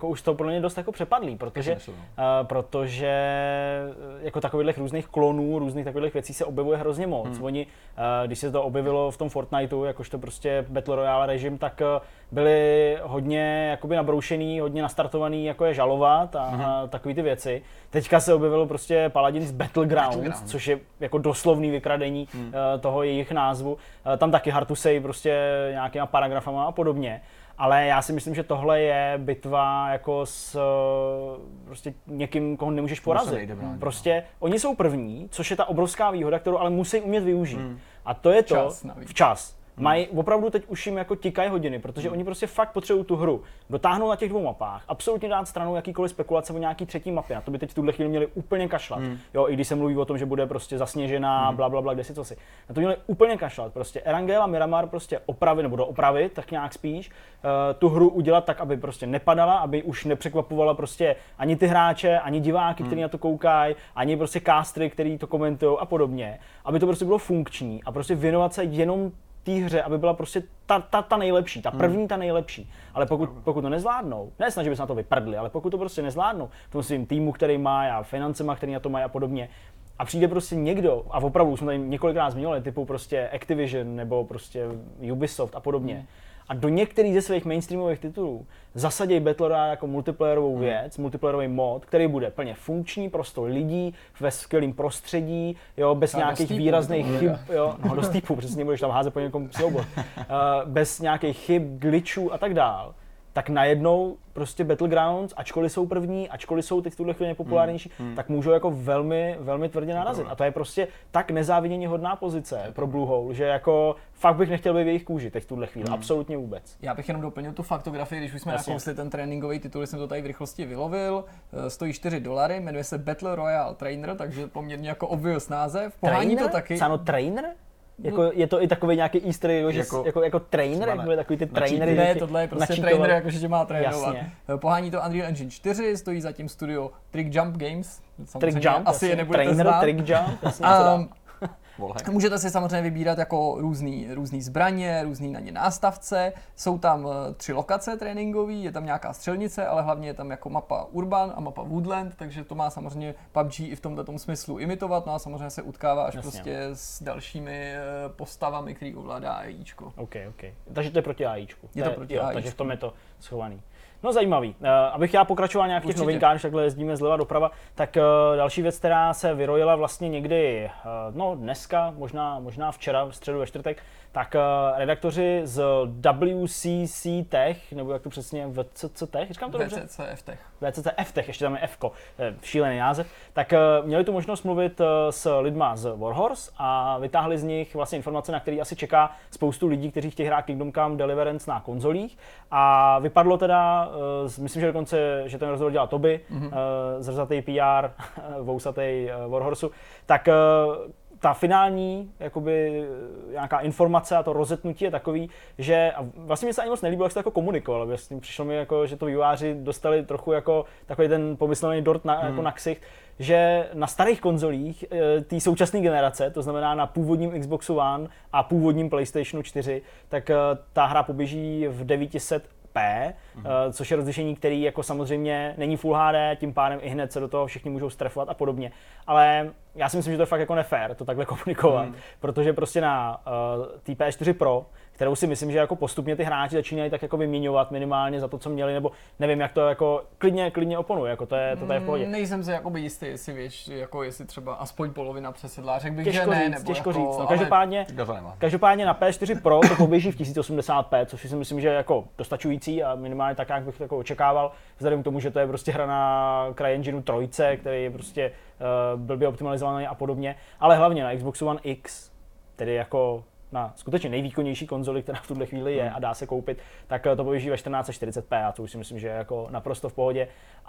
už to podle mě dost jako přepadlý, protože, uh, protože jako takových různých klonů, různých takových věcí se objevuje hrozně moc. Hmm. Oni, uh, když se to objevilo v tom Fortniteu, jakožto prostě Battle Royale režim, tak uh, byli hodně jakoby nabroušený, hodně nastartovaný, jako je žalovat a, hmm. a takový ty věci. Teďka se objevilo prostě Paladins Battlegrounds, Battleground. Což je jako doslovný vykradení hmm. uh, toho jejich názvu. Uh, tam taky hard to say prostě nějakýma paragrafama a podobně. Ale já si myslím, že tohle je bitva jako s prostě někým, koho nemůžeš porazit. Prostě oni jsou první, což je ta obrovská výhoda, kterou ale musí umět využít. Hmm. A to je včas, to navíc. Včas. Mají opravdu teď už jim jako tikají hodiny, protože hmm. oni prostě fakt potřebují tu hru dotáhnout na těch dvou mapách, absolutně dát stranou jakýkoliv spekulace o nějaký třetí mapě. Na to by teď v tuhle chvíli měli úplně kašlat. Hmm. Jo, i když se mluví o tom, že bude prostě zasněžená, hmm. bla bla bla, kde si co si. Na to měli úplně kašlat. Prostě Erangel a Miramar prostě opravit nebo doopravit, tak nějak spíš, uh, tu hru udělat tak, aby prostě nepadala, aby už nepřekvapovala prostě ani ty hráče, ani diváky, hmm. kteří na to koukají, ani prostě castry, kteří to komentují a podobně, aby to prostě bylo funkční a prostě věnovat se jenom té hře, aby byla prostě ta, ta, ta nejlepší, ta první, ta nejlepší. Ale pokud, pokud to nezvládnou, ne snaží by se na to vyprdli, ale pokud to prostě nezvládnou, v tom svým týmu, který má a financema, který na to mají a podobně, a přijde prostě někdo, a opravdu jsme tady několikrát zmiňovali, typu prostě Activision nebo prostě Ubisoft a podobně, hmm. a do některých ze svých mainstreamových titulů zasadějí Battle Royale jako multiplayerovou hmm. věc, multiplayerový mod, který bude plně funkční pro sto lidí, ve skvělém prostředí, jo, bez a nějakých výrazných chyb, jo, no do stýpu, přesně budeš tam házet po někom soubor, uh, bez nějakých chyb, glitchů a tak dál. Tak najednou prostě Battlegrounds, ačkoliv jsou první, ačkoliv jsou teď v tuhle chvíli nejpopulárnější, hmm. tak můžou jako velmi, velmi tvrdě narazit. A to je prostě tak nezáviděně hodná pozice pro Blue Hole, že jako fakt bych nechtěl být v jejich kůži teď v tuhle chvíli, hmm. absolutně vůbec. Já bych jenom doplnil tu faktografii, když už jsme nakousli ten tréninkový titul, jsem to tady v rychlosti vylovil, stojí čtyři dolary, jmenuje se Battle Royale Trainer, takže poměrně jako obvious název. Pohání to taky. Sáno trainer? Jako, je to i takový nějaký easter egg, že jako, jako, jako trainer, jak byly takový ty trainery. Ne, tohle je prostě trainer, jako že tě má trénovat. Jasně. Pohání to Unreal Engine čtyři, stojí zatím studio Trick Jump Games. Trick Jump, asi je nebudete trainer, znát. Trick Jump, jasně, um, můžete si samozřejmě vybírat jako různý, různý zbraně, různý na ně nástavce. Jsou tam tři lokace tréninkový, je tam nějaká střelnice, ale hlavně je tam jako mapa Urban a mapa Woodland, takže to má samozřejmě P U B G i v tomto smyslu imitovat, no a samozřejmě se utkává až Jasně. prostě s dalšími postavami, který ovládá AIčko. OK, OK. Takže to je proti AIčku. Je to proti AIčku. Takže v tom je to schovaný. No zajímavý. Uh, abych já pokračoval nějak v těch novinkách, když takhle jezdíme zleva doprava, tak uh, další věc, která se vyrojila vlastně někdy, uh, no dneska, možná, možná včera, v středu ve čtvrtek, tak uh, redaktoři z W C C Tech, nebo jak to přesně, V C C Tech, říkám to dobře? V C C F Tech. V C C F Tech, ještě tam je F-ko, šílený název, tak uh, měli tu možnost mluvit uh, s lidma z Warhorse a vytáhli z nich vlastně informace, na které asi čeká spoustu lidí, kteří chtějí hrát Kingdom Come Deliverance na konzolích. A vypadlo teda, uh, myslím, že dokonce, že ten rozhovor dělal Toby, mm-hmm. uh, zrzatý P R, vousatý uh, Warhorseu, tak uh, ta finální jakoby, nějaká informace a to rozetnutí je takový, že a vlastně mi se ani moc nelíbilo, jak se to jako komunikovalo. Vlastně přišlo mi, jako, že to vývojáři dostali trochu jako takový ten pomyslný dort na, mm. jako na ksicht, že na starých konzolích té současné generace, to znamená na původním Xboxu One a původním PlayStationu čtyři, tak ta hra poběží v devět set P, mm. což je rozlišení, který jako samozřejmě není Full H D, tím pádem i hned se do toho všichni můžou strefovat a podobně. Ale já si myslím, že to je fakt jako nefér to takhle komunikovat, mm. protože prostě na uh, té P S čtyři Pro, kterou si myslím, že jako postupně ty hráči začínají tak jako vyměňovat minimálně za to, co měli, nebo nevím, jak to jako klidně, klidně oponuje, jako to je, to je v pohodě. Nejsem si jakoby jistý, jestli víš, jako jestli třeba aspoň polovina přesedlá, řekl bych, těžko že ne, říct, nebo těžko jako, říct, no, každopádně, každopádně na P S čtyři Pro to poběží v tisíc osmdesát p, což si myslím, že je jako dostačující a minimálně tak, jak bych jako očekával, vzhledem k tomu, že to je prostě hra na CryEngineu trojce, který je prostě uh, blbě optimalizovaný a podobně, ale hlavně na Xbox One X, tedy jako na skutečně nejvýkonnější konzoli, která v tuhle chvíli je a dá se koupit, tak to poběží ve čtrnáct set čtyřicet p, a to už si myslím, že je jako naprosto v pohodě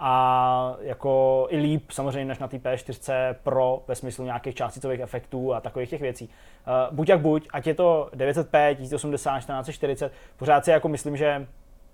a jako i líp samozřejmě než na té P S čtyři Pro ve smyslu nějakých částicových efektů a takových těch věcí. Uh, buď jak buď, ať je to devět set p, tisíc osmdesát, čtrnáct set čtyřicet, pořád si jako myslím, že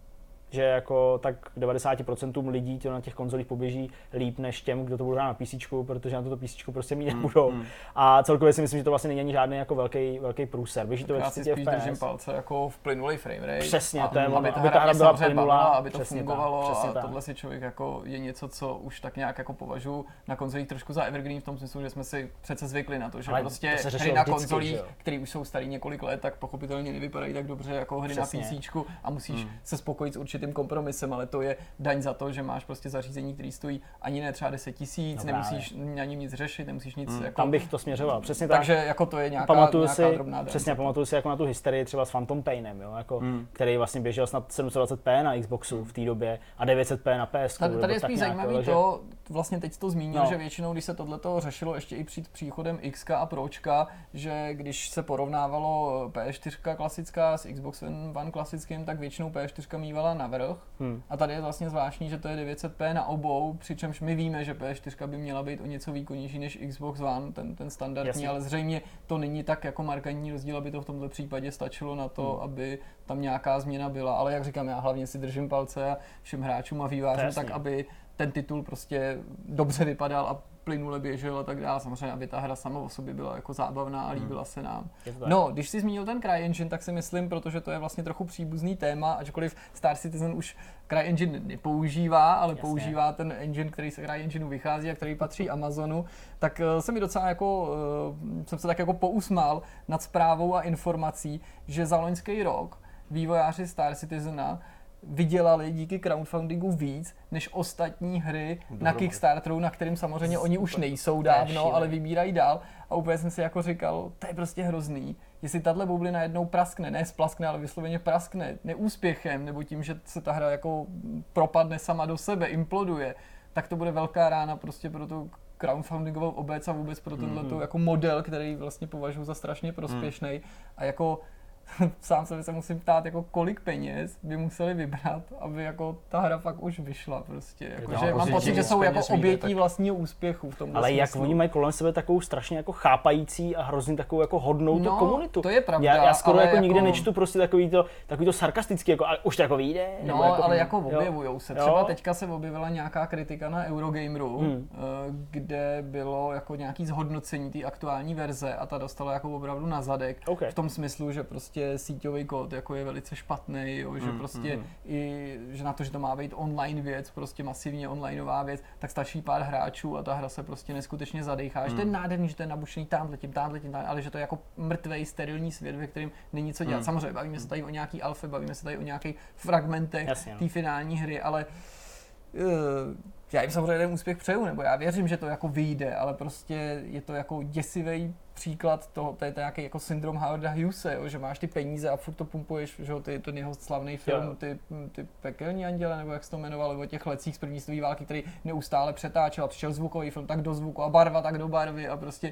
že jako tak devadesát procent lidí to na těch konzolích poběží líp než těm, kdo to budou hrát na PCčku, protože na toto PCčku prostě mít nebudou. Mm, mm. A celkově si myslím, že to vlastně není žádný jako velký, velký průser. Běží to ve třiceti F P S. Já si spíš držím palce jako v plynulý frame rate. Přesně, to je aby, aby, ta aby ta hra byla plynulá, aby to fungovalo tak, a tak. tohle si člověk jako je něco, co už tak nějak jako považuji na konzolích trošku za evergreen v tom smyslu, že jsme si přece zvykli na to, že ale prostě to hry na konzolích, které už jsou starý několik let, tak pochopitelně nevypadají tak dobře jako hry Přesně. na PCčku a musíš hmm. se spokojit s určitým kompromisem, ale to je daň za to, že máš prostě zařízení, který stojí ani ne třeba deset tisíc, no nemusíš na něm nic řešit, nemusíš nic hmm. jako... Tam bych to směřoval, přesně tak. Takže jako to je nějaká, pamatuju nějaká si, drobná daň. Přesně, pamatuju si jako na tu hysterii třeba s Phantom Painem, jo, jako, hmm. který vlastně běžel snad sedm set dvacet p na Xboxu v té době a devět set p na P S. Tady, tady je spíš zajímavý jako, to, vlastně teď to zmínil, no. že většinou, když se tohleto řešilo ještě i před příchodem X a Pročka, že když se porovnávalo P S čtyři klasická s Xbox One klasickým, tak většinou P S čtyři mívala navrch. Hmm. A tady je vlastně zvláštní, že to je devět set p na obou, přičemž my víme, že P S čtyři by měla být o něco výkonnější než Xbox One, ten, ten standardní, Jasně. ale zřejmě to není tak jako markantní rozdíl, aby to v tomto případě stačilo na to, hmm. aby tam nějaká změna byla. Ale jak říkám, já hlavně si držím palce a všem hráčům a vývářům, tak aby ten titul prostě dobře vypadal a plynule běžel a tak dále. Samozřejmě, aby ta hra sama o sobě byla jako zábavná a líbila se nám. No, když jsi zmínil ten CryEngine, tak si myslím, protože to je vlastně trochu příbuzný téma, ačkoliv Star Citizen už CryEngine nepoužívá, ale Jasně. používá ten engine, který se CryEngineu vychází a který patří Amazonu, tak uh, se mi docela jako, uh, jsem se tak jako pousmál nad zprávou a informací, že za loňský rok vývojáři Star Citizena vydělali díky crowdfundingu víc než ostatní hry Dobro. na Kickstarteru, na kterým samozřejmě oni už nejsou dávno, ale vybírají dál. A úplně jsem si jako říkal, to je prostě hrozný. Jestli tahle bublina jednou praskne, ne splaskne, ale vysloveně praskne neúspěchem, nebo tím, že se ta hra jako propadne sama do sebe, imploduje, tak to bude velká rána prostě pro tu crowdfundingovou obec a vůbec pro tenhleto mm-hmm. jako model, který vlastně považuji za strašně prospěšný. Mm. A jako sám sebe se musím ptát, jako kolik peněz by museli vybrat, aby jako ta hra fakt už vyšla prostě. Jako, no, že mám pocit, že jsou jako obětí tak... vlastního úspěchu v tom. Ale jak oni mají kolem sebe takovou strašně jako chápající a hrozně takovou jako hodnou no, komunitu. To je pravda. Já, já skoro jako, jako nikde nečtu prostě takový to, takový to sarkastický, jako ale už to jako vyjde. No, jako, ale jako objevujou se. Třeba jo. teďka se objevila nějaká kritika na Eurogameru, hmm. kde bylo jako nějaký zhodnocení té aktuální verze a ta dostala jako opravdu na zadek. Okay. V tom smyslu, že prostě síťový kód jako je velice špatný, jo, že mm, prostě mm. i že na to, že to má být online věc, prostě masivně onlineová věc, tak stačí pár hráčů a ta hra se prostě neskutečně zadechá. Mm. Že to je nádherný, že to je nabušený támhletím, támhletím, ale že to je jako mrtvej, sterilní svět, ve kterém není co dělat. Mm. Samozřejmě bavíme se tady o nějaký alfě, bavíme se tady o nějakých fragmentech té finální hry, ale uh, já jim samozřejmě jeden úspěch přeju, nebo já věřím, že to jako vyjde, ale prostě je to jako děsivý příklad toho, to je to nějaký jako syndrom Howarda Hughese, jo, že máš ty peníze a furt to pumpuješ, že jo, ty, ten jeho slavný film, ty, ty Pekelní anděle, nebo jak se to jmenovalo, o těch lecích z první světové války, který neustále přetáčel a přišel zvukový film, tak do zvuku a barva, tak do barvy a prostě,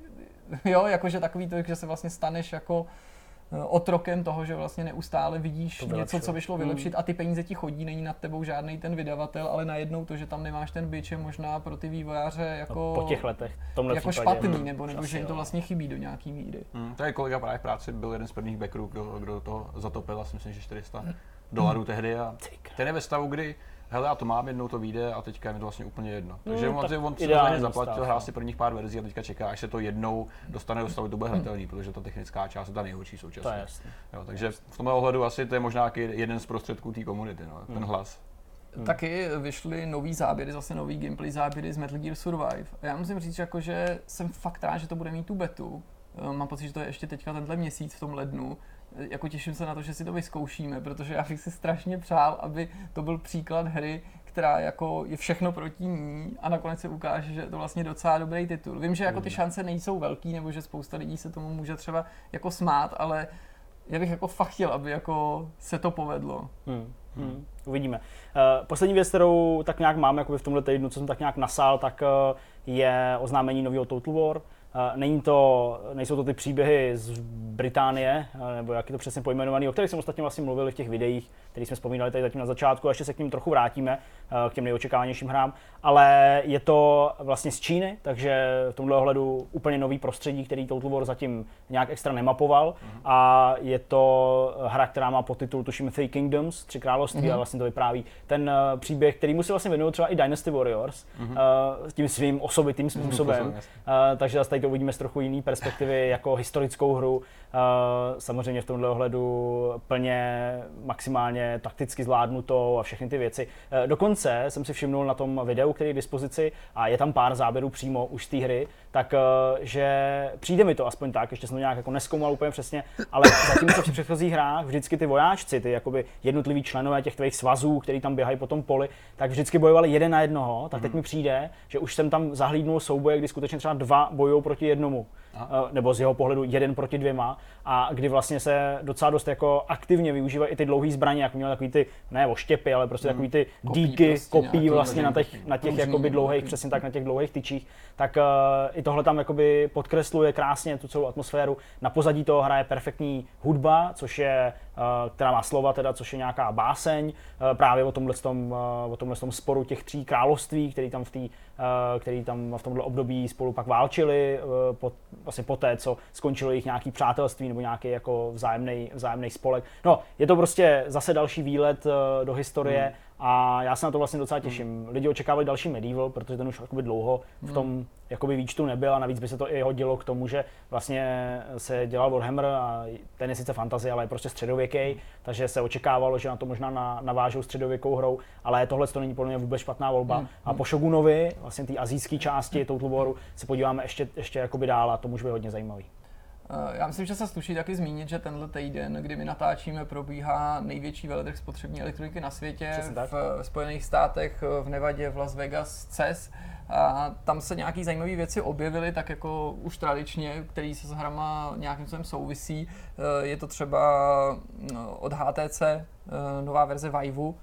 jo, jakože takový to, že se vlastně staneš jako otrokem toho, že vlastně neustále vidíš něco, co by šlo vylepšit a ty peníze ti chodí, není nad tebou žádný ten vydavatel, ale najednou to, že tam nemáš ten bič, je možná pro ty vývojáře jako, no, po těch letech, jako špatný, nebo, nebo že jim to vlastně chybí do nějaký míry. Hmm, to je kolega právě v práci, byl jeden z prvních backerů, kdo, kdo to zatopil, asi myslím, že čtyři sta dolarů tehdy a ten je ve stavu, kdy hele, já to mám, jednou to vyjde a teďka je mi to vlastně úplně jedno. Takže mm, on, tak on si to zaplatil, hrál si prvních pár verzí a teďka čeká, až se to jednou dostane do stavu, to bude hratelný, protože ta technická část je ta nejhorší současně. To je jasný. Jo, takže v tomhle ohledu asi to je možná jeden z prostředků té komunity, no, ten hlas. Hmm. Taky vyšly nový záběry, zase nový gameplay záběry z Metal Gear Survive. A já musím říct, jako, že jsem fakt rád, že to bude mít tu betu. Mám pocit, že to je ještě teďka tenhle měsíc v tom lednu. Jako těším se na to, že si to vyzkoušíme, protože já bych si strašně přál, aby to byl příklad hry, která jako je všechno proti ní a nakonec se ukáže, že je to vlastně docela dobrý titul. Vím, že jako ty šance nejsou velký, nebo že spousta lidí se tomu může třeba jako smát, ale já bych jako fakt chtěl, aby jako se to povedlo. Hmm. Hmm. Uvidíme. Uh, poslední věc, kterou tak nějak mám jakoby v tomhle týdnu, co jsem tak nějak nasál, tak uh, je oznámení nového Total War. Není to, nejsou to ty příběhy z Británie, nebo jak je to přesně pojmenovaný, o kterých jsem ostatně vlastně mluvil v těch videích, které jsme vzpomínali tady zatím na začátku, a ještě se k ním trochu vrátíme, k těm nejočekávanějším hrám, ale je to vlastně z Číny, takže v tomhle ohledu úplně nový prostředí, který Total War zatím nějak extra nemapoval, mm-hmm. a je to hra, která má podtitul, tuším, Three Kingdoms, Tři království, mm-hmm. a vlastně to vypráví ten příběh, který mu se vlastně věnují třeba i Dynasty Warriors, mm-hmm. uh, tím svým osobitým způsobem, mm-hmm. uh, takže zase tady to uvidíme z trochu jiný perspektivy jako historickou hru, uh, samozřejmě v tomhle ohledu plně maximálně takticky zvládnutou a všechny ty věci. Uh, dokonce jsem si všimnul na tom videu, který je k dispozici, a je tam pár záběrů přímo už z té hry, tak uh, že přijde mi to aspoň tak, ještě jsem to nějak jako nezkoumal úplně přesně, ale zatímco v předchozích hrách vždycky ty vojáčci, ty jakoby jednotliví členové těch tvých svazů, který tam běhají po tom poli, tak vždycky bojovali jeden na jednoho, tak teď mi přijde, že už jsem tam zahlídnul souboje, kdy skutečně třeba dva bojují proti jednomu, Aha. nebo z jeho pohledu jeden proti dvěma, a kdy vlastně se docela dost jako aktivně využívají i ty dlouhé zbraně, jako měl takový ty, ne oštěpy, ale prostě hmm. takový ty kopí díky, prostě kopí vlastně na těch, na těch jakoby dlouhých, přesně tak, na těch dlouhých tyčích, tak uh, i tohle tam jakoby podkresluje krásně tu celou atmosféru. Na pozadí toho hraje perfektní hudba, což je, uh, která má slova teda, což je nějaká báseň, uh, právě o tomhle tom, uh, o tomhle tom sporu těch tří království, který tam v té, uh, který tam v tomhle období spolu pak válčili, uh, po, vlastně poté, co skončilo jejich nějaký přátelství nebo nějaký jako vzájemný, vzájemný spolek. No, je to prostě zase další výlet uh, do historie. Hmm. A já se na to vlastně docela těším. Lidi očekávali další Medieval, protože ten už jakoby dlouho v tom jakoby výčtu nebyl, a navíc by se to i hodilo k tomu, že vlastně se dělal Warhammer a ten je sice fantasy, ale je prostě středověký, takže se očekávalo, že na to možná navážou středověkou hrou, ale tohle to není podle mě vůbec špatná volba. Hmm. A po Shogunovi, vlastně té asijské části Total Waru, se podíváme ještě, ještě jakoby dál, a to může být hodně zajímavý. Já myslím, že se sluší taky zmínit, že tenhle týden, kdy my natáčíme, probíhá největší veletrh spotřební elektroniky na světě v Spojených státech, v Nevadě, v Las Vegas, C E S. A tam se nějaké zajímavé věci objevily, tak jako už tradičně, který se s hrama nějakým způsobem souvisí. Je to třeba od H T C nová verze Viveu,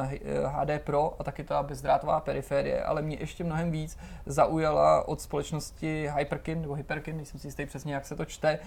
H D Pro, a taky ta bezdrátová periférie, ale mě ještě mnohem víc zaujala od společnosti Hyperkin, nebo Hyperkin, nejsem si jistý přesně, jak se to čte,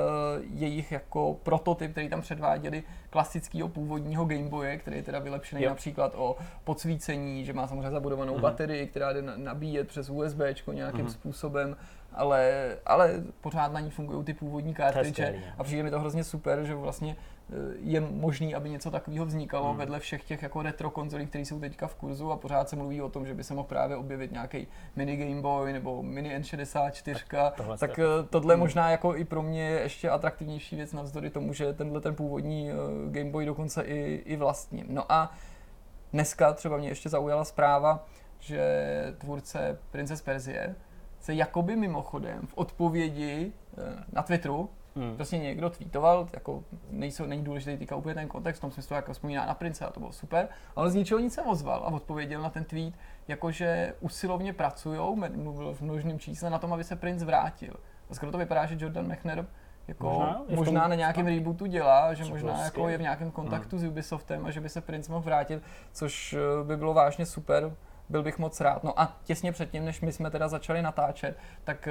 jejich jako prototyp, který tam předváděli klasického původního Gameboye, který je teda vylepšený jo. například o podsvícení, že má samozřejmě zabudovanou uh-huh. baterii, která jde nabíjet přes USBčko nějakým uh-huh. způsobem, ale, ale pořád na ní fungují ty původní kartridže, a přijde mi to hrozně super, že vlastně je možný, aby něco takového vznikalo hmm. vedle všech těch jako retro konzolí, které jsou teďka v kurzu, a pořád se mluví o tom, že by se mohl právě objevit nějaký mini Game Boy nebo mini N šedesát čtyři, tak tohle, tak tohle je možná jako i pro mě ještě atraktivnější věc navzdory tomu, že tenhle ten původní Game Boy dokonce i, i vlastním. No a dneska třeba mě ještě zaujala zpráva, že tvůrce Princess Persie se jakoby mimochodem v odpovědi na Twitteru Hmm. Prostě někdo tweetoval, jako nejsou, není důležitý týka úplně ten kontext, v tom smyslu, jako vzpomíná na Prince, a to bylo super, ale z ničeho nic se ozval a odpověděl na ten tweet, jakože usilovně pracujou, mluvil v množném čísle, na tom, aby se Prince vrátil. A skoro to vypadá, že Jordan Mechner jako možná, možná na nějakém rebootu dělá, že možná jako je v nějakém kontaktu hmm. s Ubisoftem a že by se Prince mohl vrátit, což by bylo vážně super, byl bych moc rád. No a těsně předtím, než my jsme teda začali natáčet, tak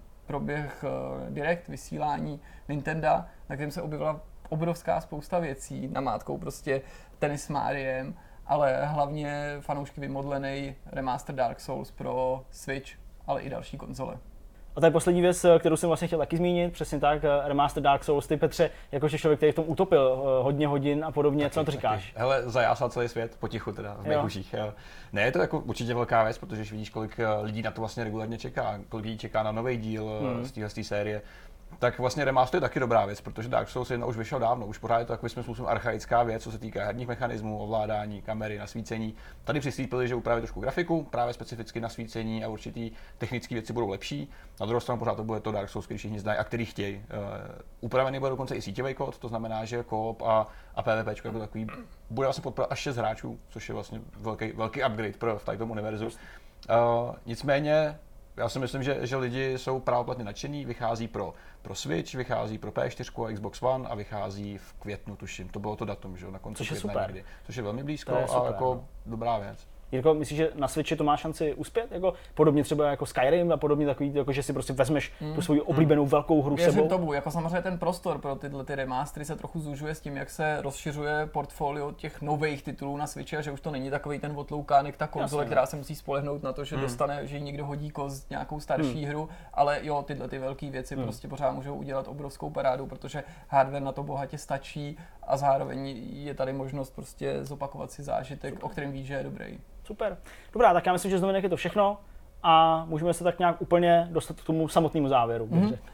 proběh uh, direkt vysílání Nintendo, na kterém se objevila obrovská spousta věcí, namátkou prostě tenis s Mariem, ale hlavně fanoušky vymodlený remaster Dark Souls pro Switch, ale i další konzole. A to je poslední věc, kterou jsem vlastně chtěl taky zmínit, přesně tak, remaster Dark Souls. Ty, Petře, jakože člověk, který v tom utopil hodně hodin a podobně, taky, co na to říkáš? Taky. Hele, zajásal celý svět, potichu teda, v mých uších. Ne, je to jako určitě velká věc, protože když vidíš, kolik lidí na to vlastně regulárně čeká, kolik lidí čeká na nový díl hmm. z téhle série, tak vlastně remaster je taky dobrá věc, protože Dark Souls jedna už vyšel dávno, už pořád je to takovým způsobem archaická věc, co se týká herních mechanismů, ovládání, kamery, nasvícení. Tady přislípili, že upraví trošku grafiku, právě specificky nasvícení, a určitý technické věci budou lepší. Na druhou stranu pořád to bude to Dark Souls, který všichni znají a který chtějí. Uh, upravený bude dokonce i síťový kód, to znamená, že co-op a, a PvPčko jako takový bude vlastně podporovat až šest hráčů, což je vlastně velký, velký upgrade pro v tom univerzu. Uh, nicméně já si myslím, že, že lidi jsou právoplatně nadšení, vychází pro, pro Switch, vychází pro P čtyři a Xbox One a vychází v květnu, tuším, to bylo to datum, že na konci května někdy, což je velmi blízko je a super, jako no. dobrá věc. Jirko, myslíš, že na Switchi to má šanci uspět? Jako, podobně třeba jako Skyrim a podobně takový, jako, že si prostě vezmeš mm. tu svoji oblíbenou mm. velkou hru Věřím sebou? tomu, jako samozřejmě ten prostor pro tyhle ty remastery se trochu zužuje s tím, jak se rozšiřuje portfolio těch nových titulů na Switchi a že už to není takový ten otloukánek, ta konzole, Jasně, která se musí spolehnout na to, že mm. dostane, že jí někdo hodí kost nějakou starší mm. hru, ale jo, tyhle ty velké věci mm. prostě pořád můžou udělat obrovskou parádu, protože hardware na to bohatě stačí a zároveň je tady možnost prostě zopakovat si zážitek, Super. o kterém víš, že je dobrý. Super. Dobrá, tak já myslím, že z novinek je to všechno a můžeme se tak nějak úplně dostat k tomu samotnému závěru. Mm-hmm. Uh,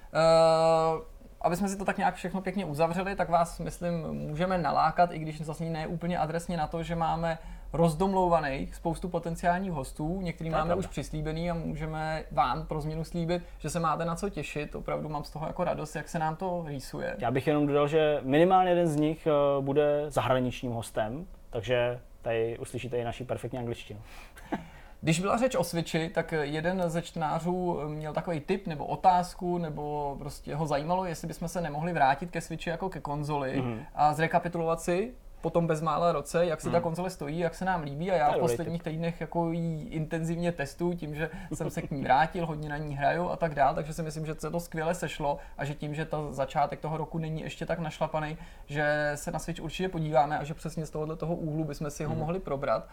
aby jsme si to tak nějak všechno pěkně uzavřeli, tak vás, myslím, můžeme nalákat, i když zase ne úplně adresně na to, že máme rozdomlouvaných spoustu potenciálních hostů, některý máme pravda. už přislíbený a můžeme vám pro změnu slíbit, že se máte na co těšit. Opravdu mám z toho jako radost, jak se nám to rýsuje. Já bych jenom dodal, že minimálně jeden z nich bude zahraničním hostem, takže tady uslyšíte i naši perfektní angličtinu. Když byla řeč o Switchi, tak jeden ze čtenářů měl takový tip nebo otázku, nebo prostě ho zajímalo, jestli bychom se nemohli vrátit ke Switchi jako ke konzoli mm-hmm. a zrekapitulovat si po tom bezmála roce, jak si mm. ta konzole stojí, jak se nám líbí a já v posledních týdnech jako ji intenzivně testuju tím, že jsem se k ní vrátil, hodně na ní hraju a tak dál, takže si myslím, že se to skvěle sešlo a že tím, že ta začátek toho roku není ještě tak našlapaný, že se na Switch určitě podíváme a že přesně z tohohle toho úhlu bychom si ho mm. mohli probrat.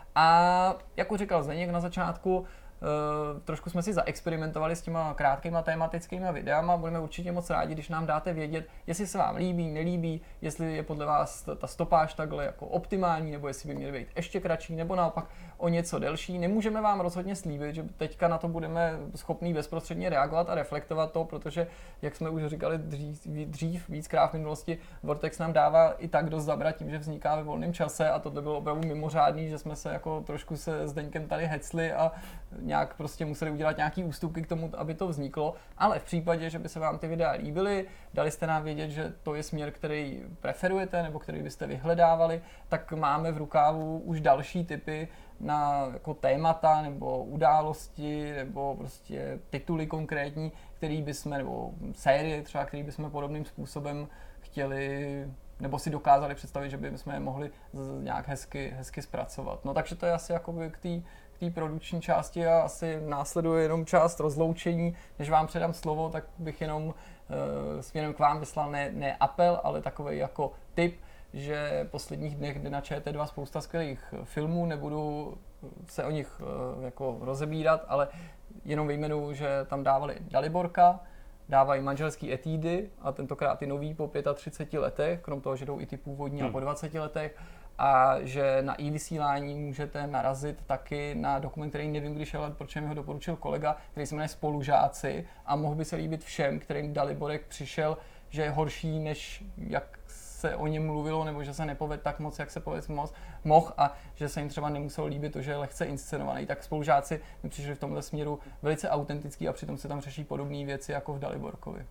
A jako říkal Zdeněk na začátku, Uh, trošku jsme si zaexperimentovali s těma krátkýma tematickýma videama. Budeme určitě moc rádi, když nám dáte vědět, jestli se vám líbí, nelíbí, jestli je podle vás ta stopáž takhle jako optimální, nebo jestli by měly být ještě kratší, nebo naopak o něco delší. Nemůžeme vám rozhodně slíbit, že teďka na to budeme schopní bezprostředně reagovat a reflektovat to, protože, jak jsme už říkali dřív, dřív víckrát v minulosti, Vortex nám dává i tak dost zabrat tím, že vzniká ve volném čase a tohle bylo opravdu mimořádný, že jsme se jako trošku se Zdeňkem tady hecli a nějak prostě museli udělat nějaký ústupky k tomu, aby to vzniklo, ale v případě, že by se vám ty videa líbily, dali jste nám vědět, že to je směr, který preferujete nebo který byste vyhledávali, tak máme v rukávu už další typy na jako témata nebo události nebo prostě tituly konkrétní, který bychom, nebo série třeba, který bychom podobným způsobem chtěli nebo si dokázali představit, že bychom je mohli nějak hezky, hezky zpracovat. No takže to je asi jakoby k té k té produkční části a asi následuje jenom část rozloučení. Než vám předám slovo, tak bych jenom uh, směrem k vám vyslal ne, ne apel, ale takový jako tip, že v posledních dnech jde na Č T dva spousta skvělých filmů, nebudu se o nich uh, jako rozebírat, ale jenom vyjmenuju, že tam dávali Daliborka, dávají Manželský etídy a tentokrát i nový po třiceti pěti letech, krom toho, že jdou i ty původní hmm. a po dvaceti letech. A že na i-vysílání můžete narazit taky na dokument, který nevím, když ale proč mi ho doporučil kolega, který se jmenuje Spolužáci a mohl by se líbit všem, kterým Daliborek přišel, že je horší, než jak se o něm mluvilo, nebo že se nepovedl tak moc, jak se povedl moc mohl a že se jim třeba nemuselo líbit to, že je lehce inscenovaný. Tak Spolužáci mi přišli v tomhle směru velice autentický a přitom se tam řeší podobné věci jako v Daliborkovi.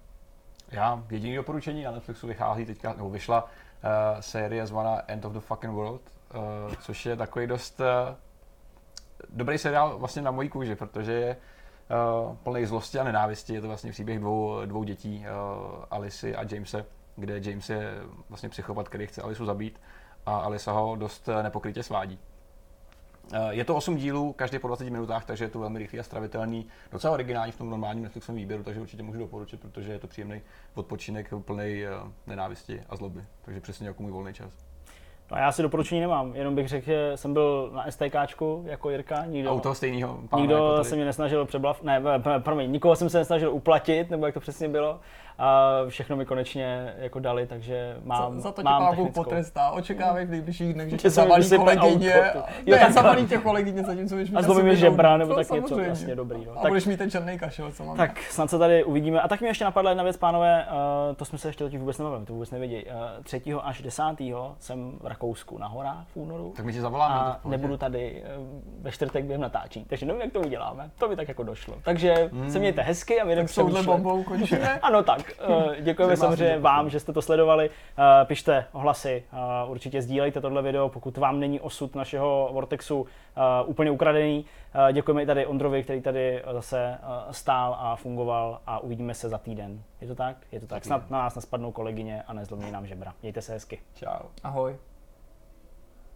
Já jediné doporučení na Netflixu vychází teďka, nebo vyšla uh, série zvaná End of the Fucking World, uh, což je takový dost uh, dobrý seriál vlastně na mojí kůži, protože je uh, plný zlosti a nenávisti. Je to vlastně příběh dvou, dvou dětí, uh, Alice a Jamese, kde James je vlastně psychopat, který chce Alisu zabít a Alisa ho dost nepokrytě svádí. Je to osm dílů, každý po dvaceti minutách, takže je to velmi rychlý a stravitelný, docela originální v tom normálním Netflixovém výběru, takže určitě můžu doporučit, protože je to příjemný odpočinek plný nenávisti a zloby, takže přesně jako můj volný čas. No já si doporučení nemám, jenom bych řekl, že jsem byl na STKčku jako Jirka, nikdo, a u toho stejného pána nikdo jako se mě nesnažil přeblav, ne, promiň, nikoho jsem se nesnažil uplatit, nebo jak to přesně bylo. A všechno mi konečně jako dali, takže mám, za, za to mám tě technickou. Potrestá, očekávej v nejbližších dnech, že tě zavalí kolegyně. Ne, zavalí tě kolegyně, zatímco víš, a zlomí mi žebra, nebo tak něco, vlastně dobrý. No. A tak, budeš mít ten černý kašel, co mám. Tak snad se tady uvidíme. A tak mi ještě napadla jedna věc, pánové, uh, to jsme se ještě totiž vůbec nebavili, to vůbec nevědějí. Uh, třetího až desátého jsem v Rakousku na horách v únoru. Tak my tě zavoláme. A nebudu tady uh, ve čtvrtek během natáčení, takže nevím, jak to uděláme. To mi tak jako došlo. Takže hmm. se mějte hezky a my jdeme přemýšlet. Ano, tak. Uh, děkujeme samozřejmě vám, že jste to sledovali. Uh, pište ohlasy, uh, určitě sdílejte tohle video, pokud vám není osud našeho Vortexu uh, úplně ukradený. Uh, děkujeme i tady Ondrovi, který tady zase uh, stál a fungoval a uvidíme se za týden. Je to tak? Je to tak. Snad na nás nespadnou kolegyně a nezlomí nám žebra. Mějte se hezky. Čau. Ahoj.